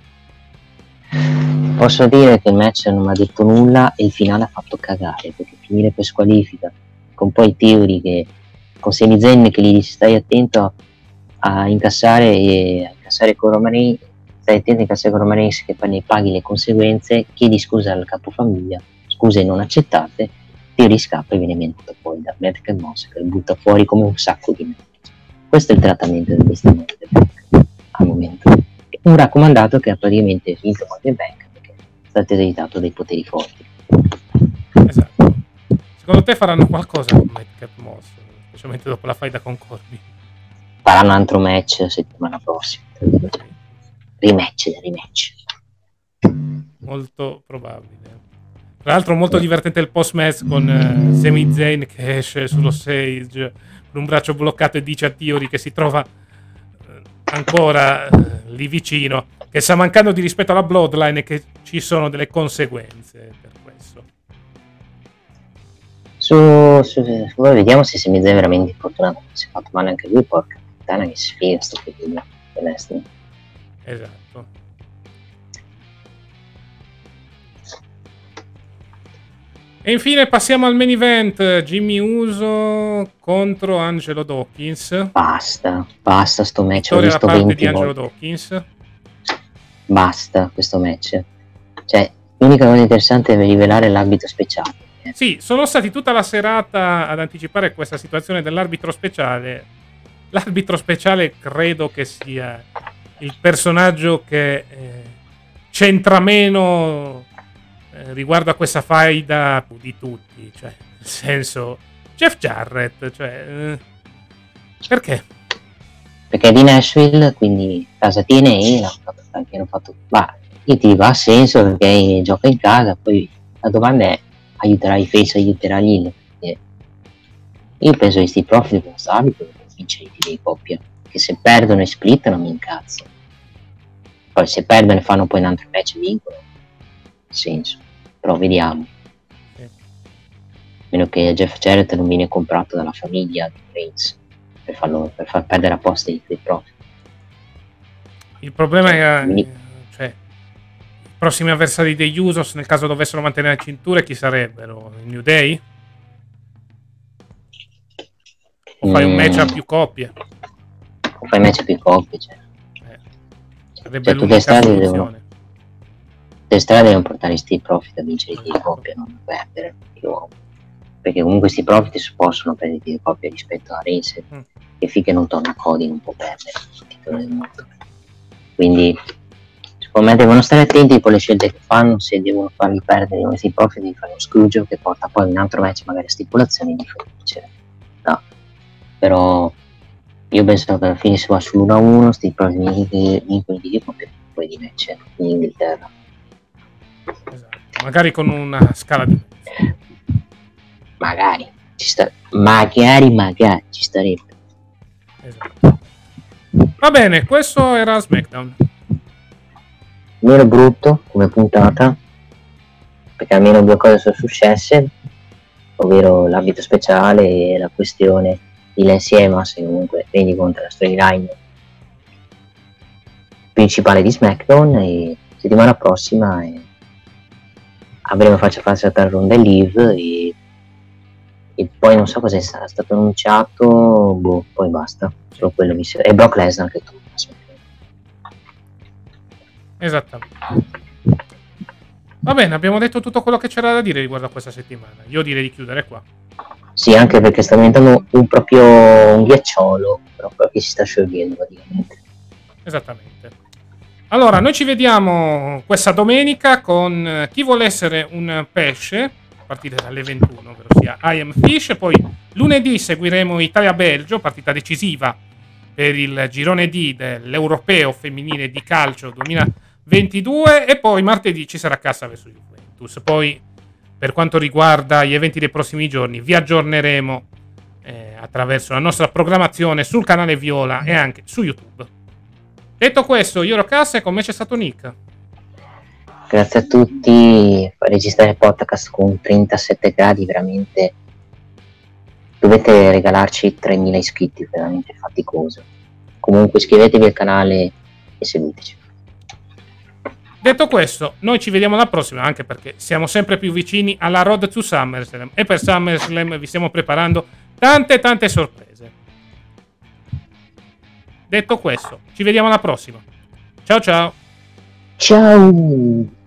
Posso dire che il match non mi ha detto nulla e il finale ha fatto cagare, perché finire per squalifica con poi Theory che con Sami Zayn che gli dice stai attento a incassare e a incassare con Roman Reigns, stai attento a incassare con Roman Reigns che poi ne paghi le conseguenze, chiedi scusa al capofamiglia, scuse non accettate, Theory scappa e viene menato poi da Madcap Moss che lo butta fuori come un sacco di merda. Questo è il trattamento del vestimento del Bank al momento. Un raccomandato che ha praticamente vinto contro il Bank perché è stato ereditato dei poteri forti. Esatto. Secondo te faranno qualcosa con Madcap Moss, specialmente dopo la faida con Corby? Faranno un altro match settimana prossima. Rematch, rematch. Molto probabile. Tra l'altro molto divertente il post-match con uh, Sami Zayn che esce sullo stage con un braccio bloccato e dice a Theory che si trova uh, ancora uh, lì vicino, che sta mancando di rispetto alla Bloodline e che ci sono delle conseguenze per questo. Su, su, su vediamo se Sami Zayn è veramente infortunato, si è fatto male anche lui, porca puttana che sfiga sto film. Esatto. E infine passiamo al main event, Jimmy Uso contro Angelo Dawkins. Basta, basta sto match, Vittoria ho visto da parte venti di Angelo volte. Dawkins. Basta questo match. Cioè, l'unica cosa interessante è rivelare l'arbitro speciale. Sì, sono stati tutta la serata ad anticipare questa situazione dell'arbitro speciale. L'arbitro speciale credo che sia il personaggio che eh, c'entra meno eh, riguardo a questa faida di tutti, cioè nel senso Jeff Jarrett, cioè eh, perché? Perché è di Nashville, quindi casa T N A l'hanno fatto, anche hanno fatto, ma io ti dico, ha senso perché gioca in casa, poi la domanda è aiuterà i face, aiuterà gli heel? Io penso che sti profit con arbitro per vincere i titoli di coppia, che se perdono e split non mi incazzo, poi se perdono e fanno poi un altro match e vincono, ha senso, però vediamo. Sì. A meno che Jeff Jarrett non viene comprato dalla famiglia di Reigns per, farlo, per far perdere a posto i profit. Il problema è Quindi- che cioè, i prossimi avversari degli Usos, nel caso dovessero mantenere le cinture, chi sarebbero? Il New Day? O fai un Mm. match a più coppie? O fai match più coppie, cioè. Eh, sarebbe Cioè, tutte l'unica le strade soluzione. devono- le strade devono portare sti profit a vincere i titoli di coppia, non a perdere gli uomini. Perché comunque sti profit si possono prendere i titoli di coppia rispetto a Reigns, Mm. che finché non torna Cody non può perdere il titolo del mondo. Quindi secondo me devono stare attenti con le scelte che fanno, se devono farli perdere questi profit devi fare uno scrooge che porta poi un altro match magari a stipulazioni di vincere. No. Però io penso che alla fine si va sull'uno a uno, sti profit vincono i titoli di coppia poi di match in Inghilterra. Esatto. Magari con una scala di Magari ci sta, magari magari ci starebbe. esatto. Va bene, questo era SmackDown. Meno brutto come puntata, perché almeno due cose sono successe, ovvero l'abito speciale e la questione di Lance Emos, che comunque rendi conto della storyline principale di SmackDown. E settimana prossima eh, avremo faccia a faccia tra Ronda e Liv, e, e poi non so cosa è stato, è stato annunciato, boh, poi basta, solo quello mi sembra. E Brock Lesnar che torna. Esattamente. Va bene, abbiamo detto tutto quello che c'era da dire riguardo a questa settimana. Io direi di chiudere qua. Sì, anche perché sta diventando un proprio un ghiacciolo, proprio che si sta sciogliendo praticamente. Esattamente. Allora, noi ci vediamo questa domenica con eh, Chi vuole essere un pesce, a partire dalle ventuno, ovvero sia I Am Fish. Poi lunedì seguiremo Italia-Belgio, partita decisiva per il girone D dell'Europeo femminile di calcio duemilaventidue. E poi martedì ci sarà Cassa verso Juventus. Poi, per quanto riguarda gli eventi dei prossimi giorni, vi aggiorneremo eh, attraverso la nostra programmazione sul canale Viola e anche su YouTube. Detto questo, io ero Cassa e con me c'è stato Nick. Grazie a tutti, registrare il podcast con trentasette gradi veramente, dovete regalarci tremila iscritti, veramente faticoso. Comunque iscrivetevi al canale e seguiteci. Detto questo, noi ci vediamo alla prossima, anche perché siamo sempre più vicini alla Road to SummerSlam e per SummerSlam vi stiamo preparando tante tante sorprese. Detto questo, ci vediamo alla prossima. Ciao ciao. Ciao!